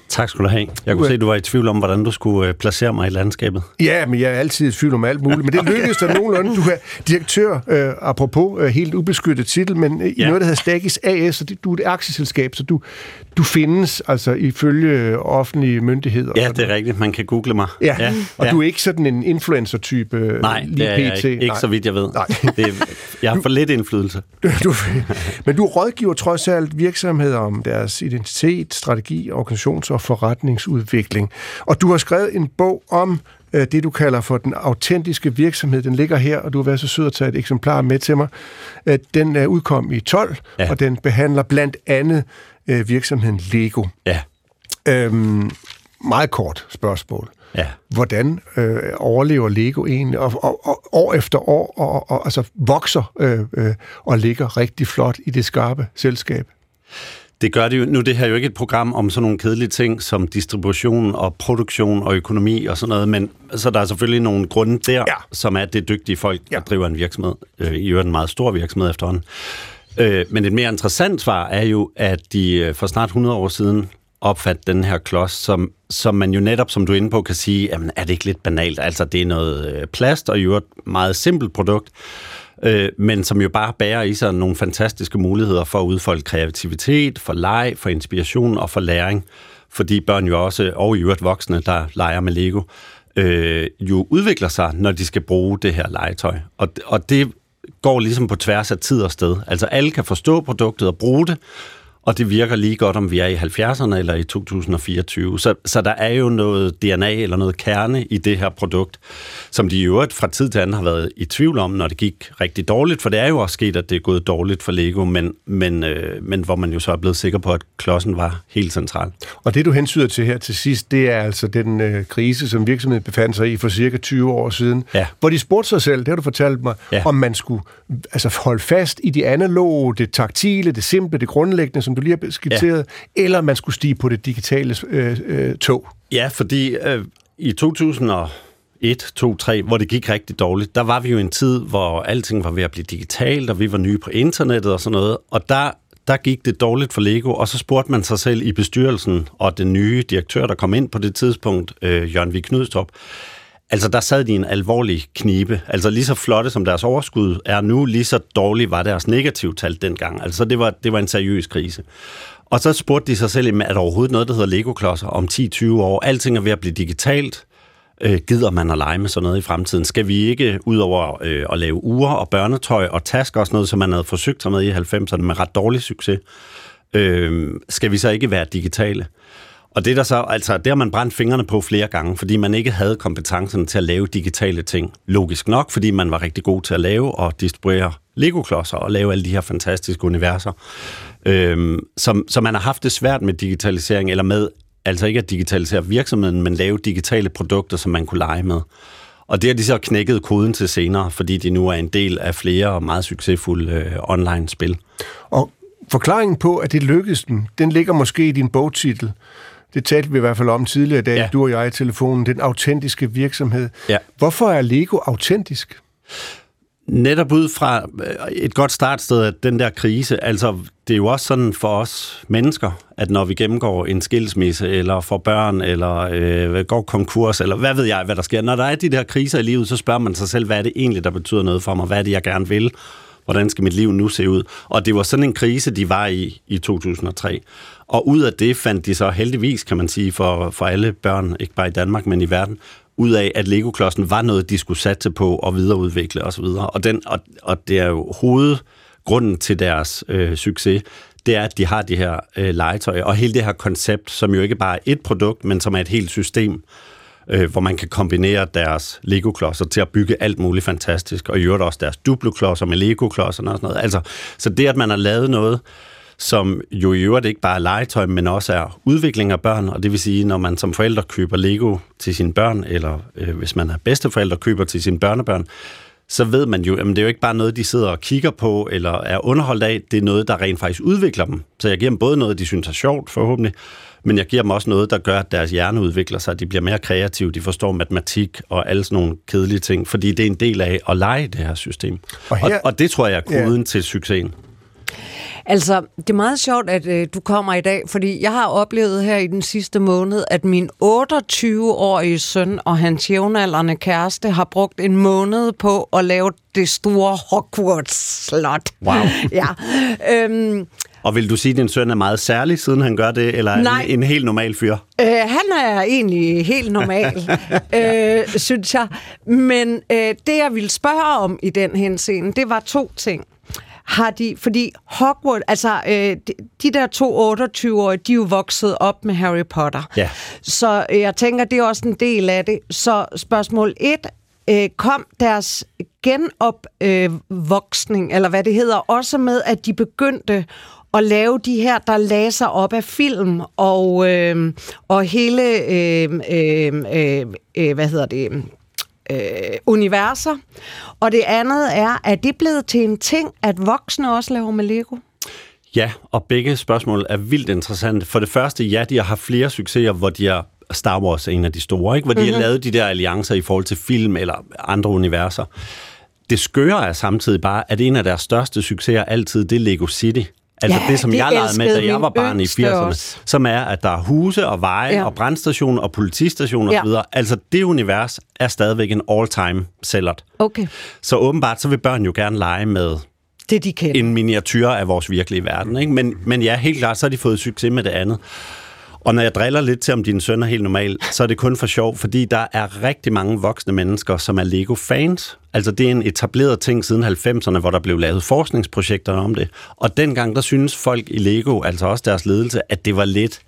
Tak skal du have. Jeg kunne se, at du var i tvivl om, hvordan du skulle placere mig i landskabet. Ja, men jeg er altid i tvivl om alt muligt. Men det okay. lykkedes der nogenlunde. Du er direktør, øh, apropos, øh, helt ubeskyttet titel, men øh, ja. i noget, der hedder Stagis A S, og det, du er et aktieselskab, så du, du findes altså ifølge offentlige myndigheder. Ja, det er rigtigt. Man kan google mig. Ja, ja. og ja. du er ikke sådan en influencer-type. Nej, lige det er jeg ikke, ikke så vidt jeg ved. Nej. Det er, jeg har for lidt indflydelse. Du, men du rådgiver trods alt virksomheder om deres identitet, strategi, organisations- og forretningsudvikling. Og du har skrevet en bog om øh, det, du kalder for den autentiske virksomhed. Den ligger her, og du har været så sød at tage et eksemplar med til mig. Øh, den er udkom i tolv, ja. og den behandler blandt andet øh, virksomheden Lego. Ja. Øhm, meget kort spørgsmål. Ja. Hvordan øh, overlever Lego egentlig, og, og, og år efter år, og, og altså vokser øh, øh, og ligger rigtig flot i det skarpe selskab? Det gør det jo. Nu det her er jo ikke et program om sådan nogle kedelige ting som distribution og produktion og økonomi og sådan noget, men så der er selvfølgelig nogle grunde der, ja. som er det dygtige folk, der ja. driver en virksomhed. Øh, I øvrigt en meget stor virksomhed efterhånden. Øh, men et mere interessant svar er jo, at de for snart hundrede år siden opfatte den her klods, som, som man jo netop, som du er inde på, kan sige, jamen er det ikke lidt banalt? Altså det er noget plast, og jo et meget simpelt produkt, øh, men som jo bare bærer i sig nogle fantastiske muligheder for at udfolde kreativitet, for leg, for inspiration og for læring. Fordi børn jo også, og i øvrigt voksne, der leger med Lego, øh, jo udvikler sig, når de skal bruge det her legetøj. Og, og det går ligesom på tværs af tid og sted. Altså alle kan forstå produktet og bruge det, og det virker lige godt, om vi er i halvfjerdserne eller i to tusind og fireogtyve. Så, så der er jo noget D N A eller noget kerne i det her produkt, som de i øvrigt fra tid til anden har været i tvivl om, når det gik rigtig dårligt. For det er jo også sket, at det er gået dårligt for Lego, men, men, øh, men hvor man jo så er blevet sikker på, at klodsen var helt central. Og det, du hensyder til her til sidst, det er altså den øh, krise, som virksomheden befandt sig i for cirka tyve år siden, ja. hvor de spurgte sig selv, det har du fortalt mig, ja. om man skulle altså, holde fast i de analoge, det taktile, det simple, det grundlæggende, som du lige har skitseret, ja. eller man skulle stige på det digitale øh, øh, tog. Ja, fordi øh, i to tusind og et, to, tre, hvor det gik rigtig dårligt, der var vi jo i en tid, hvor alting var ved at blive digitalt, og vi var nye på internettet og sådan noget, og der, der gik det dårligt for Lego, og så spurgte man sig selv i bestyrelsen, og den nye direktør, der kom ind på det tidspunkt, øh, Jørgen V. Knudstrup, altså der sad de i en alvorlig knibe. Altså lige så flotte som deres overskud er nu, lige så dårlig var deres negativtal dengang. Altså det var, det var en seriøs krise. Og så spurgte de sig selv, er der overhovedet noget, der hedder Lego-klodser om ti til tyve år? Alting er ved at blive digitalt. Øh, gider man at lege med sådan noget i fremtiden? Skal vi ikke ud over øh, at lave ure og børnetøj og tasker og sådan noget, som man havde forsøgt sig med i halvfemserne med ret dårlig succes? Øh, skal vi så ikke være digitale? Og det der så, altså, det har man brændt fingrene på flere gange, fordi man ikke havde kompetencerne til at lave digitale ting. Logisk nok, fordi man var rigtig god til at lave og distribuere Lego-klodser og lave alle de her fantastiske universer. Øhm, som, så man har haft det svært med digitalisering, eller med, altså ikke at digitalisere virksomheden, men lave digitale produkter, som man kunne lege med. Og det har de så knækket koden til senere, fordi de nu er en del af flere og meget succesfulde øh, online-spil. Og forklaringen på, at det lykkedes dem, den ligger måske i din bogtitel. Det talte vi i hvert fald om tidligere i dag, ja. du og jeg i telefonen, den autentiske virksomhed. Ja. Hvorfor er Lego autentisk? Netop ud fra et godt startsted af den der krise, altså det er jo også sådan for os mennesker, at når vi gennemgår en skilsmisse, eller får børn, eller øh, går konkurs, eller hvad ved jeg, hvad der sker. Når der er de der kriser i livet, så spørger man sig selv, hvad er det egentlig, der betyder noget for mig? Hvad er det, jeg gerne vil? Hvordan skal mit liv nu se ud? Og det var sådan en krise, de var i i to tusind og tre. Og ud af det fandt de så heldigvis, kan man sige, for, for alle børn, ikke bare i Danmark, men i verden, ud af, at Lego-klodsen var noget, de skulle satse på og videreudvikle osv. Og, den, og, og det er jo hovedgrunden til deres øh, succes, det er, at de har de her øh, legetøj, og hele det her koncept, som jo ikke bare er et produkt, men som er et helt system, øh, hvor man kan kombinere deres Lego-klodser til at bygge alt muligt fantastisk, og i øvrigt også deres Duplo-klodser med Lego-klodserne og sådan noget. Altså, så det, at man har lavet noget, som jo i øvrigt ikke bare er legetøj, men også er udvikling af børn, og det vil sige, når man som forældre køber Lego til sine børn, eller øh, hvis man er bedsteforældre køber til sine børnebørn, så ved man jo, at det er jo ikke bare noget, de sidder og kigger på, eller er underholdt af, det er noget, der rent faktisk udvikler dem. Så jeg giver dem både noget, de synes er sjovt, forhåbentlig, men jeg giver dem også noget, der gør, at deres hjerne udvikler sig, de bliver mere kreative, de forstår matematik og alle sådan nogle kedelige ting, fordi det er en del af at lege det her system. Og, her, og, og det tror jeg er koden ja. til succesen. Altså, det er meget sjovt, at øh, du kommer i dag, fordi jeg har oplevet her i den sidste måned, at min otteogtyve-årige søn og hans jævnaldrende kæreste har brugt en måned på at lave det store Hogwarts-slot. Wow. Ja. Øhm, Og vil du sige, at din søn er meget særlig, siden han gør det, eller Nej. en, en helt normal fyr? Øh, han er egentlig helt normal, øh, synes jeg. Men øh, det, jeg ville spørge om i den henseende, det var to ting. Har de, fordi Hogwarts, altså øh, de, de der to otteogtyve-årige, de er jo vokset op med Harry Potter. Ja. Så øh, jeg tænker, det er også en del af det. Så spørgsmål et, øh, kom deres genopvoksning, øh, eller hvad det hedder, også med, at de begyndte at lave de her, der læser op af film, og, øh, og hele, øh, øh, øh, hvad hedder det, øh, universer. Og det andet er, at det blevet til en ting, at voksne også laver med Lego? Ja, og begge spørgsmål er vildt interessante. For det første, ja, de har haft flere succeser, hvor de har Star Wars er en af de store, ikke? Hvor de mm-hmm. har lavet de der alliancer i forhold til film eller andre universer. Det skøre er samtidig bare, at en af deres største succeser altid, det er Lego City. Altså ja, det, som det jeg legede med, da jeg var barn i firserne, som er, at der er huse og veje ja. og brandstationer og politistationer ja. osv. Altså det univers er stadigvæk en all-time sellert. Okay. Så åbenbart, så vil børn jo gerne lege med det, de kender. En miniatyr af vores virkelige verden. Ikke? Men, men ja, helt klart, så har de fået succes med det andet. Og når jeg driller lidt til, om din søn er helt normal, så er det kun for sjov, fordi der er rigtig mange voksne mennesker, som er Lego-fans. Altså det er en etableret ting siden halvfemserne, hvor der blev lavet forskningsprojekter om det. Og dengang, der synes folk i Lego, altså også deres ledelse, at det var lidt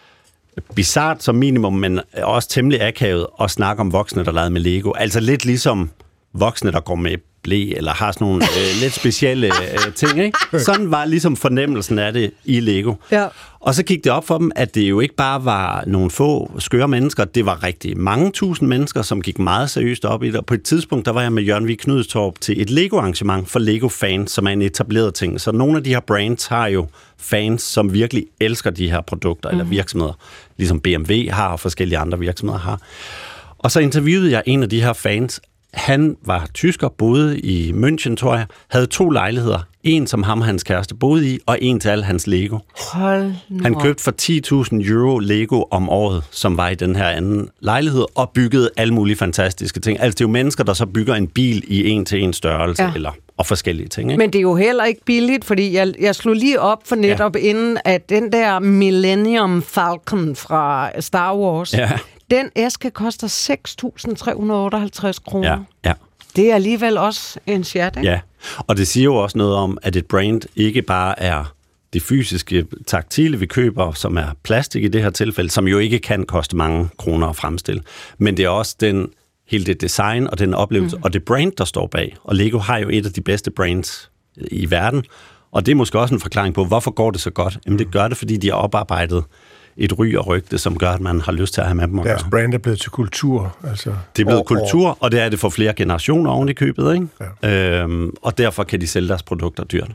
bizart som minimum, men også temmelig akavet at snakke om voksne, der legede med Lego. Altså lidt ligesom voksne, der går med blæ, eller har sådan nogle øh, lidt specielle øh, ting, ikke? Sådan var ligesom fornemmelsen af det i Lego. Ja. Og så gik det op for dem, at det jo ikke bare var nogle få skøre mennesker, det var rigtig mange tusind mennesker, som gik meget seriøst op i det. Og på et tidspunkt, der var jeg med Jørgen Vig Knudstorp til et Lego-arrangement for Lego-fans, som er en etableret ting. Så nogle af de her brands har jo fans, som virkelig elsker de her produkter, mm. eller virksomheder, ligesom B M W har, og forskellige andre virksomheder har. Og så interviewede jeg en af de her fans. Han var tysker, boede i München, tror jeg, havde to lejligheder. En, som ham og hans kæreste boede i, og en til al hans Lego. Hold Han købte for ti tusind euro Lego om året, som var i den her anden lejlighed, og byggede alle mulige fantastiske ting. Altså, det er jo mennesker, der så bygger en bil i en-til-en størrelse, ja. eller og forskellige ting. Ikke? Men det er jo heller ikke billigt, fordi jeg, jeg slog lige op for netop ja. inden, at den der Millennium Falcon fra Star Wars, ja. den æske koster seks tusind tre hundrede og otteoghalvtreds kroner. Ja, ja. Det er alligevel også en chat, ikke? Ja, og det siger jo også noget om, at et brand ikke bare er det fysiske, taktile, vi køber, som er plastik i det her tilfælde, som jo ikke kan koste mange kroner at fremstille. Men det er også den, hele det design og den oplevelse, mm. og det brand, der står bag. Og Lego har jo et af de bedste brands i verden, og det er måske også en forklaring på, hvorfor går det så godt? Jamen det gør det, fordi de har oparbejdet et ry og rygte, som gør, at man har lyst til at have med dem at gøre. Deres brand er blevet til kultur. Altså, det er blevet år, kultur, og det er det for flere generationer oven i købet, ikke? Ja. Øhm, og derfor kan de sælge deres produkter dyrt.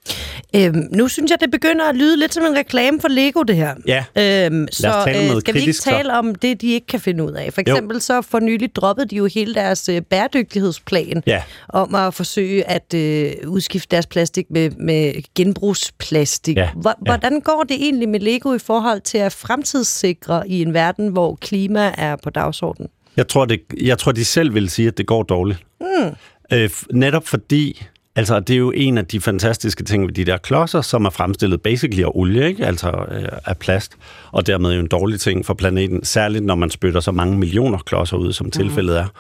Øhm, nu synes jeg, det begynder at lyde lidt som en reklame for Lego, det her. Ja, øhm, så øh, skal vi ikke tale så. om det, de ikke kan finde ud af? For eksempel jo. så for nylig droppede de jo hele deres øh, bæredygtighedsplan ja. om at forsøge at øh, udskifte deres plastik med, med genbrugsplastik. Ja. Hvordan går det egentlig med Lego i forhold til at fremtidssikre i en verden, hvor klima er på dagsordenen? Jeg tror, det, jeg tror de selv vil sige, at det går dårligt. Mm. Øh, netop fordi... Altså, det er jo en af de fantastiske ting ved de der klodser, som er fremstillet basically af olie, ikke? Altså øh, af plast, og dermed jo en dårlig ting for planeten, særligt når man spytter så mange millioner klodser ud, som tilfældet er.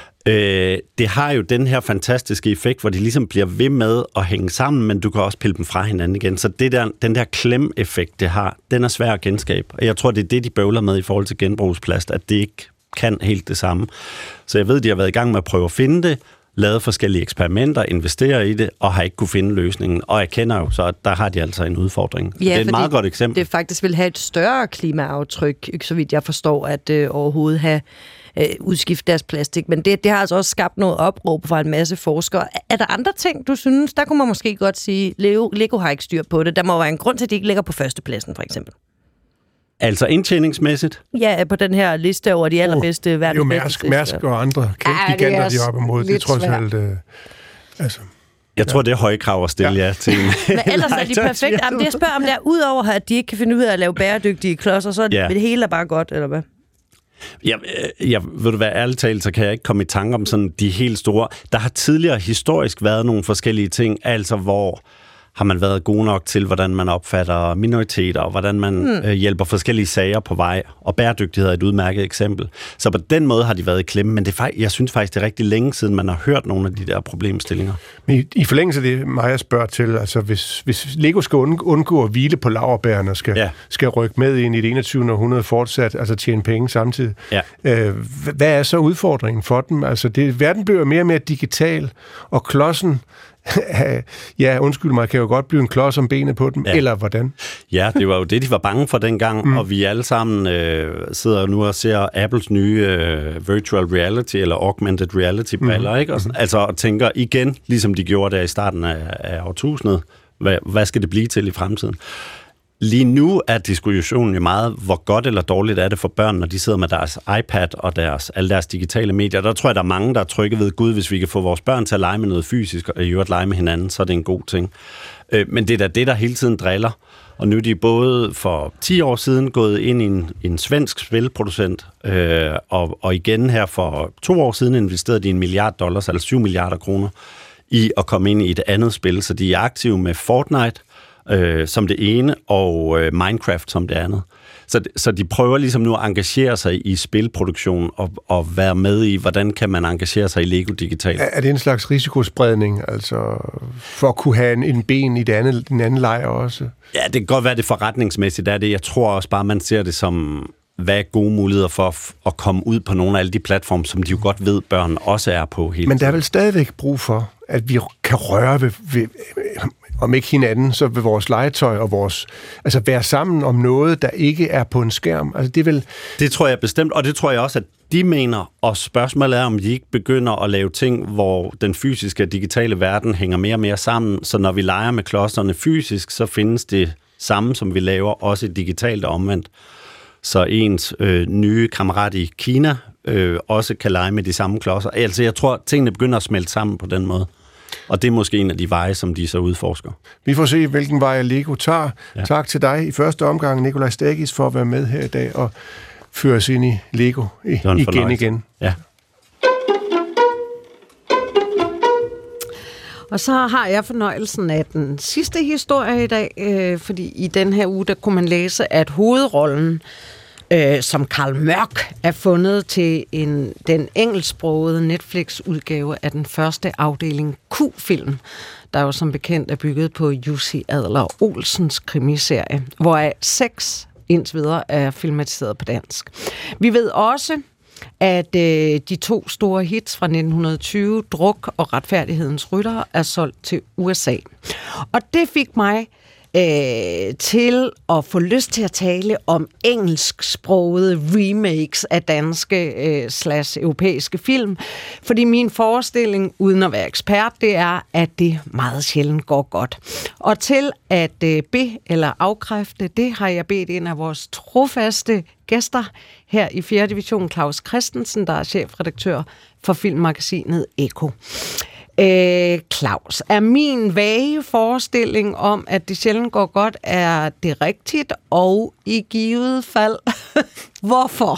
Øh, det har jo den her fantastiske effekt, hvor de ligesom bliver ved med at hænge sammen, men du kan også pille dem fra hinanden igen. Så det der, den der klem-effekt, det har, den er svær at genskabe. Og jeg tror, det er det, de bøvler med i forhold til genbrugsplast, at det ikke kan helt det samme. Så jeg ved, de har været i gang med at prøve at finde det, lavet forskellige eksperimenter, investerer i det, og har ikke kunne finde løsningen. Og jeg kender jo, så der har de altså en udfordring. Ja, det er et meget godt eksempel. Det faktisk vil have et større klimaaftryk, ikke så vidt jeg forstår, at øh, overhovedet have øh, udskiftet deres plastik. Men det, det har altså også skabt noget opråb fra en masse forskere. Er der andre ting, du synes, der kunne man måske godt sige, Lego, Lego har ikke styr på det. Der må være en grund til, at de ikke ligger på førstepladsen, for eksempel. Altså indtjeningsmæssigt? Ja, på den her liste over de allerbedste uh, verdens bedste. Det er jo Mærsk, Mærsk og andre giganter, de er op imod. Det er trods alt... Øh, altså. Jeg tror, det er høje krav at stille ja, ja til. Men ellers er de perfekt. Jamen, det jeg spørger om, det er, udover at de ikke kan finde ud af at lave bæredygtige klodser, så er det, ja. det hele er bare godt, eller hvad? Ja, jeg, ved du hvad, ærligt talt, så kan jeg ikke komme i tanke om sådan de helt store. Der har tidligere historisk været nogle forskellige ting, altså hvor har man været god nok til, hvordan man opfatter minoriteter, og hvordan man mm. øh, hjælper forskellige sager på vej, og bæredygtighed er et udmærket eksempel. Så på den måde har de været i klemme, men det er, jeg synes faktisk, det er rigtig længe siden, man har hørt nogle af de der problemstillinger. Men i, i forlængelse af det, Maja spørger til, altså hvis, hvis Lego skal undgå at hvile på laurbærrene og skal, ja. skal rykke med ind i det enogtyvende århundrede fortsat, altså tjene penge samtidig, ja. øh, hvad er så udfordringen for dem? Altså det, verden bliver mere og mere digital, og klodsen ja, undskyld mig, kan jo godt blive en klods om benet på dem, ja. eller hvordan? Ja, det var jo det, de var bange for dengang, mm. og vi alle sammen øh, sidder nu og ser Apples nye øh, virtual reality, eller augmented reality-briller, mm. ikke? Og sådan, altså og tænker igen, ligesom de gjorde der i starten af, af årtusindet, hvad, hvad skal det blive til i fremtiden? Lige nu er diskussionen jo meget, hvor godt eller dårligt er det for børn, når de sidder med deres iPad og deres, alle deres digitale medier. Der tror jeg, der er mange, der er trygge ved, Gud, hvis vi kan få vores børn til at lege med noget fysisk, og i øvrigt lege med hinanden, så er det en god ting. Men det er da det, der hele tiden driller. Og nu er de både for ti år siden gået ind i en, en svensk spilproducent, øh, og, og igen her for to år siden investerede de en milliard dollars, altså syv milliarder kroner, i at komme ind i et andet spil. Så de er aktive med Fortnite, Øh, som det ene, og øh, Minecraft som det andet. Så, så de prøver ligesom nu at engagere sig i spilproduktion og, og være med i, hvordan kan man engagere sig i Lego digitalt. Er, er det en slags risikospredning, altså for at kunne have en, en ben i det andet, den anden lejr også? Ja, det kan godt være, det forretningsmæssigt er det. Jeg tror også bare, man ser det som, hvad er gode muligheder for at komme ud på nogle af alle de platforme, som de jo godt ved, børn også er på hele Men der er vel stadigvæk brug for, at vi kan røre ved, ved om ikke hinanden, så ved vores legetøj og vores, altså være sammen om noget, der ikke er på en skærm. Altså det er vel... Det tror jeg bestemt, og det tror jeg også, at de mener, og spørgsmålet er, om de ikke begynder at lave ting, hvor den fysiske og digitale verden hænger mere og mere sammen, så når vi leger med klodserne fysisk, så findes det samme, som vi laver, også digitalt og omvendt. Så ens øh, nye kammerat i Kina øh, også kan lege med de samme klodser. Altså jeg tror, at tingene begynder at smelte sammen på den måde. Og det er måske en af de veje, som de så udforsker. Vi får se, hvilken vej Lego tager. Ja. Tak til dig i første omgang, Nikolaj Stagis, for at være med her i dag og føre os ind i Lego i, igen igen. Ja. Og så har jeg fornøjelsen af den sidste historie i dag, øh, fordi i den her uge, der kunne man læse, at hovedrollen øh, som Carl Mørk er fundet til en, den engelsksprogede Netflix-udgave af den første afdeling Q-film, der jo som bekendt er bygget på Jussi Adler Olsens krimiserie, hvoraf seks indtil videre er filmatiseret på dansk. Vi ved også, at øh, de to store hits fra nitten tyve, Druk og Retfærdighedens Ryttere, er solgt til U S A. Og det fik mig øh, til at få lyst til at tale om engelsksprogede remakes af danske øh, slash europæiske film. Fordi min forestilling, uden at være ekspert, det er, at det meget sjældent går godt. Og til at øh, be- eller afkræfte det, har jeg bedt en af vores trofaste gæster her i fjerde division, Claus Christensen, der er chefredaktør for filmmagasinet Eko. Øh, Claus, er min vage forestilling om, at det sjældent går godt, er det rigtigt, og i givet fald, hvorfor?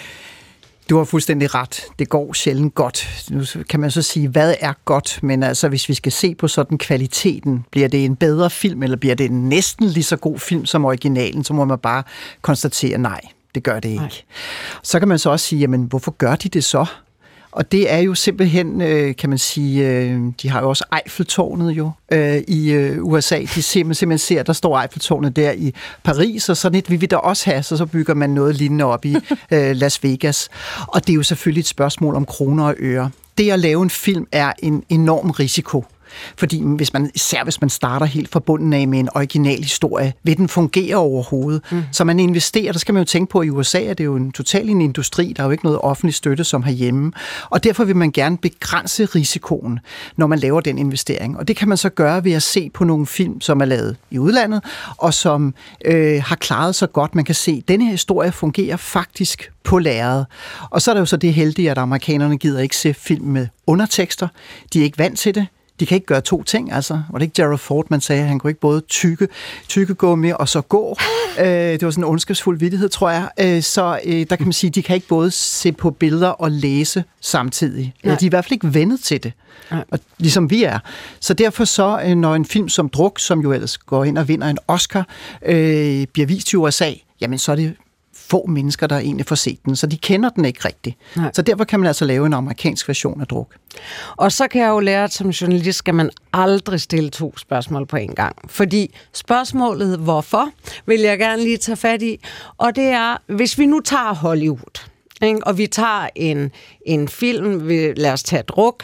Du har fuldstændig ret. Det går sjældent godt. Nu kan man så sige, hvad er godt? Men altså, hvis vi skal se på sådan kvaliteten, bliver det en bedre film, eller bliver det en næsten lige så god film som originalen, så må man bare konstatere, nej, det gør det ikke. Nej. Så kan man så også sige, jamen, hvorfor gør de det så? Og det er jo simpelthen, kan man sige, de har jo også Eiffeltårnet jo i U S A. De simpelthen ser, der står Eiffeltårnet der i Paris, og sådan et vil vi da også have, så så bygger man noget lignende op i Las Vegas. Og det er jo selvfølgelig et spørgsmål om kroner og øre. Det at lave en film er en enorm risiko. Fordi hvis man, især hvis man starter helt fra bunden af med en original historie, vil den fungere overhovedet. Mm. Så man investerer, der skal man jo tænke på, at i U S A er det jo en total en industri, der er jo ikke noget offentlig støtte som herhjemme. Og derfor vil man gerne begrænse risikoen, når man laver den investering. Og det kan man så gøre ved at se på nogle film, som er lavet i udlandet, og som øh, har klaret sig godt. Man kan se, at denne her historie fungerer faktisk på lærredet. Og så er der jo så det heldige, at amerikanerne gider ikke se film med undertekster. De er ikke vant til det. de kan ikke gøre to ting, altså. Var det ikke Gerald Ford, man sagde, han kunne ikke både tykke, tykke gå med og så gå. Øh, det var sådan en ondskabsfuld vittighed, tror jeg. Øh, så øh, der kan man sige, de kan ikke både se på billeder og læse samtidig. Nej. De er i hvert fald ikke vendet til det, og, ligesom vi er. Så derfor så, øh, når en film som Druk, som jo ellers går ind og vinder en Oscar, øh, bliver vist i U S A, jamen så er det få mennesker, der egentlig får set den, så de kender den ikke rigtigt. Nej. Så derfor kan man altså lave en amerikansk version af Druk. Og så kan jeg jo lære, at som journalist skal man aldrig stille to spørgsmål på en gang. Fordi spørgsmålet, hvorfor, vil jeg gerne lige tage fat i. Og det er, hvis vi nu tager Hollywood, ikke? Og vi tager en, en film, vi, lad os tage Druk,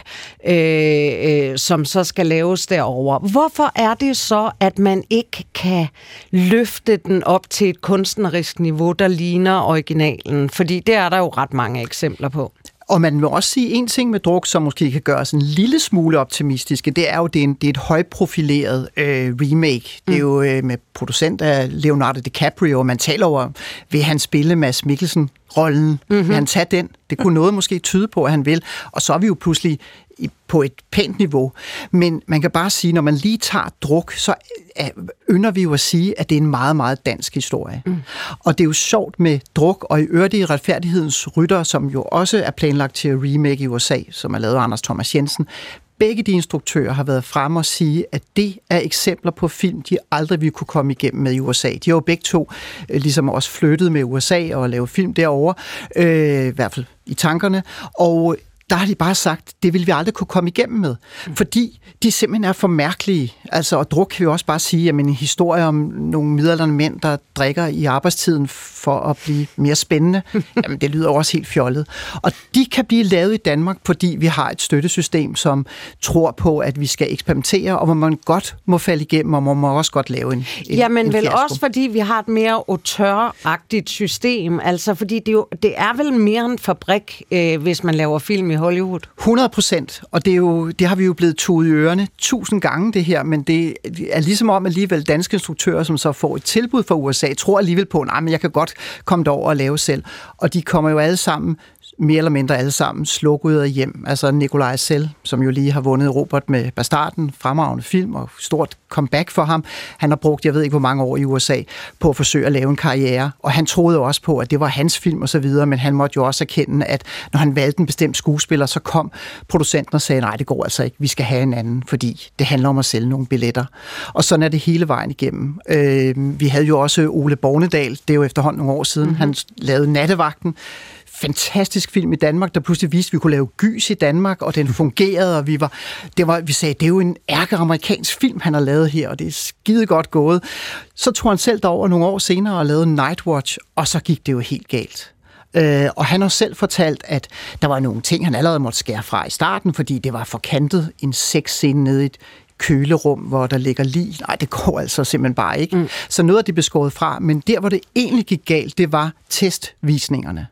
øh, øh, som så skal laves derover. Hvorfor er det så, at man ikke kan løfte den op til et kunstnerisk niveau, der ligner originalen? Fordi det er der jo ret mange eksempler på. Og man må også sige en ting med Druk, som måske kan gøre os en lille smule optimistiske, det er jo, det er, en, det er et højprofileret øh, remake. Det er jo øh, med producent af Leonardo DiCaprio, og man taler over, vil han spille Mads Mikkelsen rollen? Mm-hmm. Vil han tage den? Det kunne noget måske tyde på, at han vil. Og så er vi jo pludselig på et pænt niveau. Men man kan bare sige, når man lige tager Druk, så ynder vi jo at sige, at det er en meget, meget dansk historie. Mm. Og det er jo sjovt med Druk, og i øvrigt i Retfærdighedens Rytter, som jo også er planlagt til at remake i U S A, som er lavet af Anders Thomas Jensen. Begge de instruktører har været fremme og sige, at det er eksempler på film, de aldrig ville kunne komme igennem med i U S A. De har jo begge to ligesom også flyttet med U S A og lavet film derovre, øh, i hvert fald i tankerne, og der har de bare sagt, det vil vi aldrig kunne komme igennem med, fordi de simpelthen er for mærkelige. Altså, og Druk kan vi også bare sige, at en historie om nogle midaldrende mænd, der drikker i arbejdstiden for at blive mere spændende, jamen det lyder også helt fjollet. Og de kan blive lavet i Danmark, fordi vi har et støttesystem, som tror på, at vi skal eksperimentere, og hvor man godt må falde igennem, og man må også godt lave en, en Jamen en vel fiasko. også, fordi vi har et mere auteur-agtigt system, altså fordi det, jo, det er vel mere en fabrik, øh, hvis man laver film i Hollywood. hundrede procent, og det, er jo, det har vi jo blevet tudet i ørerne tusind gange det her, men det er ligesom om alligevel danske instruktører, som så får et tilbud fra U S A, tror alligevel på, nej, men jeg kan godt komme derover og lave selv. Og de kommer jo alle sammen, mere eller mindre alle sammen, slukket hjem. Altså Nikolaj Sell, som jo lige har vundet Robert med Bastarden, fremragende film og stort comeback for ham. Han har brugt, jeg ved ikke hvor mange år i U S A, på at forsøge at lave en karriere, og han troede også på, at det var hans film og så videre, men han måtte jo også erkende, at når han valgte en bestemt skuespiller, så kom producenten og sagde, nej, det går altså ikke, vi skal have en anden, fordi det handler om at sælge nogle billetter. Og sådan er det hele vejen igennem. Øh, vi havde jo også Ole Bornedal, det er jo efterhånden nogle år siden, mm-hmm. han lavede Nattevagten, fantastisk film i Danmark, der pludselig viste, at vi kunne lave gys i Danmark, og den fungerede, og vi var, det var, vi sagde, det er jo en ærkeamerikansk film, han har lavet her, og det er skide godt gået. Så tog han selv derover nogle år senere og lavede Nightwatch, og så gik det jo helt galt. Øh, og han har selv fortalt, at der var nogle ting, han allerede måtte skære fra i starten, fordi det var forkantet en sexscene nede i et kølerum, hvor der ligger lig. Nej, det går altså simpelthen bare ikke. Mm. Så noget af det blev skåret fra, men der, hvor det egentlig gik galt, det var testvisningerne.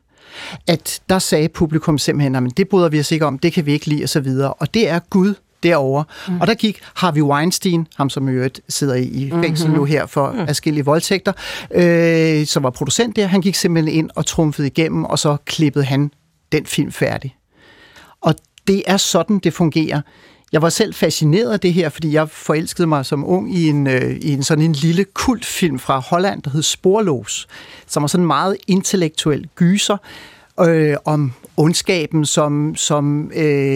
At der sagde publikum simpelthen, at det bryder vi os ikke om, det kan vi ikke lide, og så videre. Og det er Gud derovre. Mm. Og der gik Harvey Weinstein, ham som i øvrigt sidder i fængsel mm-hmm. nu her for mm. adskillige voldtægter, øh, som var producent der, han gik simpelthen ind og trumfede igennem, og så klippede han den film færdig. Og det er sådan, det fungerer. Jeg var selv fascineret af det her, fordi jeg forelskede mig som ung i en, øh, i en sådan en lille kultfilm fra Holland, der hed Sporløs, som var sådan en meget intellektuel gyser øh, om ondskaben, som, som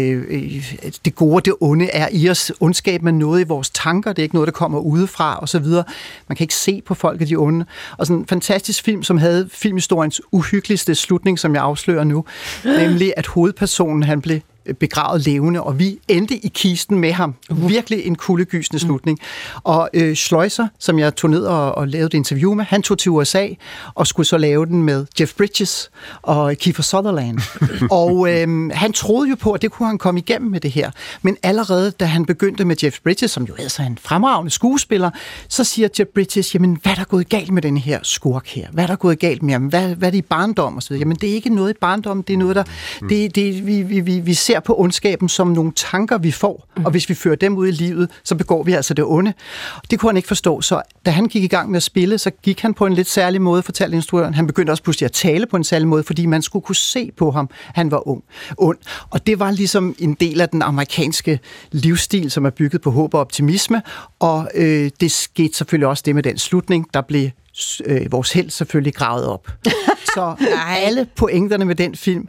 øh, det gode, det onde er i os. Ondskaben er noget i vores tanker, det er ikke noget, der kommer udefra, og så videre. Man kan ikke se på folk af de onde. Og sådan en fantastisk film, som havde filmhistoriens uhyggeligste slutning, som jeg afslører nu, nemlig at hovedpersonen, han blev begravet levende, og vi endte i kisten med ham. Virkelig en kuldegysende slutning. Og øh, Schleuser, som jeg tog ned og, og lavede et interview med, han tog til U S A og skulle så lave den med Jeff Bridges og Kiefer Sutherland. og øh, han troede jo på, at det kunne han komme igennem med det her. Men allerede da han begyndte med Jeff Bridges, som jo altså er en fremragende skuespiller, så siger Jeff Bridges, jamen hvad er der gået galt med den her skurk her? Hvad er der gået galt med ham? Hvad, hvad er det i barndom? Og så videre. Jamen det er ikke noget i barndom, det er noget, der... Det, det, vi, vi, vi ser ser på ondskaben som nogle tanker, vi får, mm. og hvis vi fører dem ud i livet, så begår vi altså det onde. Det kunne han ikke forstå, så da han gik i gang med at spille, så gik han på en lidt særlig måde, fortalte instruktøren. Han begyndte også pludselig at tale på en særlig måde, fordi man skulle kunne se på ham, han var ung, ond. Og det var ligesom en del af den amerikanske livsstil, som er bygget på håb og optimisme, og øh, det skete selvfølgelig også det med den slutning, der blev øh, vores held selvfølgelig gravet op. Så alle pointerne med den film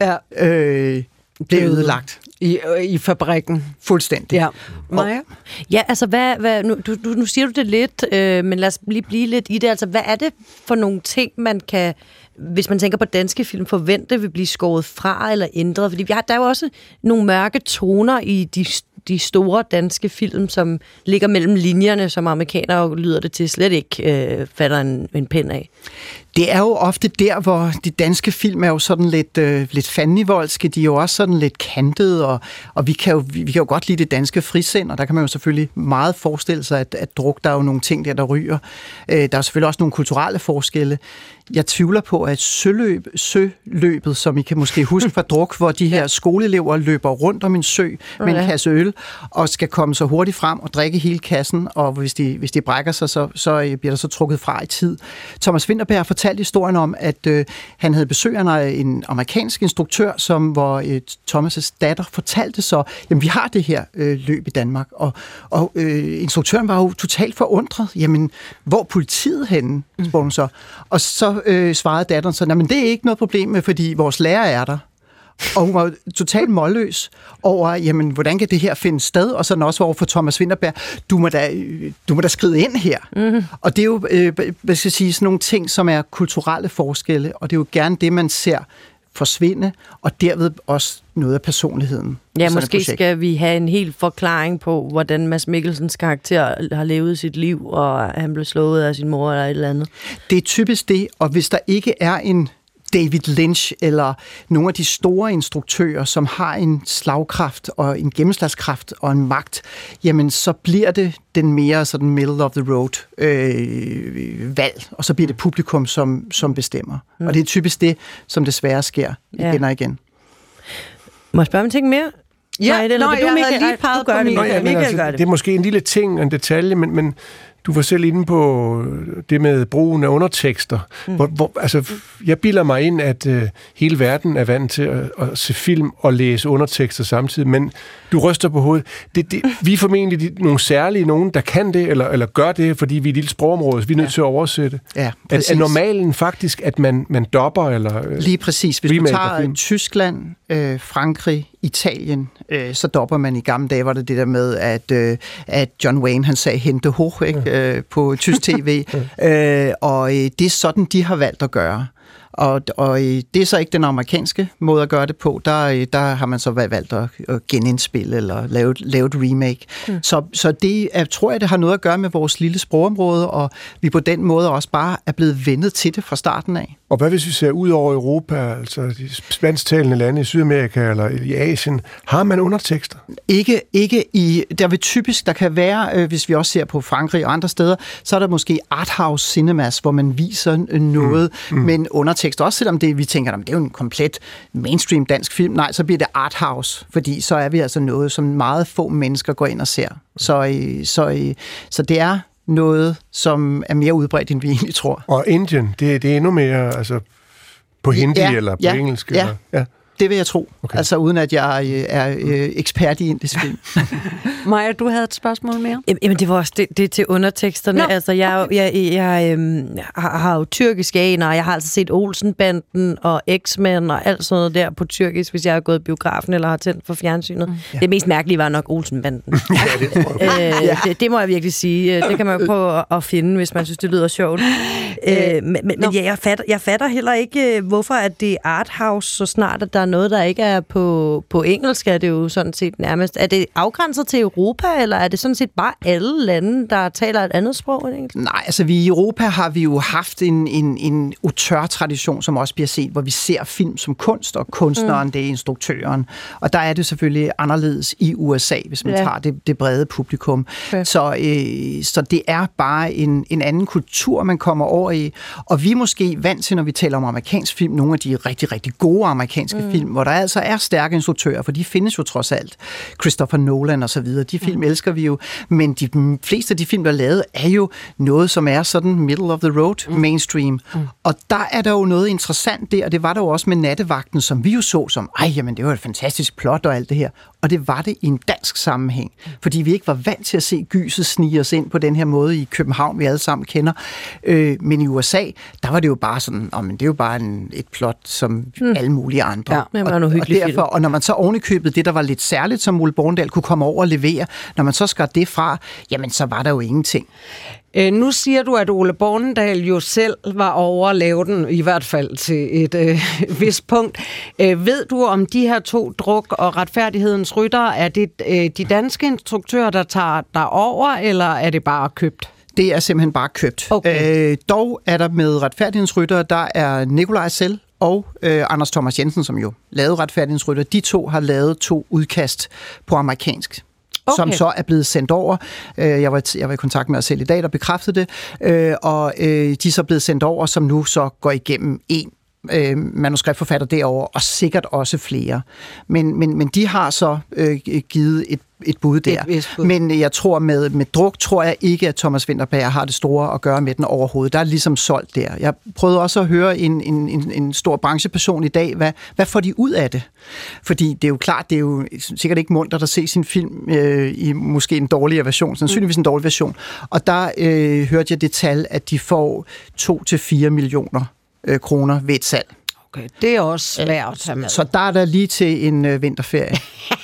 øh, blev ødelagt. I, I fabrikken. Fuldstændig. Ja. Maja? Ja, altså, hvad, hvad, nu, du, nu siger du det lidt, øh, men lad os lige blive lidt i det. Altså, hvad er det for nogle ting, man kan, hvis man tænker på danske film, forvente vil blive skåret fra eller ændret? Fordi vi har, der er jo også nogle mørke toner i de de store danske film, som ligger mellem linjerne, som amerikanere lyder det til slet ikke øh, fatter en, en pind af. Det er jo ofte der, hvor de danske film er jo sådan lidt, øh, lidt fandenivoldske, de er jo også sådan lidt kantede, og, og vi, kan jo, vi, vi kan jo godt lide det danske frisind, og der kan man jo selvfølgelig meget forestille sig, at, at druk, der er jo nogle ting der, der ryger. Øh, der er selvfølgelig også nogle kulturelle forskelle. Jeg tvivler på, at søløb, søløbet, som I kan måske huske fra druk, hvor de her skoleelever løber rundt om en sø med en kasse øl, og skal komme så hurtigt frem og drikke hele kassen, og hvis de, hvis de brækker sig, så, så bliver der så trukket fra i tid. Thomas Vinterberg fortalte historien om, at øh, han havde besøg af en amerikansk instruktør, som, hvor øh, Thomas' datter fortalte så, jamen vi har det her øh, løb i Danmark, og, og øh, instruktøren var jo totalt forundret. Jamen, hvor politiet henne, spurgte hun så. Og så øh, svarede datteren så, men det er ikke noget problem, fordi vores lærer er der. Og hun var totalt målløs over, jamen, hvordan kan det her finde sted? Og sådan også over for Thomas Vinterberg, du må da, du må da skride ind her. Mm-hmm. Og det er jo, øh, hvad skal jeg sige, sådan nogle ting, som er kulturelle forskelle, og det er jo gerne det, man ser forsvinde, og derved også noget af personligheden. Ja, måske skal vi have en hel forklaring på, hvordan Mads Mikkelsens karakter har levet sit liv, og han blev slået af sin mor eller et eller andet. Det er typisk det, og hvis der ikke er en David Lynch eller nogle af de store instruktører, som har en slagkraft og en gennemslagskraft og en magt, jamen så bliver det den mere sådan middle of the road øh, valg, og så bliver det publikum, som, som bestemmer. Mm. Og det er typisk det, som desværre sker igen ja. og igen. Må jeg spørge om en ting mere? Ja, Nej, det, nå, jeg Michael, havde lige peget på Michael. Michael, Michael altså, gør det. Det er måske en lille ting og en detalje, men, men du var selv inde på det med brugen af undertekster. Mm. Hvor, hvor, altså, jeg bilder mig ind, at uh, hele verden er vant til at, at se film og læse undertekster samtidig, men du ryster på hovedet. Det, det, vi er formentlig de, nogle særlige, nogen, der kan det, eller, eller gør det, fordi vi er et lille sprogområde, så vi er nødt ja. til at oversætte. Ja, er, er normalen faktisk, at man, man dopper, eller lige præcis. Hvis du tager Tyskland, øh, Frankrig, Italien, øh, så dopper man. I gamle dage var det det der med, at, øh, at John Wayne, han sagde, hente hoch, ikke? Ja. Øh, på tysk tv. øh, og øh, det er sådan, de har valgt at gøre. Og, og det er så ikke den amerikanske måde at gøre det på. Der, der har man så valgt at, at genindspille eller lave, lave et remake. Mm. Så, så det er, tror jeg, det har noget at gøre med vores lille sprogområde, og vi på den måde også bare er blevet vendet til det fra starten af. Og hvad hvis vi ser ud over Europa, altså de spansktalende lande i Sydamerika eller i Asien, har man undertekster? Ikke, ikke i... Der vil typisk, der kan være, øh, hvis vi også ser på Frankrig og andre steder, så er der måske arthouse cinemas, hvor man viser noget, mm. Mm. men undertekster. Også selvom det, vi tænker, det er jo en komplet mainstream dansk film. Nej, så bliver det arthouse, fordi så er vi altså noget, som meget få mennesker går ind og ser. Så, øh, så, øh, så det er noget, som er mere udbredt, end vi egentlig tror. Og Indien, det, det er endnu mere altså, på hindi ja, eller på ja, engelsk? Ja, eller? ja, det vil jeg tro. Okay. Altså uden at jeg øh, er øh, ekspert i indisk film. Maja, du havde et spørgsmål mere? Jamen, det var også det, det til underteksterne. Nå, altså, jeg, okay. jeg, jeg, jeg øhm, har, har jo tyrkiske aner, og jeg har altså set Olsenbanden og X-Men og alt sådan noget der på tyrkisk, hvis jeg har gået i biografen eller har tændt for fjernsynet. Mm. Ja. Det mest mærkelige var nok Olsenbanden. ja, det, øh, ja. det, det må jeg virkelig sige. Det kan man jo prøve at, at finde, hvis man synes, det lyder sjovt. Øh, men men ja, jeg, fatter, jeg fatter heller ikke, hvorfor at det er arthouse, så snart at der er noget, der ikke er på, på engelsk, er det jo sådan set nærmest. Er det afgrænset til Europa, eller er det sådan set bare alle lande, der taler et andet sprog end engelsk? Nej, altså vi i Europa har vi jo haft en, en, en auteur-tradition, som også bliver set, hvor vi ser film som kunst, og kunstneren, mm. det er instruktøren. Og der er det selvfølgelig anderledes i U S A, hvis man ja. tager det, det brede publikum. Okay. Så, øh, så det er bare en, en anden kultur, man kommer over historie. Og vi er måske vant til, når vi taler om amerikansk film, nogle af de rigtig, rigtig gode amerikanske mm. film, hvor der altså er stærke instruktører, for de findes jo trods alt. Christopher Nolan og så videre. De film mm. elsker vi jo. Men de fleste af de film, der er lavet, er jo noget, som er sådan middle of the road, mm. mainstream. Mm. Og der er der jo noget interessant der, og det var der jo også med Nattevagten, som vi jo så som, ej, jamen det var et fantastisk plot og alt det her. Og det var det i en dansk sammenhæng. Fordi vi ikke var vant til at se gyset snige os ind på den her måde i København, vi alle sammen kender. Øh, men i U S A, der var det jo bare sådan, oh, men det er jo bare en, et plot som mm. alle mulige andre. Ja, det var og, og, derfor, og når man så ovenikøbet det, der var lidt særligt, som Ole Bornedal kunne komme over og levere, når man så skar det fra, jamen så var der jo ingenting. Øh, nu siger du, at Ole Bornedal jo selv var over at lave den, i hvert fald til et øh, vist punkt. Øh, ved du om de her to, Druk og Retfærdighedens Ryttere, er det øh, de danske instruktører, der tager der over, eller er det bare købt? Det er simpelthen bare købt. Okay. Øh, dog er der med Retfærdighedens Ryttere, der er Nikolaj selv og øh, Anders Thomas Jensen, som jo lavede Retfærdighedens Ryttere. De to har lavet to udkast på amerikansk. Okay. Som så er blevet sendt over. Jeg var, jeg var i kontakt med os selv i dag, der bekræftede det. Og de er så blevet sendt over, som nu så går igennem en manuskriptforfatter derovre, og sikkert også flere. Men, men, men de har så øh, givet et et bud der. Et bud. Men jeg tror, med, med Druk, tror jeg ikke, at Thomas Vinterberg har det store at gøre med den overhovedet. Der er ligesom solgt der. Jeg prøvede også at høre en, en, en, en stor brancheperson i dag, hvad, hvad får de ud af det? Fordi det er jo klart, det er jo sikkert ikke muntert at se sin film øh, i måske en dårligere version, sandsynligvis en dårlig version. Og der øh, hørte jeg det tal, at de får to til fire millioner øh, kroner ved et salg. Okay, det er også svært at tage med. Så der er der lige til en øh, vinterferie.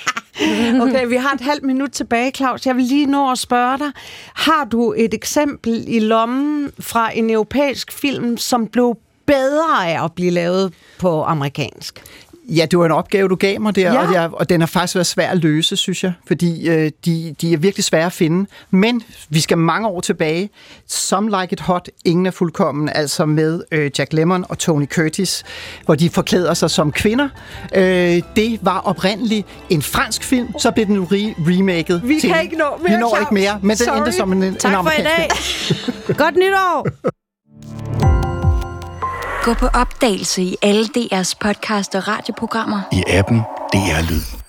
Okay, vi har et halvt minut tilbage, Claus. Jeg vil lige nå at spørge dig. Har du et eksempel i lommen fra en europæisk film, som blev bedre af at blive lavet på amerikansk? Ja, det var en opgave, du gav mig der, ja. og, jeg, og den har faktisk været svær at løse, synes jeg, fordi øh, de, de er virkelig svære at finde. Men vi skal mange år tilbage. Some Like It Hot, Ingen er fuldkommen, altså med øh, Jack Lemmon og Tony Curtis, hvor de forklæder sig som kvinder. Øh, det var oprindeligt en fransk film, så blev den re- remaket. Vi til, kan ikke nå mere, Vi når Claus. ikke mere, men den endte som en, en tak amerikansk for i dag. film. Godt nytår! Gå på opdagelse i alle D R's podcast og radioprogrammer. I appen D R Lyd.